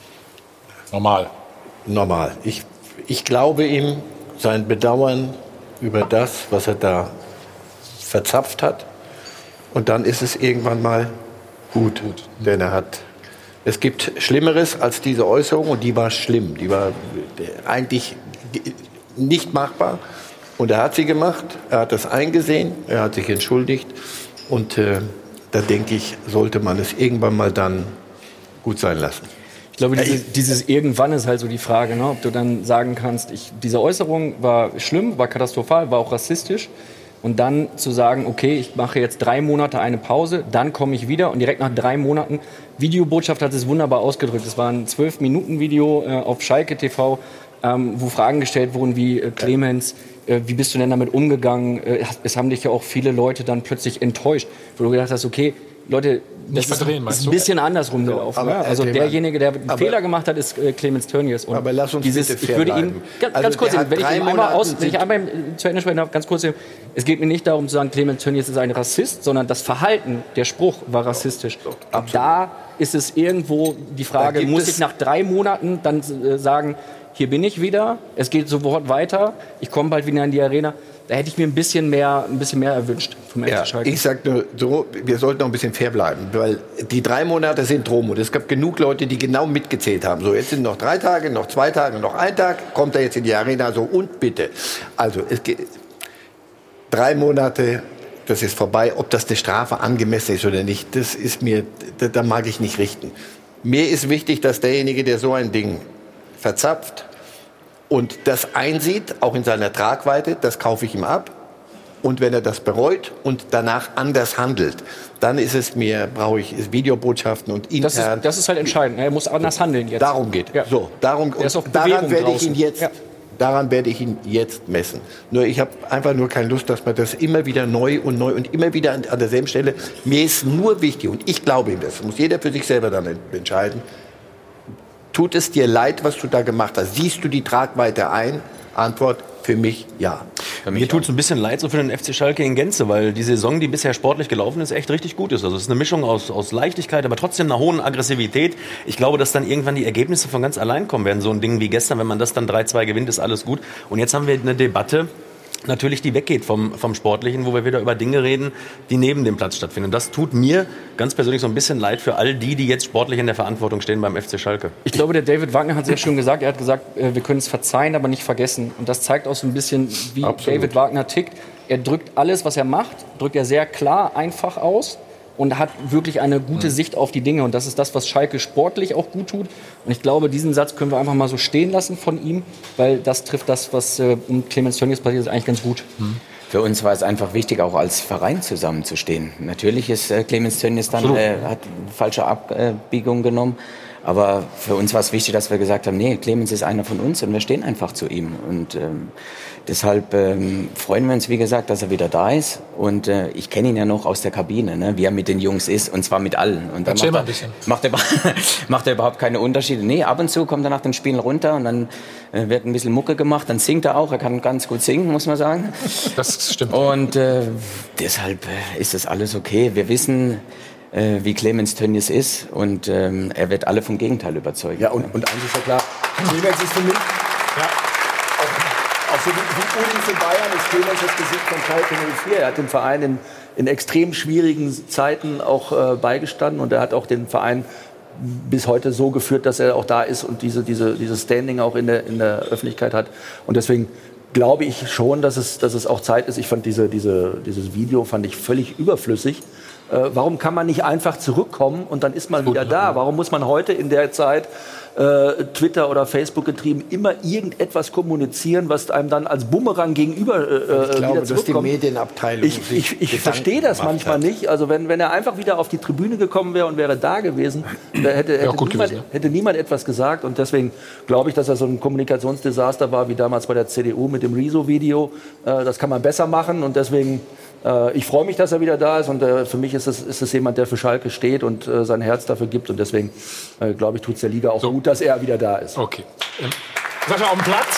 Normal. Normal. Ich, ich glaube ihm sein Bedauern über das, was er da verzapft hat. Und dann ist es irgendwann mal gut. gut. Denn er hat... Es gibt Schlimmeres als diese Äußerung, und die war schlimm. Die war eigentlich nicht machbar. Und er hat sie gemacht, er hat das eingesehen, er hat sich entschuldigt. Und äh, da denke ich, sollte man es irgendwann mal dann gut sein lassen. Ich glaube, diese, dieses Irgendwann ist halt so die Frage, ne? Ob du dann sagen kannst, ich, diese Äußerung war schlimm, war katastrophal, war auch rassistisch. Und dann zu sagen, okay, ich mache jetzt drei Monate eine Pause, dann komme ich wieder, und direkt nach drei Monaten, Videobotschaft hat es wunderbar ausgedrückt. Es war ein zwölf Minuten Video äh, auf Schalke T V, ähm, wo Fragen gestellt wurden wie, äh, Clemens, äh, wie bist du denn damit umgegangen? Äh, es haben dich ja auch viele Leute dann plötzlich enttäuscht, wo du gedacht hast, okay, Leute, das ist, ist ein bisschen andersrum gelaufen. Aber, aber, also derjenige, der einen aber, Fehler gemacht hat, ist äh, Clemens Tönnies. Und aber lass uns dieses, bitte fair ich würde bleiben. ihn, ganz, also ganz kurz, wenn ich, ihn einmal aus, wenn ich einmal zu Ende sprechen darf, ganz kurz, es geht mir nicht darum zu sagen, Clemens Tönnies ist ein Rassist, sondern das Verhalten, der Spruch war rassistisch. Doch, doch, da ist es irgendwo die Frage, muss ich nach drei Monaten dann äh, sagen, hier bin ich wieder, es geht sofort weiter, ich komme bald wieder in die Arena. Da hätte ich mir ein bisschen mehr, ein bisschen mehr erwünscht vom ja, ich sage nur so, wir sollten noch ein bisschen fair bleiben, weil die drei Monate sind rum und es gab genug Leute, die genau mitgezählt haben. So, jetzt sind noch drei Tage, noch zwei Tage, noch ein Tag, kommt er jetzt in die Arena, so und bitte. Also es geht drei Monate, das ist vorbei. Ob das eine Strafe angemessen ist oder nicht, das ist mir, da, da mag ich nicht richten. Mir ist wichtig, dass derjenige, der so ein Ding verzapft und das einsieht, auch in seiner Tragweite, das kaufe ich ihm ab. Und wenn er das bereut und danach anders handelt, dann ist es mir, brauche ich Videobotschaften und intern. Das ist, das ist halt entscheidend. Er muss anders handeln jetzt. Darum geht. Ja. So, darum. Er ist auf daran werde ich ihn draußen. jetzt. Ja. Daran werde ich ihn jetzt messen. Nur ich habe einfach nur keine Lust, dass man das immer wieder neu und neu und immer wieder an, an derselben Stelle. Mir ist nur wichtig, und ich glaube ihm das, muss jeder für sich selber dann entscheiden. Tut es dir leid, was du da gemacht hast? Siehst du die Tragweite ein? Antwort: für mich ja. Für mich Mir tut es ein bisschen leid so für den F C Schalke in Gänze, weil die Saison, die bisher sportlich gelaufen ist, echt richtig gut ist. Also es ist eine Mischung aus, aus Leichtigkeit, aber trotzdem einer hohen Aggressivität. Ich glaube, dass dann irgendwann die Ergebnisse von ganz allein kommen werden. So ein Ding wie gestern, wenn man das dann drei zwei gewinnt, ist alles gut. Und jetzt haben wir eine Debatte, natürlich, die weggeht vom, vom Sportlichen, wo wir wieder über Dinge reden, die neben dem Platz stattfinden. Und das tut mir ganz persönlich so ein bisschen leid für all die, die jetzt sportlich in der Verantwortung stehen beim F C Schalke. Ich glaube, der David Wagner hat sehr schön gesagt, er hat gesagt, wir können es verzeihen, aber nicht vergessen. Und das zeigt auch so ein bisschen, wie Absolut. David Wagner tickt. Er drückt alles, was er macht, drückt er sehr klar, einfach aus. und hat wirklich eine gute Sicht auf die Dinge. Und das ist das, was Schalke sportlich auch gut tut. Und ich glaube, diesen Satz können wir einfach mal so stehen lassen von ihm, weil das trifft das, was äh, um Clemens Tönnies passiert ist, eigentlich ganz gut. Mhm. Für uns war es einfach wichtig, auch als Verein zusammenzustehen. Natürlich ist äh, Clemens Tönnies dann äh, hat eine falsche Abbiegung genommen. Aber für uns war es wichtig, dass wir gesagt haben, nee, Clemens ist einer von uns und wir stehen einfach zu ihm. Und ähm, deshalb ähm, freuen wir uns, wie gesagt, dass er wieder da ist. Und äh, ich kenne ihn ja noch aus der Kabine, ne, wie er mit den Jungs ist, und zwar mit allen. Und dann macht, mal er, ein bisschen. macht, er, macht er überhaupt keine Unterschiede. Nee, ab und zu kommt er nach dem Spielen runter und dann äh, wird ein bisschen Mucke gemacht. Dann singt er auch. Er kann ganz gut singen, muss man sagen. Das stimmt. Und äh, deshalb äh, ist das alles okay. Wir wissen, wie Clemens Tönnies ist, und ähm, er wird alle vom Gegenteil überzeugen. Ja, und, und eins ist ja klar, Clemens ist für mich, ja, auch, auch so wie, wie Uli für Bayern ist Clemens das Gesicht von Schalke null vier. Er hat dem Verein in, in extrem schwierigen Zeiten auch äh, beigestanden, und er hat auch den Verein bis heute so geführt, dass er auch da ist und diese, diese, dieses Standing auch in der, in der Öffentlichkeit hat. Und deswegen glaube ich schon, dass es, dass es auch Zeit ist. Ich fand diese, diese, dieses Video fand ich völlig überflüssig. Äh, warum kann man nicht einfach zurückkommen und dann ist man wieder da? Warum muss man heute in der Zeit äh, Twitter oder Facebook getrieben immer irgendetwas kommunizieren, was einem dann als Bumerang gegenüber äh, ich glaube, wieder zurückkommt? dass die Medienabteilung Ich, ich, ich verstehe das manchmal hat. nicht. Also wenn, wenn er einfach wieder auf die Tribüne gekommen wäre und wäre da gewesen, da hätte, hätte, niemand, gewesen, ja. hätte niemand etwas gesagt. Und deswegen glaube ich, dass er so ein Kommunikationsdesaster war, wie damals bei der C D U mit dem Riso-Video. Äh, das kann man besser machen, und deswegen ich freue mich, dass er wieder da ist, und äh, für mich ist es, ist es jemand, der für Schalke steht und äh, sein Herz dafür gibt, und deswegen äh, glaube ich, tut es der Liga auch so gut, dass er wieder da ist. Okay. Ähm, Sascha, auf dem Platz.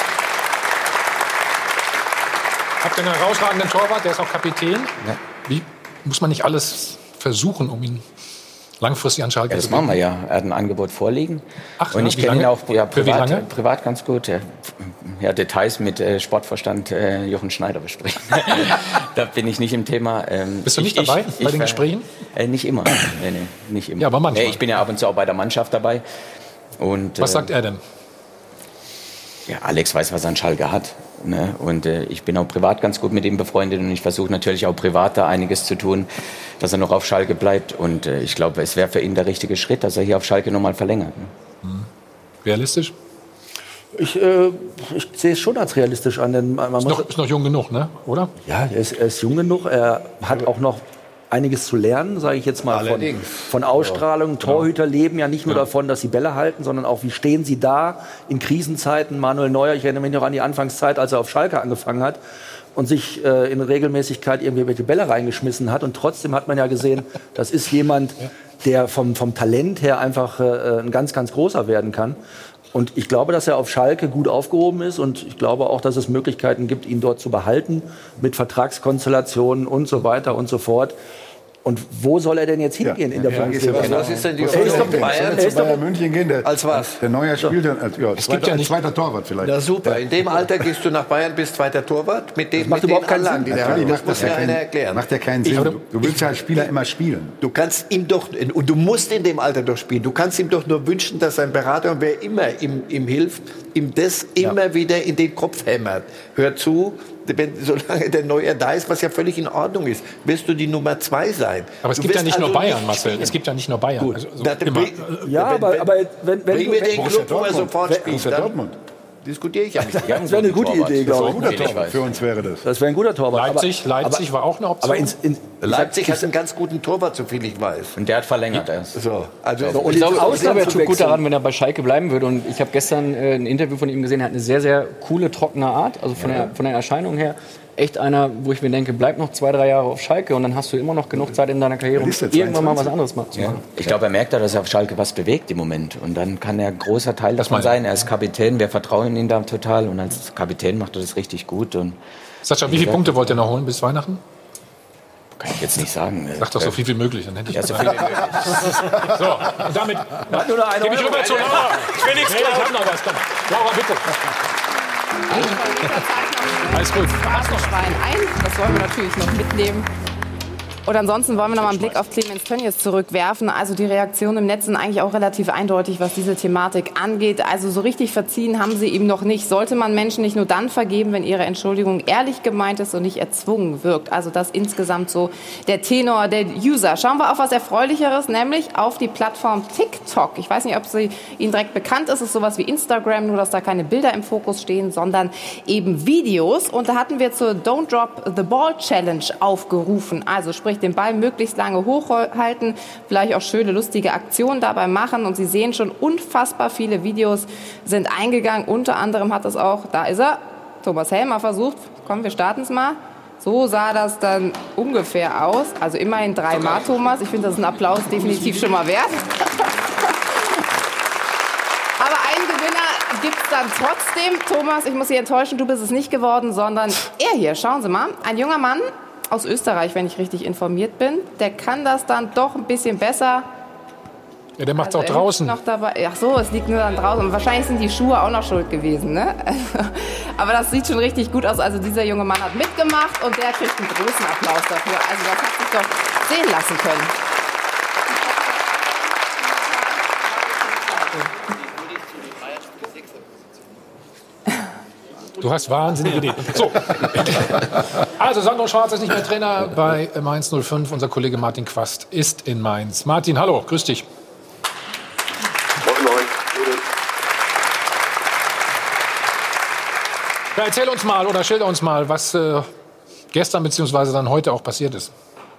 Habt ihr einen herausragenden Torwart, der ist auch Kapitän. Ja. Wie muss man nicht alles versuchen, um ihn langfristig an Schalke ja, zu das machen wir ja. Er hat ein Angebot vorliegen. Ach, und ja, ich kenne ihn auch ja, privat, privat ganz gut. Ja, ja, Details mit äh, Sportverstand äh, Jochen Schneider besprechen. Da bin ich nicht im Thema. Ähm, Bist du nicht ich, dabei ich, bei ich, den Gesprächen? Äh, nicht immer. Nee, nee, nicht immer. Ja, aber manchmal. Nee, ich bin ja ab und zu auch bei der Mannschaft dabei. Und, was äh, sagt er denn? Ja, Alex weiß, was er an Schalke hat. Ne? Und äh, ich bin auch privat ganz gut mit ihm befreundet, und ich versuche natürlich auch privat da einiges zu tun, dass er noch auf Schalke bleibt. Und äh, ich glaube, es wäre für ihn der richtige Schritt, dass er hier auf Schalke nochmal verlängert. Ne? Mhm. Realistisch? Ich, äh, ich sehe es schon als realistisch an. Denn man ist, muss noch, ist noch jung genug, ne? Oder? Ja, er ist, er ist jung genug. Er hat auch noch einiges zu lernen, sage ich jetzt mal, von, von Ausstrahlung. Ja. Torhüter leben ja nicht nur ja. davon, dass sie Bälle halten, sondern auch, wie stehen sie da in Krisenzeiten. Manuel Neuer, ich erinnere mich noch an die Anfangszeit, als er auf Schalke angefangen hat und sich äh, in Regelmäßigkeit irgendwelche Bälle reingeschmissen hat. Und trotzdem hat man ja gesehen, das ist jemand, der vom, vom Talent her einfach äh, ein ganz, ganz großer werden kann. Und ich glaube, dass er auf Schalke gut aufgehoben ist, und ich glaube auch, dass es Möglichkeiten gibt, ihn dort zu behalten mit Vertragskonstellationen und so weiter und so fort. Und wo soll er denn jetzt hingehen ja. in der ja, Bundesliga? Genau. Was ist denn die er ist doch Bayern, er ist Bayern München gehen, der, als was? Der Neuer spielt dann als, ja, es zweiter, gibt ja nicht zweiter Torwart vielleicht. Na super, in dem Alter gehst du nach Bayern, bist zweiter Torwart mit dem das macht mit überhaupt keinen Anlagen, Sinn. Die der hat. Das muss ja einer erklären. Macht ja keinen Sinn. Du, du willst ja als Spieler immer spielen. Du kannst ihm doch, und du musst in dem Alter doch spielen. Du kannst ihm doch nur wünschen, dass sein Berater, und wer immer ihm, ihm hilft, ihm das immer ja. wieder in den Kopf hämmert. Hör zu, wenn, solange der Neuer da ist, was ja völlig in Ordnung ist, wirst du die Nummer zwei sein. Aber es du gibt ja nicht also nur Bayern, nicht Marcel. Es gibt ja nicht nur Bayern. Also, so da, immer. Ja, aber, aber wenn, wenn bring mir den Club, wo er sofort spielt, dann Dortmund. diskutiere ich ja nicht. Das wäre eine gute Idee, glaube ich. Ein guter Torwart für uns wäre das. Das wäre ein guter Torwart. Leipzig, aber, Leipzig aber, war auch eine Option. Aber ins, in, Leipzig hat einen ganz guten Torwart, soviel ich weiß. Und der hat verlängert erst. So, also so, ich glaube, ich glaube, er tut gut daran, wenn er bei Schalke bleiben würde. Und ich habe gestern äh, ein Interview von ihm gesehen. Er hat eine sehr, sehr coole, trockene Art. Also von, ja. der, von der Erscheinung her. Echt einer, wo ich mir denke, bleib noch zwei, drei Jahre auf Schalke, und dann hast du immer noch genug Zeit in deiner Karriere, um irgendwann mal was anderes zu machen. Ja. Ich glaube, er merkt ja, dass er auf Schalke was bewegt im Moment. Und dann kann er ein großer Teil davon sein. Er ist Kapitän, wir vertrauen ihm da total. Und als Kapitän macht er das richtig gut. Und Sascha, wie viele Punkte wollt ihr noch holen bis Weihnachten? Kann ich jetzt nicht sagen. Sag doch so viel wie möglich, dann hätte ich ja, so viel wie möglich. So, und damit gebe ich rüber zu Laura. Ich will nichts nee, ich hab noch was. Komm. Laura, bitte. Alles gut. Phrasenschwein ein, das wollen wir natürlich noch mitnehmen. Und ansonsten wollen wir noch mal einen Blick auf Clemens Tönnies zurückwerfen. Also die Reaktionen im Netz sind eigentlich auch relativ eindeutig, was diese Thematik angeht. Also so richtig verziehen haben sie ihm noch nicht. Sollte man Menschen nicht nur dann vergeben, wenn ihre Entschuldigung ehrlich gemeint ist und nicht erzwungen wirkt. Also das insgesamt so der Tenor der User. Schauen wir auf was Erfreulicheres, nämlich auf die Plattform TikTok. Ich weiß nicht, ob sie Ihnen direkt bekannt ist. Es ist sowas wie Instagram, nur dass da keine Bilder im Fokus stehen, sondern eben Videos. Und da hatten wir zur Don't Drop the Ball Challenge aufgerufen. Also sprich den Ball möglichst lange hochhalten, vielleicht auch schöne, lustige Aktionen dabei machen. Und Sie sehen schon, unfassbar viele Videos sind eingegangen. Unter anderem hat es auch, da ist er, Thomas Helmer versucht. Komm, wir starten es mal. So sah das dann ungefähr aus. Also immerhin dreimal, Thomas. Ich finde, das ist ein Applaus definitiv schon mal wert. Aber einen Gewinner gibt es dann trotzdem. Thomas, ich muss Sie enttäuschen, du bist es nicht geworden, sondern er hier. Schauen Sie mal, ein junger Mann aus Österreich, wenn ich richtig informiert bin. Der kann das dann doch ein bisschen besser. Ja, der macht es Also auch draußen. Noch dabei. Ach so, es liegt nur dann draußen. Und wahrscheinlich sind die Schuhe auch noch schuld gewesen, ne? Aber das sieht schon richtig gut aus. Also dieser junge Mann hat mitgemacht und der kriegt einen großen Applaus dafür. Also das hat sich doch sehen lassen können. Du hast wahnsinnige Ideen. So. Also Sandro Schwarz ist nicht mehr Trainer bei Mainz null fünf. Unser Kollege Martin Quast ist in Mainz. Martin, hallo, grüß dich. Moin, moin. Ja, erzähl uns mal oder schilder uns mal, was äh, gestern bzw. dann heute auch passiert ist.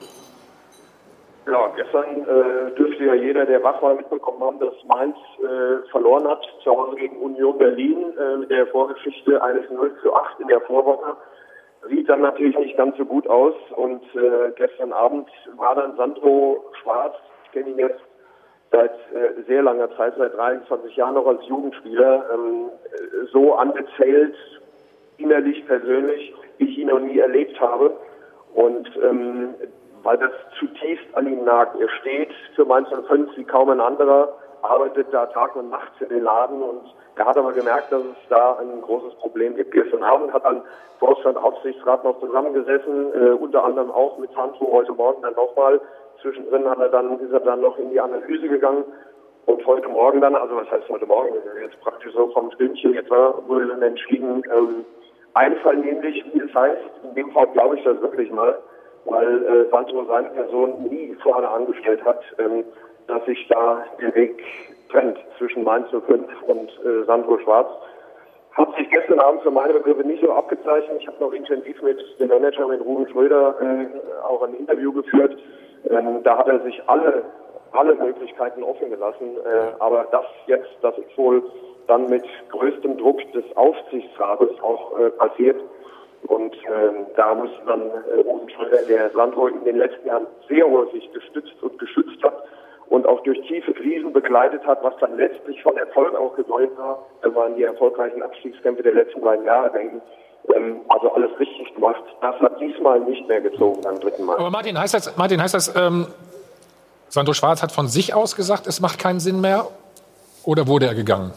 Ja, gestern äh, dürfte ja jeder, der wach war, mitbekommen haben, dass Mainz äh, verloren hat zu Hause gegen Union Berlin äh, mit der Vorgeschichte eines null zu acht in der Vorwoche. Sieht dann natürlich nicht ganz so gut aus und äh, gestern Abend war dann Sandro Schwarz, ich kenne ihn jetzt seit äh, sehr langer Zeit, seit dreiundzwanzig Jahren noch als Jugendspieler, ähm, so angezählt, innerlich, persönlich, wie ich ihn noch nie erlebt habe. Und ähm, weil das zutiefst an ihm nagt. Er steht für Mainz null fünf wie kaum ein anderer, arbeitet da Tag und Nacht für den Laden und er hat aber gemerkt, dass es da ein großes Problem gibt. Gestern Abend hat dann Vorstand, Aufsichtsrat noch zusammengesessen, äh, unter anderem auch mit Sandro heute Morgen dann nochmal. Zwischendrin hat er dann, ist er dann noch in die Analyse gegangen und heute Morgen dann, also was heißt heute Morgen, jetzt praktisch so vom Stündchen etwa, wurde dann entschieden, ähm, einvernehmlich, wie es heißt, in dem Fall glaube ich das wirklich mal, weil äh, Sandro seine Person nie vorne angestellt hat, ähm, dass sich da der Weg trennt zwischen Mainz null fünf und äh, Sandro Schwarz. Hat sich gestern Abend für meine Begriffe nicht so abgezeichnet. Ich habe noch intensiv mit dem Manager, mit Ruben Schröder, äh, auch ein Interview geführt. Ähm, da hat er sich alle, alle Möglichkeiten offen gelassen. Äh, aber das jetzt, das ist wohl dann mit größtem Druck des Aufsichtsrates auch äh, passiert. Und ähm, da muss dann äh, Ruben Schröder, der Sandro in den letzten Jahren sehr häufig gestützt und geschützt hat und auch durch tiefe Krisen begleitet hat, was dann letztlich von Erfolg auch gedeutet war, wenn wir an die erfolgreichen Abstiegskämpfe der letzten beiden Jahre denken. Ähm, also alles richtig gemacht. Das hat diesmal nicht mehr gezogen beim dritten Mal. Aber Martin, heißt das, Martin, heißt das ähm, Sandro Schwarz hat von sich aus gesagt, es macht keinen Sinn mehr? Oder wurde er gegangen?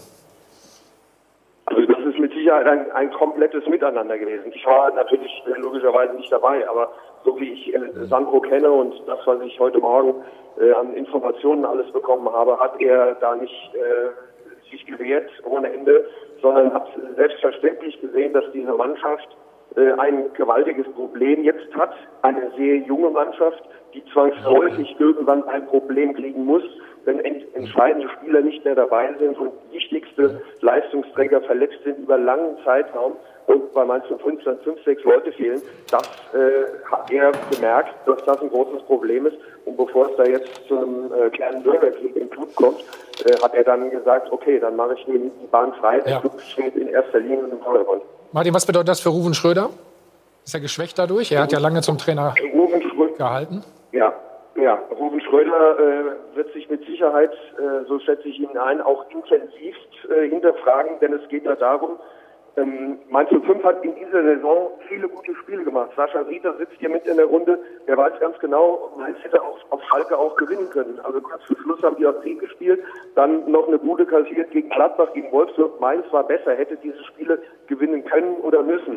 Also das ist mit Sicherheit ein, ein komplettes Miteinander gewesen. Ich war natürlich logischerweise nicht dabei, aber so wie ich äh, Sandro kenne und das, was ich heute Morgen äh, an Informationen alles bekommen habe, hat er da nicht äh, sich gewehrt ohne Ende, sondern hat selbstverständlich gesehen, dass diese Mannschaft äh, ein gewaltiges Problem jetzt hat. Eine sehr junge Mannschaft, die zwangsläufig irgendwann ein Problem kriegen muss, wenn ent entscheidende Spieler nicht mehr dabei sind und wichtigste Leistungsträger verletzt sind über langen Zeitraum und bei Mainz null fünf dann fünf, sechs Leute fehlen. Das äh, hat er gemerkt, dass das ein großes Problem ist. Und bevor es da jetzt zu einem äh, kleinen Bürgerkrieg im Club kommt, äh, hat er dann gesagt, okay, dann mache ich die Bahn frei. Der Club steht in erster Linie im Vordergrund. Martin, was bedeutet das für Ruven Schröder? Ist er geschwächt dadurch? Er hat ja lange zum Trainer gehalten. Ja, ja. Ruven Schröder äh, wird sich mit Sicherheit, äh, so schätze ich ihn ein, auch intensivst äh, hinterfragen, denn es geht ja darum, ähm, Mainz null fünf hat in dieser Saison viele gute Spiele gemacht. Sascha Rieter sitzt hier mit in der Runde, der weiß ganz genau, Mainz hätte auch auf Schalke auch gewinnen können. Also kurz vor Schluss haben die auf Sieg gespielt, dann noch eine gute kassiert gegen Gladbach, gegen Wolfsburg. Mainz war besser, hätte diese Spiele gewinnen können oder müssen.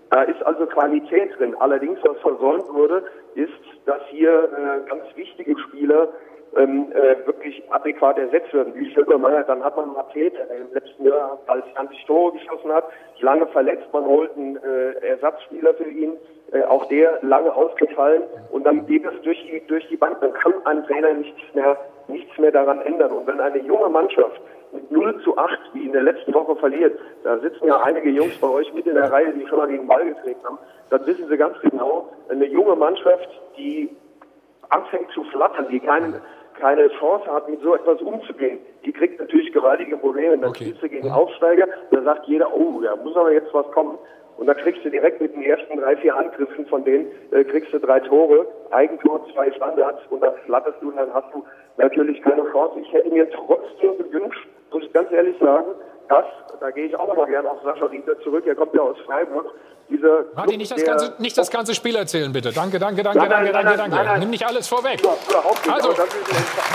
Da ist also Qualität drin. Allerdings, was versäumt wurde, ist, dass hier äh, ganz wichtige Spieler ähm, äh, wirklich adäquat ersetzt werden. Wie Schöpfermeier, dann hat man einen Athlet, der im letzten Jahr als zwanzig Tore geschossen hat, lange verletzt, man holt einen äh, Ersatzspieler für ihn, äh, auch der lange ausgefallen und dann geht es durch die, durch die Bank. Dann kann ein Trainer nichts mehr, nichts mehr daran ändern. Und wenn eine junge Mannschaft mit null zu acht, wie in der letzten Woche verliert, da sitzen ja einige Jungs bei euch mit in der Reihe, die schon mal gegen den Ball getreten haben, dann wissen sie ganz genau, eine junge Mannschaft, die anfängt zu flattern, die keine, keine Chance hat, mit so etwas umzugehen, die kriegt natürlich gewaltige Probleme. Dann Okay. spielst du gegen Aufsteiger, da sagt jeder, oh, da muss aber jetzt was kommen. Und da kriegst du direkt mit den ersten drei, vier Angriffen von denen, äh, kriegst du drei Tore, Eigentor, zwei Standards und dann flatterst du und dann hast du natürlich keine Chance. Ich hätte mir trotzdem gewünscht, muss ich ganz ehrlich sagen, dass, da gehe ich auch noch mal gerne auf Sascha Rieter zurück, er kommt ja aus Freiburg, dieser Martin, nicht das, der- ganze, nicht das ganze Spiel erzählen, bitte. Danke, danke, danke, Nein, nein, danke, nein, danke, nein, danke. nein, nein. Nimm nicht alles vorweg. Ja, überhaupt nicht, Also, aber das ist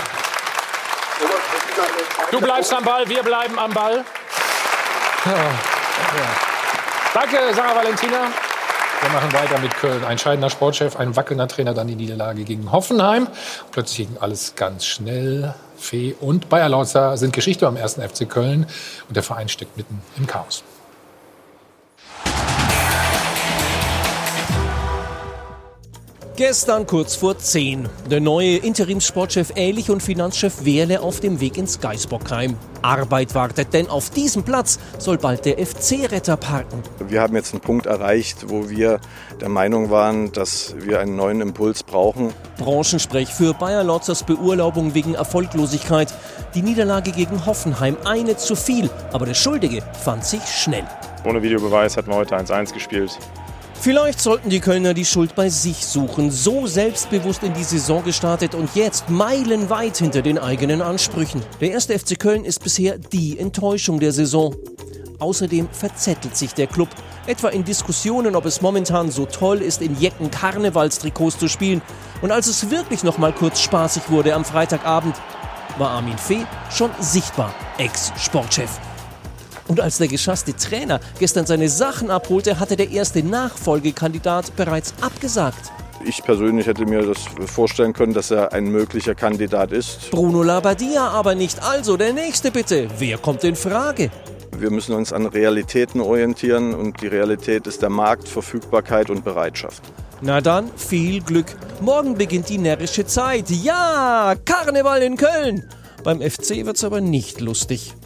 ein- du bleibst am Ball, wir bleiben am Ball. Ja. Ja. Danke, Sarah Valentina. Wir machen weiter mit Köln. Ein scheidender Sportchef, ein wackelnder Trainer, dann die Niederlage gegen Hoffenheim. Plötzlich ging alles ganz schnell. Fee und Bayer Lorzer sind Geschichte am ersten F C Köln. Und der Verein steckt mitten im Chaos. Gestern kurz vor zehn. Der neue Interimssportchef Ähnlich und Finanzchef Wehrle auf dem Weg ins Geisbockheim. Arbeit wartet, denn auf diesem Platz soll bald der F C-Retter parken. Wir haben jetzt einen Punkt erreicht, wo wir der Meinung waren, dass wir einen neuen Impuls brauchen. Branchensprech für Bayer Lorzers Beurlaubung wegen Erfolglosigkeit. Die Niederlage gegen Hoffenheim, eine zu viel. Aber der Schuldige fand sich schnell. Ohne Videobeweis hätten wir heute eins eins gespielt. Vielleicht sollten die Kölner die Schuld bei sich suchen. So selbstbewusst in die Saison gestartet und jetzt meilenweit hinter den eigenen Ansprüchen. Der erste F C Köln ist bisher die Enttäuschung der Saison. Außerdem verzettelt sich der Club. Etwa in Diskussionen, ob es momentan so toll ist, in Jecken Karnevalstrikots zu spielen. Und als es wirklich noch mal kurz spaßig wurde am Freitagabend, war Armin Fee schon sichtbar Ex-Sportchef. Und als der geschasste Trainer gestern seine Sachen abholte, hatte der erste Nachfolgekandidat bereits abgesagt. Ich persönlich hätte mir das vorstellen können, dass er ein möglicher Kandidat ist. Bruno Labbadia aber nicht. Also der nächste bitte. Wer kommt in Frage? Wir müssen uns an Realitäten orientieren und die Realität ist der Markt, Verfügbarkeit und Bereitschaft. Na dann, viel Glück. Morgen beginnt die närrische Zeit. Ja, Karneval in Köln. Beim F C wird's aber nicht lustig.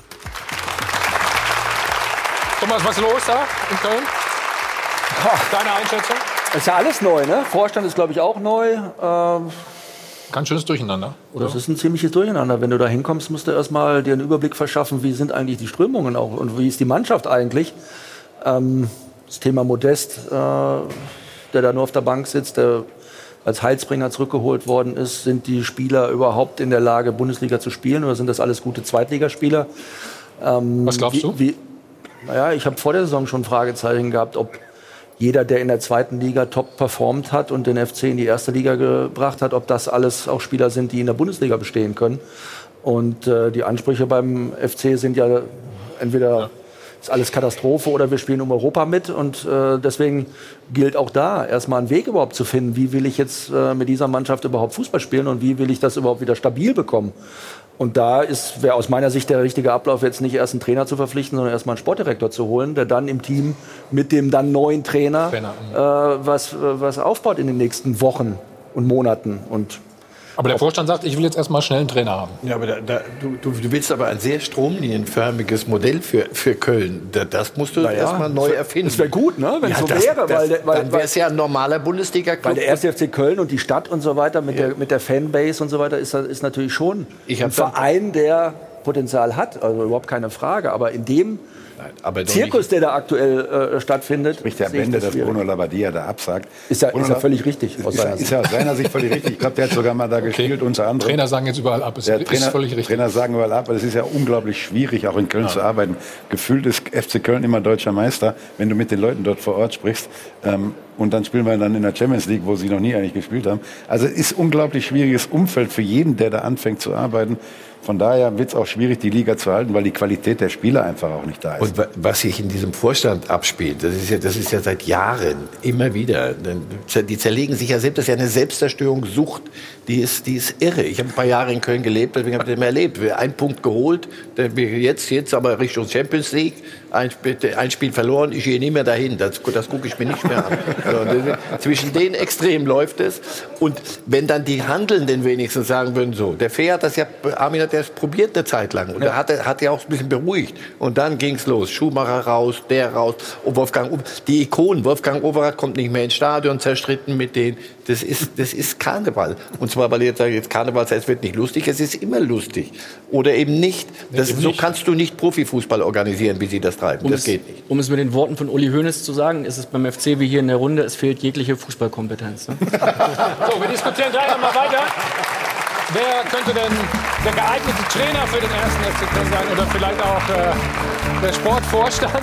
Thomas, was ist los da in Köln? Deine Einschätzung? Ist ja alles neu, ne? Vorstand ist, glaube ich, auch neu. Ähm, Ganz schönes Durcheinander, oder? Das ist ein ziemliches Durcheinander. Wenn du da hinkommst, musst du erstmal dir einen Überblick verschaffen, wie sind eigentlich die Strömungen auch und wie ist die Mannschaft eigentlich. Ähm, das Thema Modest, äh, der da nur auf der Bank sitzt, der als Heilsbringer zurückgeholt worden ist. Sind die Spieler überhaupt in der Lage, Bundesliga zu spielen oder sind das alles gute Zweitligaspieler? Ähm, Was glaubst wie, du? Wie, naja, ich habe vor der Saison schon Fragezeichen gehabt, ob jeder, der in der zweiten Liga top performt hat und den F C in die erste Liga gebracht hat, ob das alles auch Spieler sind, die in der Bundesliga bestehen können. Und äh, die Ansprüche beim F C sind ja entweder ist alles Katastrophe oder wir spielen um Europa mit. Und äh, deswegen gilt auch da erstmal einen Weg überhaupt zu finden. Wie will ich jetzt äh, mit dieser Mannschaft überhaupt Fußball spielen und wie will ich das überhaupt wieder stabil bekommen? Und da ist, wäre aus meiner Sicht der richtige Ablauf, jetzt nicht erst einen Trainer zu verpflichten, sondern erstmal einen Sportdirektor zu holen, der dann im Team mit dem dann neuen Trainer, Trainer. Äh, was, was aufbaut in den nächsten Wochen und Monaten. Und aber der Vorstand sagt, ich will jetzt erstmal schnell einen Trainer haben. Ja, aber da, da, du, du willst aber ein sehr stromlinienförmiges Modell für, für Köln. Da, das musst du naja, erstmal neu erfinden. Das wäre gut, ne, wenn es ja, so das, wäre. Das, weil, weil, dann wäre es ja ein normaler Bundesliga-Club. Weil der erste F C Köln und die Stadt und so weiter mit, ja. der, mit der Fanbase und so weiter ist, ist natürlich schon ich ein Verein, der Potenzial hat. Also überhaupt keine Frage. Aber in dem Nein, aber Zirkus, der da aktuell äh, stattfindet, spricht der Bände, dass Bruno Labbadia da absagt. Ist ja, ist ja völlig richtig. Aus ist, seiner ist ja aus seiner Sicht völlig richtig. Ich glaube, der hat sogar mal da okay. gespielt, unter anderem. Trainer sagen jetzt überall ab. Es der ist Trainer, völlig richtig. Trainer sagen überall ab, aber es ist ja unglaublich schwierig, auch in Köln ja. zu arbeiten. Gefühlt ist F C Köln immer deutscher Meister, wenn du mit den Leuten dort vor Ort sprichst. Ähm, und dann spielen wir dann in der Champions League, wo sie noch nie eigentlich gespielt haben. Also es ist ein unglaublich schwieriges Umfeld für jeden, der da anfängt zu arbeiten. Von daher wird es auch schwierig, die Liga zu halten, weil die Qualität der Spieler einfach auch nicht da ist. Und wa- was sich in diesem Vorstand abspielt, das ist ja, das ist ja seit Jahren immer wieder. Die zerlegen sich ja selbst. Das ist ja eine Selbstzerstörungssucht, die ist, die ist irre. Ich habe ein paar Jahre in Köln gelebt, deswegen habe ich das mehr erlebt. Ein Punkt geholt, jetzt, jetzt aber Richtung Champions League. Ein, ein Spiel verloren, ich gehe nicht mehr dahin. Das, das gucke ich mir nicht mehr an. So, zwischen den Extremen läuft es. Und wenn dann die Handelnden wenigstens sagen würden, so, der Fee hat das ja, Armin hat das probiert eine Zeit lang. Und er hat, hat ja auch ein bisschen beruhigt. Und dann ging's los. Schumacher raus, der raus. Und Wolfgang, die Ikonen, Wolfgang Overath kommt nicht mehr ins Stadion, zerstritten mit denen. Das ist, das ist Karneval. Und zwar, weil ihr jetzt sagt, jetzt Karneval, es wird nicht lustig, es ist immer lustig. Oder eben nicht. Das, so kannst du nicht Profifußball organisieren, wie sie das treiben. Um das es, geht nicht. Um es mit den Worten von Uli Hoeneß zu sagen, ist es beim F C wie hier in der Runde, es fehlt jegliche Fußballkompetenz. Ne? So, wir diskutieren gleich noch mal weiter. Wer könnte denn der geeignete Trainer für den ersten F C Köln sein? Oder vielleicht auch äh, der Sportvorstand?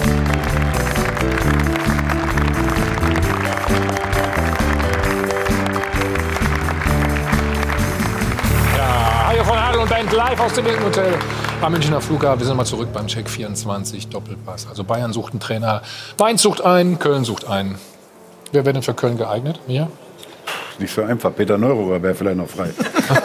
Ja, Hajo von Adel und Band live aus dem Hilton Hotel am Münchner Flughafen. Wir sind mal zurück beim Check vierundzwanzig Doppelpass. Also Bayern sucht einen Trainer, Mainz sucht einen, Köln sucht einen. Wer wäre denn für Köln geeignet? Mir? Nicht so einfach. Peter Neururer wäre vielleicht noch frei.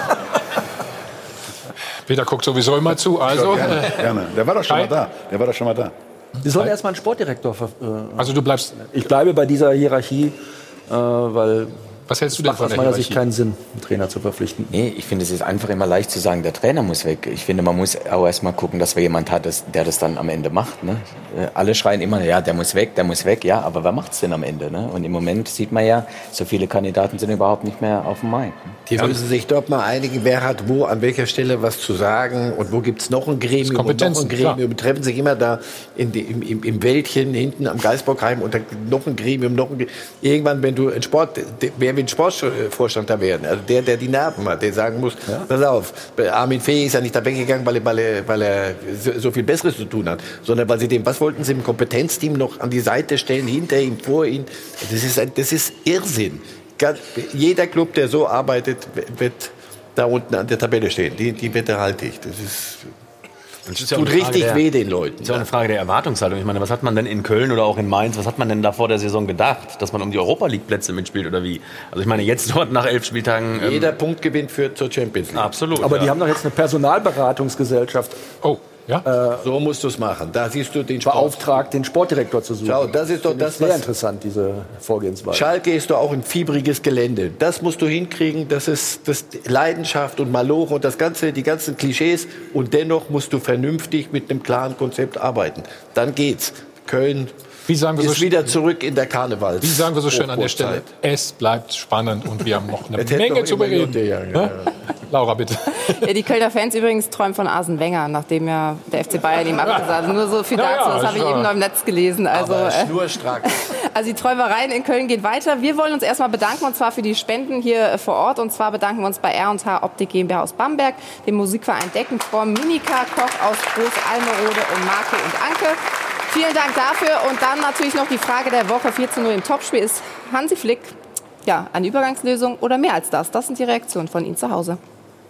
Peter guckt sowieso immer zu. Also, ja, gerne, gerne. Der war doch schon Kai? mal da. Der war doch schon mal da. Sie sollen erstmal einen Sportdirektor. Äh, also du bleibst. Ich bleibe bei dieser Hierarchie, äh, weil. Was hältst du denn von der aus meiner Hierarchie? Sicht keinen Sinn, einen Trainer zu verpflichten. Nee, ich finde, es ist einfach immer leicht zu sagen, der Trainer muss weg. Ich finde, man muss auch erstmal gucken, dass wir jemanden hat, der das dann am Ende macht. Ne? Alle schreien immer, ja, der muss weg, der muss weg. Ja, aber wer macht's denn am Ende? Ne? Und im Moment sieht man ja, so viele Kandidaten sind überhaupt nicht mehr auf dem Main. Die müssen sich dort mal einigen, wer hat wo, an welcher Stelle was zu sagen und wo gibt's noch ein Gremium und noch ein Gremium. Die treffen sich immer da in die, im, im, im Wäldchen hinten am Geisbockheim und dann noch ein Gremium, noch ein Gremium. Irgendwann, wenn du ein Sport, wer will Sportvorstand da werden? Also der, der die Nerven hat, der sagen muss, ja. Pass auf, Armin Fee ist ja nicht da weggegangen, weil er, weil er, weil er so, so viel Besseres zu tun hat, sondern weil sie dem, was wollten sie im Kompetenzteam noch an die Seite stellen, hinter ihm, vor ihm. Das ist, ein, das ist Irrsinn. Jeder Club, der so arbeitet, wird da unten an der Tabelle stehen. Die, die Wette halte ich. Das ist, das ist ja tut richtig der, weh den Leuten. Das ist ja auch eine Frage der Erwartungshaltung. Ich meine, was hat man denn in Köln oder auch in Mainz, was hat man denn da vor der Saison gedacht? Dass man um die Europa-League-Plätze mitspielt oder wie? Also ich meine, jetzt dort nach elf Spieltagen... Ähm, Jeder Punktgewinn führt zur Champions League. Absolut. Aber ja. die haben doch jetzt eine Personalberatungsgesellschaft. Oh. Ja? Äh, so musst du es machen. Da siehst du den Sport. Beauftragt, den Sportdirektor zu suchen. Schau, das ist doch das, sehr was interessant, diese Vorgehensweise. Schalke ist doch auch ein fiebriges Gelände. Das musst du hinkriegen. Das ist das Leidenschaft und Maloche und das ganze, die ganzen Klischees. Und dennoch musst du vernünftig mit einem klaren Konzept arbeiten. Dann geht's. Köln Wie sagen wir ist so wieder zurück in der Karnevals. Wie sagen wir so schön an der Stelle? Es bleibt spannend und wir haben noch eine Menge zu bereden. Ja, ja. Laura, bitte. Ja, die Kölner Fans übrigens träumen von Arsene Wenger, nachdem ja der F C Bayern ihm abgesagt hat. Nur so viel ja, dazu, ja, das habe ich eben noch im Netz gelesen. Also, Aber äh, schnurstracks. Also die Träumereien in Köln gehen weiter. Wir wollen uns erstmal bedanken, und zwar für die Spenden hier vor Ort. Und zwar bedanken wir uns bei R und H Optik GmbH aus Bamberg, dem Musikverein Deckenform, Minika Koch aus Groß Almerode und Marco und Anke. Vielen Dank dafür. Und dann natürlich noch die Frage der Woche. vierzehn Uhr im Topspiel. Ist Hansi Flick ja, eine Übergangslösung oder mehr als das? Das sind die Reaktionen von Ihnen zu Hause.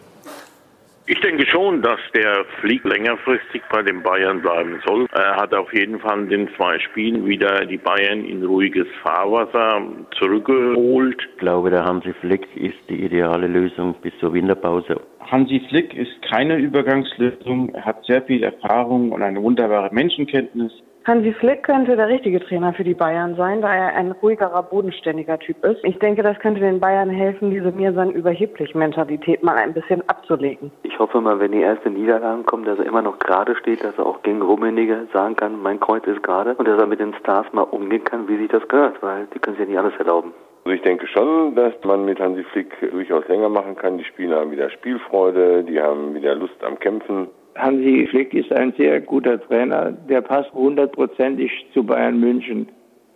Ich denke schon, dass der Flick längerfristig bei den Bayern bleiben soll. Er hat auf jeden Fall in den zwei Spielen wieder die Bayern in ruhiges Fahrwasser zurückgeholt. Ich glaube, der Hansi Flick ist die ideale Lösung bis zur Winterpause. Hansi Flick ist keine Übergangslösung. Er hat sehr viel Erfahrung und eine wunderbare Menschenkenntnis. Hansi Flick könnte der richtige Trainer für die Bayern sein, da er ein ruhigerer, bodenständiger Typ ist. Ich denke, das könnte den Bayern helfen, diese mir sein überheblich Mentalität mal ein bisschen abzulegen. Ich hoffe mal, wenn die erste Niederlage kommt, dass er immer noch gerade steht, dass er auch gegen Rummenigge sagen kann, mein Kreuz ist gerade, und dass er mit den Stars mal umgehen kann, wie sich das gehört, weil die können sich ja nicht alles erlauben. Also ich denke schon, dass man mit Hansi Flick durchaus länger machen kann. Die Spieler haben wieder Spielfreude, die haben wieder Lust am Kämpfen. Hansi Flick ist ein sehr guter Trainer, der passt hundertprozentig zu Bayern München.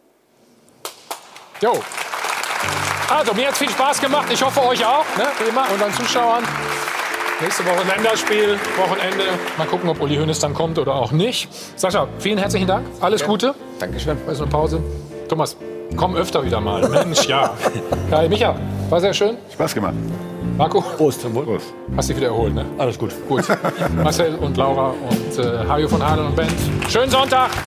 Jo. Also, mir hat es viel Spaß gemacht. Ich hoffe, euch auch, ne? Wie immer, und den Zuschauern. Nächste Woche Länderspiel, Wochenende. Mal gucken, ob Uli Hoeneß dann kommt oder auch nicht. Sascha, vielen herzlichen Dank. Alles ja. Gute. Dankeschön. Also eine Pause. Thomas, komm öfter wieder mal. Mensch, ja. Kai, Micha. War sehr schön. Spaß gemacht. Marco? Prost. Prost. Hast dich wieder erholt, ne? Alles gut. Gut. Marcel und Laura und äh, Hajo von Hahn und Band. Schönen Sonntag.